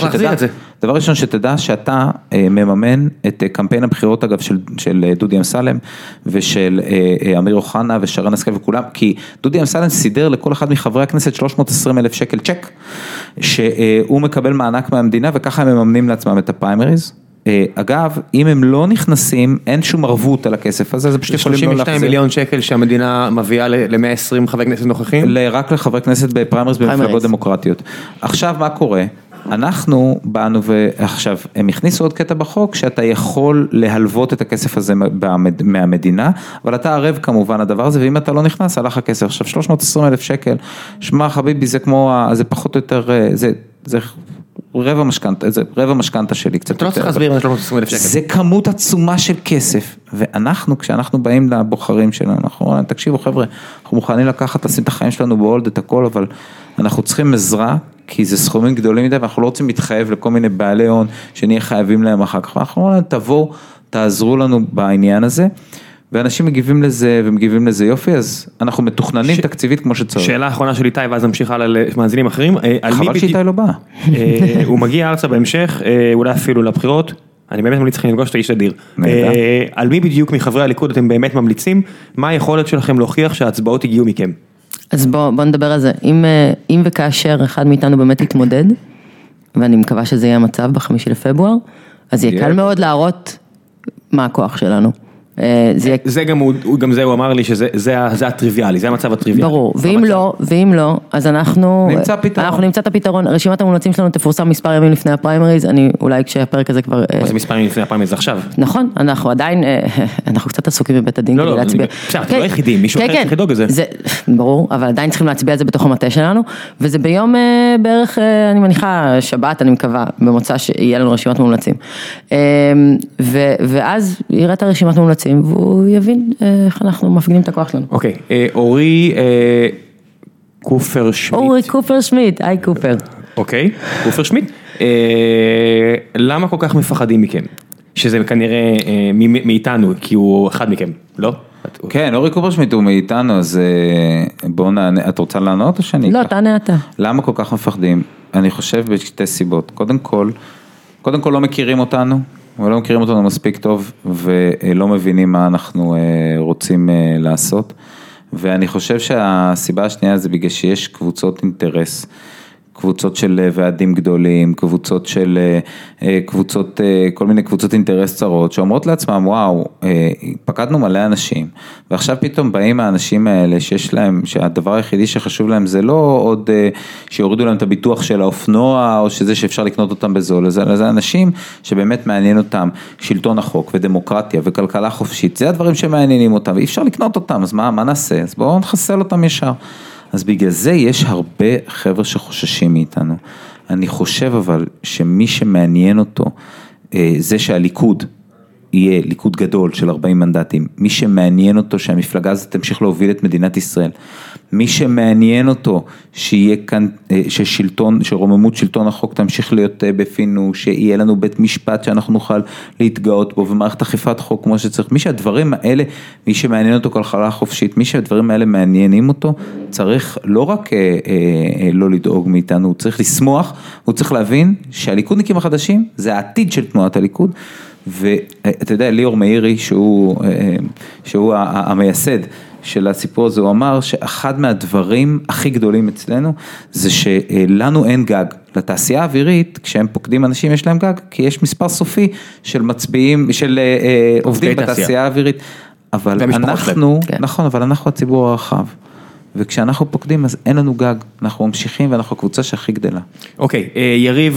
ראשון שתדע שאתה מממן את קמפיין הבחירות אגב של דודי אמסלם ושל אמיר אוחנה ושרן השכל וכולם, כי דודי אמסלם סידר לכל אחד מחברי הכנסת 320,000 שקל צ'ק, שהוא מקבל מענק מהמדינה וככה הם מממנים לעצמם את הפריימריז. אגב, אם הם לא נכנסים, אין שום ערבות על הכסף הזה, זה פשוט יכולים לא להחזיר. 32 מיליון שקל שהמדינה מביאה ל-120 חברי כנסת נוכחים? רק לחברי כנסת בפריימריז במפלגות דמוקרטיות. עכשיו מה קורה? אנחנו באנו ועכשיו, הם הכניסו עוד קטע בחוק, שאתה יכול להלוות את הכסף הזה מהמדינה, אבל אתה ערב כמובן הדבר הזה, ואם אתה לא נכנס, הלך הכסף. עכשיו 320,000 שקל, שמע חביבי, זה כמו, זה פחות או יותר, זה רבע משכנתה שלי קצת. אתה לא צריך להסביר 320,000 שקל. זה כמות עצומה של כסף, ואנחנו, כשאנחנו באים לבוחרים שלנו, אנחנו אומרים, תקשיבו חבר'ה, אנחנו מוכנים לקחת, לשים את החיים שלנו בהולד את הכל, אבל אנחנו צריכים עזרה, כי זה סכומים גדולים מדי, ואנחנו לא רוצים להתחייב לכל מיני בעלי הון, שנהיה חייבים להם אחר כך, אנחנו אומרים, תבואו, תעזרו לנו בעניין הזה, ואנשים מגיבים לזה, ומגיבים לזה יופי, אז אנחנו מתוכננים תקציבית כמו שצריך. שאלה האחרונה של איתי, ואז נמשיך הלאה למאזינים אחרים. חבל שאיתי לא בא. הוא מגיע ארצה בהמשך, אולי אפילו לבחירות, אני באמת ממליץ לכם לפגוש את האיש אדיר. על מי בדיוק מחברי הליכוד אתם באמת ממליצים? מה היכולת שלכם להוכיח שההצבעות הגיעו מכם? אז בוא נדבר על זה. אם וכאשר אחד מאיתנו באמת יתמודד, ואני מקווה שזה יהיה המצב ב5 לפברואר, אז יהיה קל מאוד להראות מה הכוח שלנו. זה גם זה הוא אמר לי שזה הטריוויאלי, זה המצב הטריוויאלי. ברור, ואם לא, אז אנחנו נמצא את הפתרון, רשימת המומלצים שלנו תפורסם מספר ימים לפני הפריימריז, אולי כשהפרק הזה כבר... מה זה מספר ימים לפני הפריימריז עכשיו? נכון, אנחנו עדיין, אנחנו קצת עסוקים בבית הדין כדי להצביע. בסדר, אתם לא יחידים, מישהו אחר צריך לדאוג לזה. ברור, אבל עדיין צריכים להצביע על זה בתוך המטה שלנו, וזה ביום בערך, אני מניחה, שבת, אני מקווה, במוצא שיהיה לנו רשימת מומלצים. ואז יראה את הרשימת מומלצים, והוא יבין איך אנחנו מפגינים את הכוח שלנו. אוקיי, אורי קופר שמיט. אורי קופר שמיט, היי קופר. אוקיי, קופר שמיט. למה כל כך מפחדים מכם? שזה כנראה מאיתנו, כי הוא אחד מכם, לא? כן, אורי קופר שמיט הוא מאיתנו, אז בואו נענה, את רוצה לענות או שאני? לא, תענה אתה. למה כל כך מפחדים? אני חושב בשתי סיבות. קודם כל לא מכירים אותנו, ולא מכירים אותנו מספיק טוב, ולא מבינים מה אנחנו רוצים לעשות, ואני חושב שהסיבה השנייה זה בגלל שיש קבוצות אינטרס, קבוצות של ועדים גדולים, כל מיני קבוצות אינטרס צרות, שאומרות לעצמם, וואו, פקדנו מלא אנשים, ועכשיו פתאום באים האנשים האלה, שיש להם, שהדבר היחידי שחשוב להם, זה לא עוד שיורידו להם את הביטוח של האופנוע, או שזה שאפשר לקנות אותם בזול, זה אנשים שבאמת מעניין אותם, שלטון החוק ודמוקרטיה וכלכלה חופשית, זה הדברים שמעניינים אותם, ואי אפשר לקנות אותם, אז מה נעשה? אז בואו נחסל אותם ישר. אז בגלל זה יש הרבה חבר'ה שחוששים מאיתנו. אני חושב אבל שמי שמעניין אותו, זה שהליכוד יהיה ליכוד גדול של 40 מנדטים, מי שמעניין אותו שהמפלגה הזאת תמשיך להוביל את מדינת ישראל, מי שמעניין אותו שיהיה כאן, שרוממות שלטון החוק תמשיך להיות בפינו, שיהיה לנו בית משפט שאנחנו נוכל להתגאות בו, ומערכת אכיפת חוק כמו שצריך, מי שהדברים האלה, מי שמעניין אותו כלכלה חופשית, מי שהדברים האלה מעניינים אותו, צריך לא רק לא לדאוג מאיתנו, הוא צריך לשמוח, הוא צריך להבין שהליכודניקים החדשים, זה העתיד של תנועת הליכוד, ואתה יודע, ליאור מאירי, שהוא המייסד של הסיפור הזה, הוא אמר שאחד מהדברים הכי גדולים אצלנו, זה שלנו אין גג. לתעשייה האווירית, כשהם פוקדים אנשים, יש להם גג, כי יש מספר סופי של מצביעים, של עובדים בתעשייה האווירית. אבל אנחנו, נכון, אבל אנחנו הציבור הרחב. וכשאנחנו פוקדים, אז אין לנו גג. אנחנו ממשיכים, ואנחנו הקבוצה שהכי גדלה. אוקיי, יריב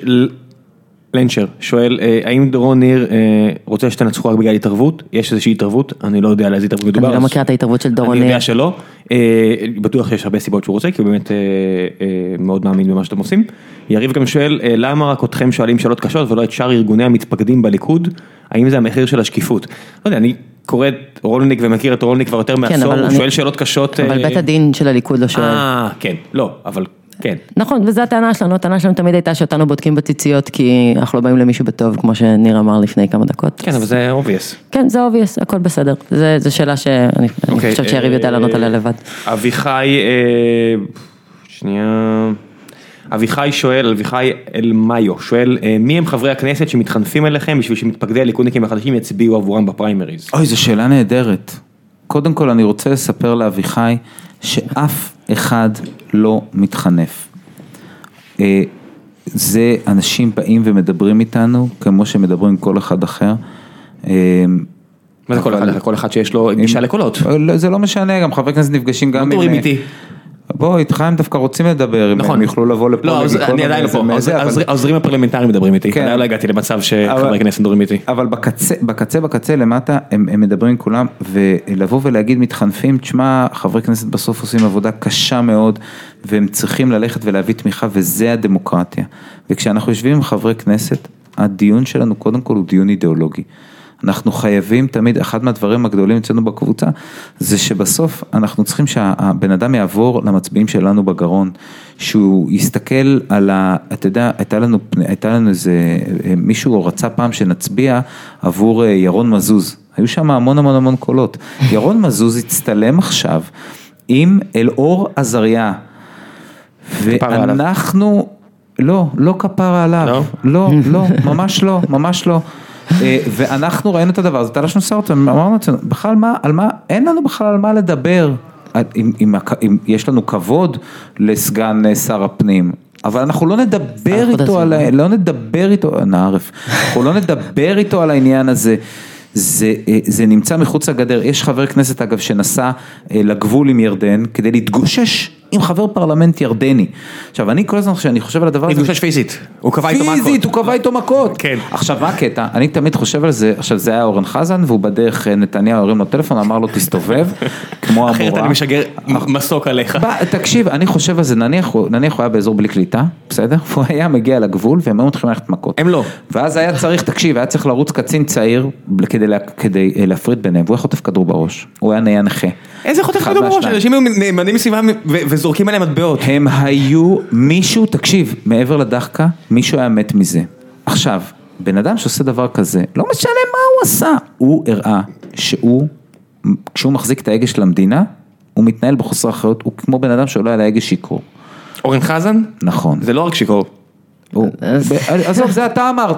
לנצ'ר שואל, האם דורון ניר רוצה שתנצחו רק בגלל התערבות? יש איזושהי התערבות? אני לא יודע על איזה התערבות מדובר. אני לא מכיר את ההתערבות של דורון ניר. אני יודע שלא. בטוח שיש הרבה סיבות שהוא רוצה, כי הוא באמת מאוד מאמין במה שאתם עושים. יריב גם שואל, למה רק אתכם שואלים שאלות קשות, ולא את שאר ארגוני המתפקדים בליכוד? האם זה המחיר של השקיפות? לא יודע, אני קורא את רולניק ומכיר את רולניק כבר יותר מעשור, הוא שואל שאלות קשות. אבל בית הדין של הליכוד לא שואל. כן, לא, אבל כן. נכון, וזו הטענה שלנו, הטענה שלנו תמיד הייתה שאותנו בודקים בציציות, כי אנחנו לא באים למישהו בטוב, כמו שניר אמר לפני כמה דקות. כן, אבל זה obvious. כן, זה obvious, הכל בסדר. זו שאלה שאני חושבת שיריב יודע לענות עליה לבד. אביחי אלמיו שואל, מי הם חברי הכנסת שמתחנפים אליכם, בשביל שמתפקדי הליכודניקים החדשים יצביעו עבורם בפריימריז? אוי, זו שאלה נהדרת. קודם כל אני רוצה לספר לאביחי, שאף אחד לא מתחנף. זה אנשים באים ומדברים איתנו, כמו שמדברים עם כל אחד אחר. מה זה כל אחד? כל אחד שיש לו גישה לקולות. זה לא משנה, גם חברי כנסת נפגשים גם עם... מדברים איתי. בוא, איתך הם דווקא רוצים לדבר, הם יוכלו לבוא לפה. לא, אני עדיין לא פה, העוזרים הפרלמנטריים מדברים איתי, אני לא הגעתי למצב שחברי כנסת מדברים איתי. אבל בקצה למטה, הם מדברים עם כולם, ולבוא ולהגיד מתחנפים, תשמע, חברי כנסת בסוף עושים עבודה קשה מאוד, והם צריכים ללכת ולהביא תמיכה, וזה הדמוקרטיה. וכשאנחנו יושבים עם חברי כנסת, הדיון שלנו קודם כל הוא דיון אידיאולוגי. אנחנו חייבים תמיד, אחד מהדברים הגדולים אצלנו בקבוצה, זה שבסוף אנחנו צריכים שהבן אדם יעבור למצביעים שלנו בגרון, שהוא יסתכל על אתה יודע, הייתה לנו איזה, מישהו רצה פעם שנצביע עבור ירון מזוז, היו שם המון קולות, ירון מזוז הצטלם עכשיו עם אלאור עזריה, ואנחנו, לא כפרה עליו, לא, ממש לא, ואנחנו ראינו את הדבר הזה, תלשנו סרט, אמרנו, בכלל מה, אין לנו בכלל על מה לדבר, אם יש לנו כבוד לסגן שר הפנים, אבל אנחנו לא נדבר איתו, אנחנו לא נדבר איתו על העניין הזה, זה נמצא מחוץ לגדר, יש חבר כנסת אגב שנסע לגבול עם ירדן, כדי להתגושש עם חבר פרלמנט ירדני. עכשיו אני כל הזמן כשאני חושב על הדבר הזה, להתגושש פיזית, הוא קבע איתו מכות. פיזית, הוא קבע איתו מכות. כן. עכשיו מה הקטע? אני תמיד חושב על זה, עכשיו זה היה אורן חזן, והוא בדרך נתניהו הרים לו טלפון, אמר לו תסתובב, כמו המורה. אחרת אני משגר מסוק עליך. תקשיב, אני חושב על זה, נניח הוא היה באזור בלי קליטה, בסדר? הוא היה מגיע לגבול, והם היו מתחילים ללכת מכות. הם לא. ואז היה צריך, תקשיב, היה צריך לרוץ קצין צעיר, כדי להפריד ביניהם, והוא היה חוטף כדור בראש. הוא היה נכה. איזה חוטף כדור בראש? אנשים היו נאמנים מסביבם וזורקים עליהם מטבעות. הם היו, מישהו, תקשיב, מעבר לדחקה, מישהו היה מת מזה. עכשיו, בן אדם שעושה דבר כזה, לא משנה מה הוא עשה, הוא הראה כשהוא מחזיק את ההגה של המדינה, הוא מתנהל בחוסר אחריות, הוא כמו בן אדם שעולה על ההגה שיקור. אורן חזן? נכון. זה לא רק שיקור. עזוב, זה אתה אמרת.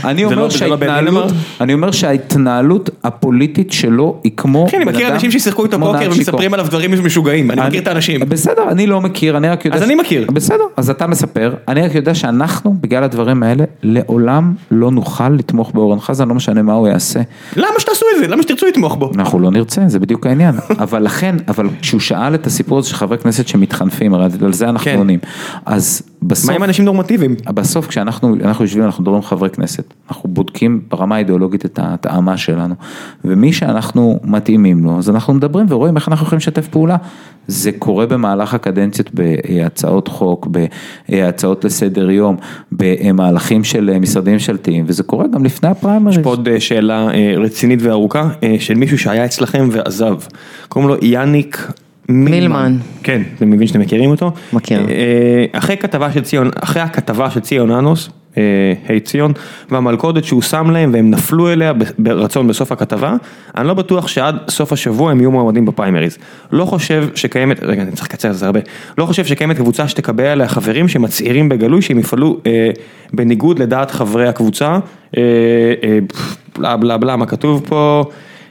אני אומר שההתנהלות הפוליטית שלו היא כמו... כן, אני מכיר אנשים ששיחקו איתו פוקר ומספרים עליו דברים משוגעים, אני מכיר את האנשים. בסדר, אני לא מכיר, אני רק יודע... אז אני מכיר. בסדר, אז אתה מספר, אני רק יודע שאנחנו, בגלל הדברים האלה, לעולם לא נוכל לתמוך באורן חזן, לא משנה מה הוא יעשה. למה שתעשו את זה? למה שתרצו לתמוך בו? אנחנו לא נרצה, זה בדיוק העניין. אבל כשהוא שאל את הסיפור הזה של חברי כנסת שמתחנפים, על זה אנחנו עונים. אז בסוף... מה עם אנשים נורמטיביים? בסוף כשאנחנו יושבים, אנחנו מדברים עם חברי כנסת, אנחנו בודקים ברמה האידיאולוגית את ההטעמה שלנו, ומי שאנחנו מתאימים לו, אז אנחנו מדברים ורואים איך אנחנו יכולים לשתף פעולה. זה קורה במהלך הקדנציות בהצעות חוק, בהצעות לסדר יום, במהלכים של משרדים ממשלתיים, וזה קורה גם לפני הפריימריז. יש פה עוד שאלה רצינית וארוכה, של מישהו שהיה אצלכם ועזב, קוראים לו יאניק מילמן. כן, אני מבין שאתם מכירים אותו. מכיר. אחרי הכתבה של ציון אנוס, היי ציון, והמלכודת שהוא שם להם והם נפלו אליה ברצון בסוף הכתבה, אני לא בטוח שעד סוף השבוע הם יהיו מועמדים בפריימריז. לא חושב שקיימת, רגע אני צריך לקצר את זה הרבה, לא חושב שקיימת קבוצה שתקבל עליה חברים שמצעירים בגלוי שהם יפעלו בניגוד לדעת חברי הקבוצה, בלה בלה בלה מה כתוב פה,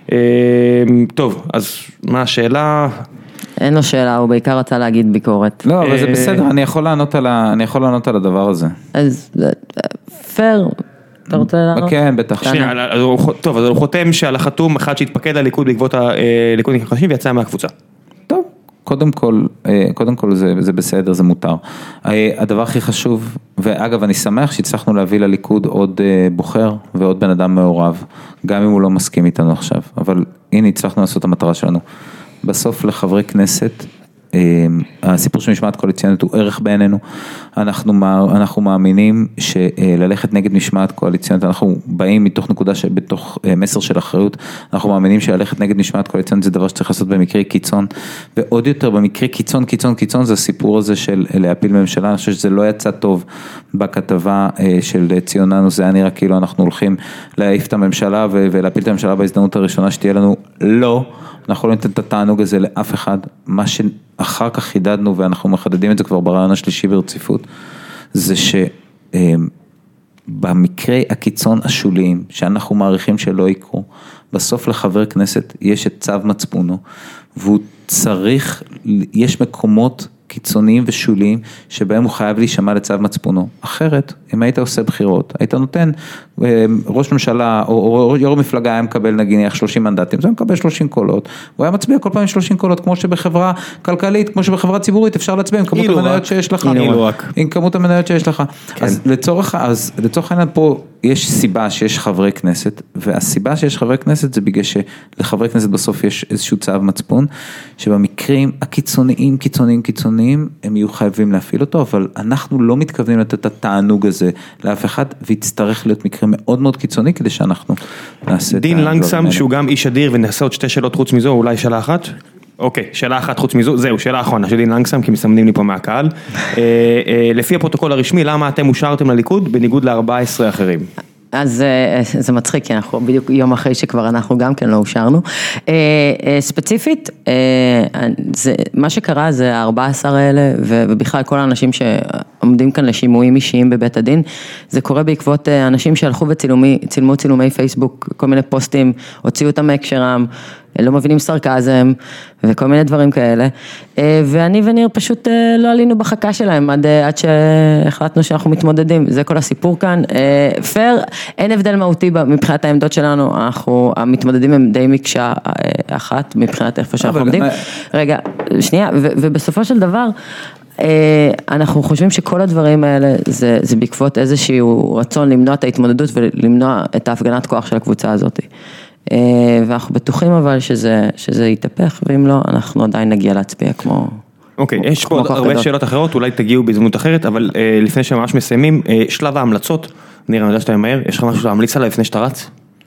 טוב, אז מה השאלה? אין לו שאלה, הוא בעיקר רצה להגיד ביקורת. לא, אבל זה בסדר, אני יכול לענות על הדבר הזה. אז פייר, אתה רוצה לענות? כן, בטח. טוב, אז הוא חותם שעל החתום אחד שהתפקד הליכוד בעקבות הליכודניקים החדשים ויצא מהקבוצה. טוב, קודם כל זה בסדר, זה מותר. הדבר הכי חשוב, ואגב אני שמח שהצלחנו להביא לליכוד עוד בוחר ועוד בן אדם מעורב, גם אם הוא לא מסכים איתנו עכשיו, אבל הנה הצלחנו לעשות את המטרה שלנו. בסוף לחברי כנסת, הסיפור של משמעת קואליציונית הוא ערך בעינינו, אנחנו מאמינים שללכת נגד משמעת קואליציונית, אנחנו באים מתוך נקודה בתוך מסר של אחריות, אנחנו מאמינים שללכת נגד משמעת קואליציונית זה דבר שצריך לעשות במקרה קיצון, ועוד יותר במקרה קיצון זה הסיפור הזה של להפיל ממשלה, אני חושב שזה לא יצא טוב בכתבה של ציוננו, זה היה נראה כאילו אנחנו הולכים להעיף את הממשלה ולהפיל את הממשלה בהזדמנות הראשונה שתהיה לנו, לא, אנחנו לא ניתן את התענוג הזה לאף אחד, מה שאחר כך חידדנו ואנחנו מחדדים את זה כבר ברעיון השלישי ברציפות, זה שבמקרה הקיצון השוליים, שאנחנו מעריכים שלא יקרו, בסוף לחבר כנסת יש את צו מצפונו, והוא צריך, יש מקומות קיצוניים ושוליים, שבהם הוא חייב להישמע לצו מצפונו. אחרת, אם היית עושה בחירות, היית נותן ראש ממשלה, או יו"ר מפלגה היה מקבל נגיח 30 מנדטים, זה היה מקבל 30 קולות, הוא היה מצביע כל פעם 30 קולות, כמו שבחברה כלכלית, כמו שבחברה ציבורית, אפשר להצביע עם כמות המניות שיש לך. עם כמות המניות שיש לך. אז לצורך העניין פה, יש סיבה שיש חברי כנסת, והסיבה שיש חברי כנסת זה בגלל שלחברי כנסת בסוף יש איזשהו צו מצפון, שבמקרים הקיצוניים, הם יהיו חייבים להפעיל אותו, אבל אנחנו לא מתכוונים לתת את התענוג הזה לאף אחד, ויצטרך להיות מקרה מקרה מאוד מאוד קיצוני, כדי שאנחנו נעשה את דין לנגסם, שהוא גם איש אדיר, ונעשה עוד 2 שאלות חוץ מזו, אולי שאלה אחת? אוקיי, שאלה אחת חוץ מזו, זהו, שאלה אחרונה של דין לנגסם, כי מסמנים לי פה מהקהל. לפי הפרוטוקול הרשמי, למה אתם אושרתם לליכוד, בניגוד ל14 אחרים? אז זה מצחיק, כי אנחנו בדיוק יום אחרי שכבר אנחנו גם כן לא אושרנו. ספציפית, מה שקרה זה 14 האלה, ובכלל כל האנשים שעומדים כאן לשימועים אישיים בבית הדין, זה קורה בעקבות אנשים שהלכו וצילמו צילומי פייסבוק, כל מיני פוסטים, הוציאו אותם מהקשרם, לא מבינים סרקזם, וכל מיני דברים כאלה, ואני וניר פשוט לא עלינו בחכה שלהם, עד שהחלטנו שאנחנו מתמודדים, זה כל הסיפור כאן, פייר, אין הבדל מהותי מבחינת העמדות שלנו, המתמודדים הם די מקשה אחת, מבחינת איפה שאנחנו עומדים, רגע, שנייה, ובסופו של דבר, אנחנו חושבים שכל הדברים האלה, זה בעקבות איזשהו רצון למנוע את ההתמודדות, ולמנוע את ההפגנת כוח של הקבוצה הזאת. ואנחנו בטוחים אבל שזה יתהפך, ואם לא, אנחנו עדיין נגיע להצביע כמו... אוקיי, יש פה הרבה שאלות אחרות, אולי תגיעו בהזדמנות אחרת, אבל לפני שממש מסיימים, שלב ההמלצות, נראה, אני יודע שאתה מהר, יש לך משהו להמליץ עליו לפני שאתה רץ?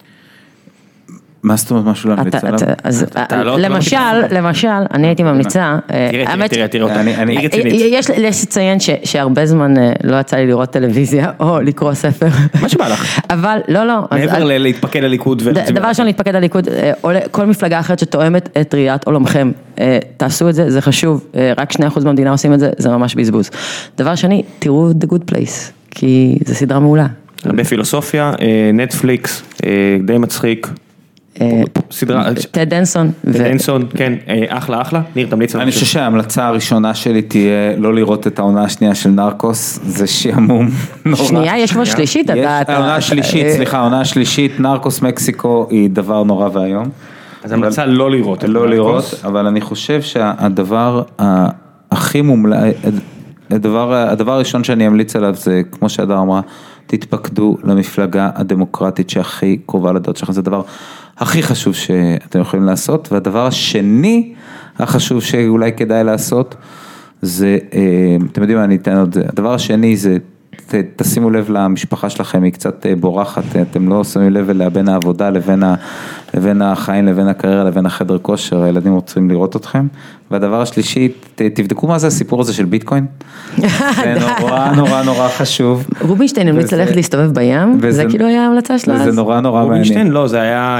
מה זאת אומרת משהו להמליץ עליו? למשל, אני הייתי ממליצה, תראה אותה, יש לציין שהרבה זמן לא יצא לי לראות טלוויזיה או לקרוא ספר. מה שבא לך. אבל לא. מעבר להתפקד לליכוד. דבר ראשון להתפקד לליכוד, או כל מפלגה אחרת שתואמת את ראיית עולמכם, תעשו את זה, זה חשוב, רק 2% מהמדינה עושים את זה, זה ממש בזבוז. דבר שני, תראו The Good Place, כי זה סדרה מעולה. הרבה פילוסופיה, נטפליקס, די מצחיק. סדרה, טד דנסון, כן, אחלה, ניר תמליץ. אני חושב שההמלצה הראשונה שלי תהיה לא לראות את העונה השנייה של נרקוס, זה שעמום נורא. שנייה, יש כבר שלישית, העונה השלישית, נרקוס מקסיקו היא דבר נורא והיום. אז המלצה לא לראות, אבל אני חושב שהדבר הכי מומלץ, הדבר הראשון שאני אמליץ עליו זה, כמו שהדר אמרה, תתפקדו למפלגה הדמוקרטית שהכי קרובה לדעות שלכם, זה הדבר הכי חשוב שאתם יכולים לעשות, והדבר השני החשוב שאולי כדאי לעשות, זה, אתם יודעים מה, אני אתן עוד זה, הדבר השני זה, תשימו לב למשפחה שלכם, היא קצת בורחת, אתם לא שמים לב אליה בין העבודה לבין החיים, לבין הקריירה, לבין החדר כושר, הילדים רוצים לראות אתכם, והדבר השלישי, תבדקו מה זה הסיפור הזה של ביטקוין, זה נורא חשוב. רובינשטיין המליץ ללכת להסתובב בים, זה כאילו היה ההמלצה שלו אז. זה נורא מעניין. רובינשטיין לא, זה היה...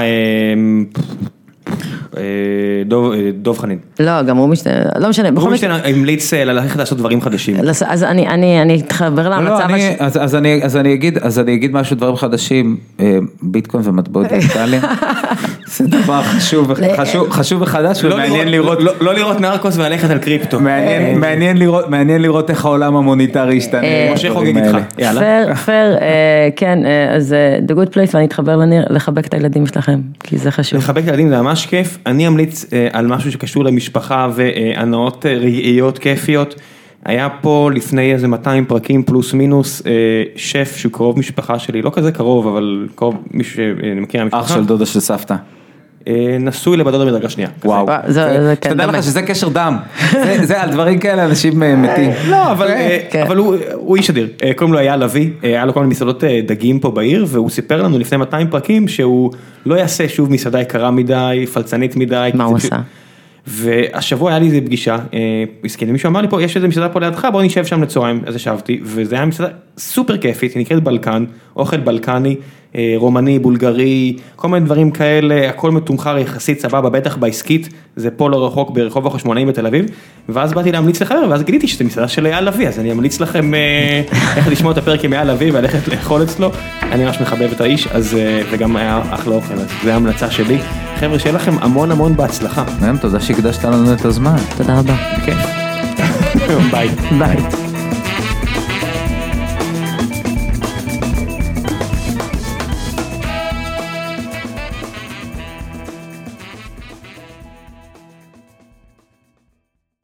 דוב חנין. לא, גם רובינשטיין, לא משנה. רובינשטיין המליץ ללכת לעשות דברים חדשים. אז אני אתחבר להמלצה. אז אני אגיד משהו, דברים חדשים, ביטקוין ומטבעות דיגיטליים. זה דבר חשוב וחדש ומעניין לראות. לא לראות נרקוס וללכת על קריפטו. מעניין לראות איך העולם המוניטרי ישתנה. משה חוגג איתך. פייר, כן, אז The Good Place, ואני אתחבר לניר, לחבק את הילדים שלכם, כי זה חשוב. לחבק את הילדים זה ממש כיף. אני אמליץ על משהו שקשור למשפחה והנאות רגעיות כיפיות. היה פה לפני איזה 200 פרקים פלוס מינוס, שף שהוא קרוב משפחה שלי, לא כזה קרוב, אבל קרוב מישהו שמכיר המשפחה. אח של דודה של סבתא. נשוי לבדודה מדרגה שנייה. וואו. תדע לך שזה קשר דם. זה על דברים כאלה אנשים מתים. לא, אבל הוא איש אדיר. קוראים לו היה לוי, היה לו כל מיני מסעדות דגים פה בעיר, והוא סיפר לנו לפני 200 פרקים שהוא לא יעשה שוב מסעדה יקרה מדי, פלצנית מדי. מה הוא עשה? והשבוע היה לי איזה פגישה, מישהו אמר לי פה, יש איזה מסעדה פה לידך, בוא נשב שם לצהריים, אז ישבתי, וזה היה מסעדה סופר כיפית, היא נקראת בלקן, אוכל בלקני, רומני, בולגרי, כל מיני דברים כאלה, הכל מתומחר יחסית סבבה, בטח בעסקית, זה פה לא רחוק ברחוב החשמונאים בתל אביב, ואז באתי להמליץ לחבר, ואז גיליתי שזה מסעדה של אייל לוי, אז אני אמליץ לכם איך לשמוע את הפרק עם אייל לוי, ולכת לאכול אצלו, אני ממש מחבב את האיש, אז וגם היה אחלה אוכל, אז זה ההמלצה שלי. חבר'ה, שיהיה לכם המון בהצלחה. תודה שהקדשת לנו את הזמן. תודה רבה. בכיף. ביי.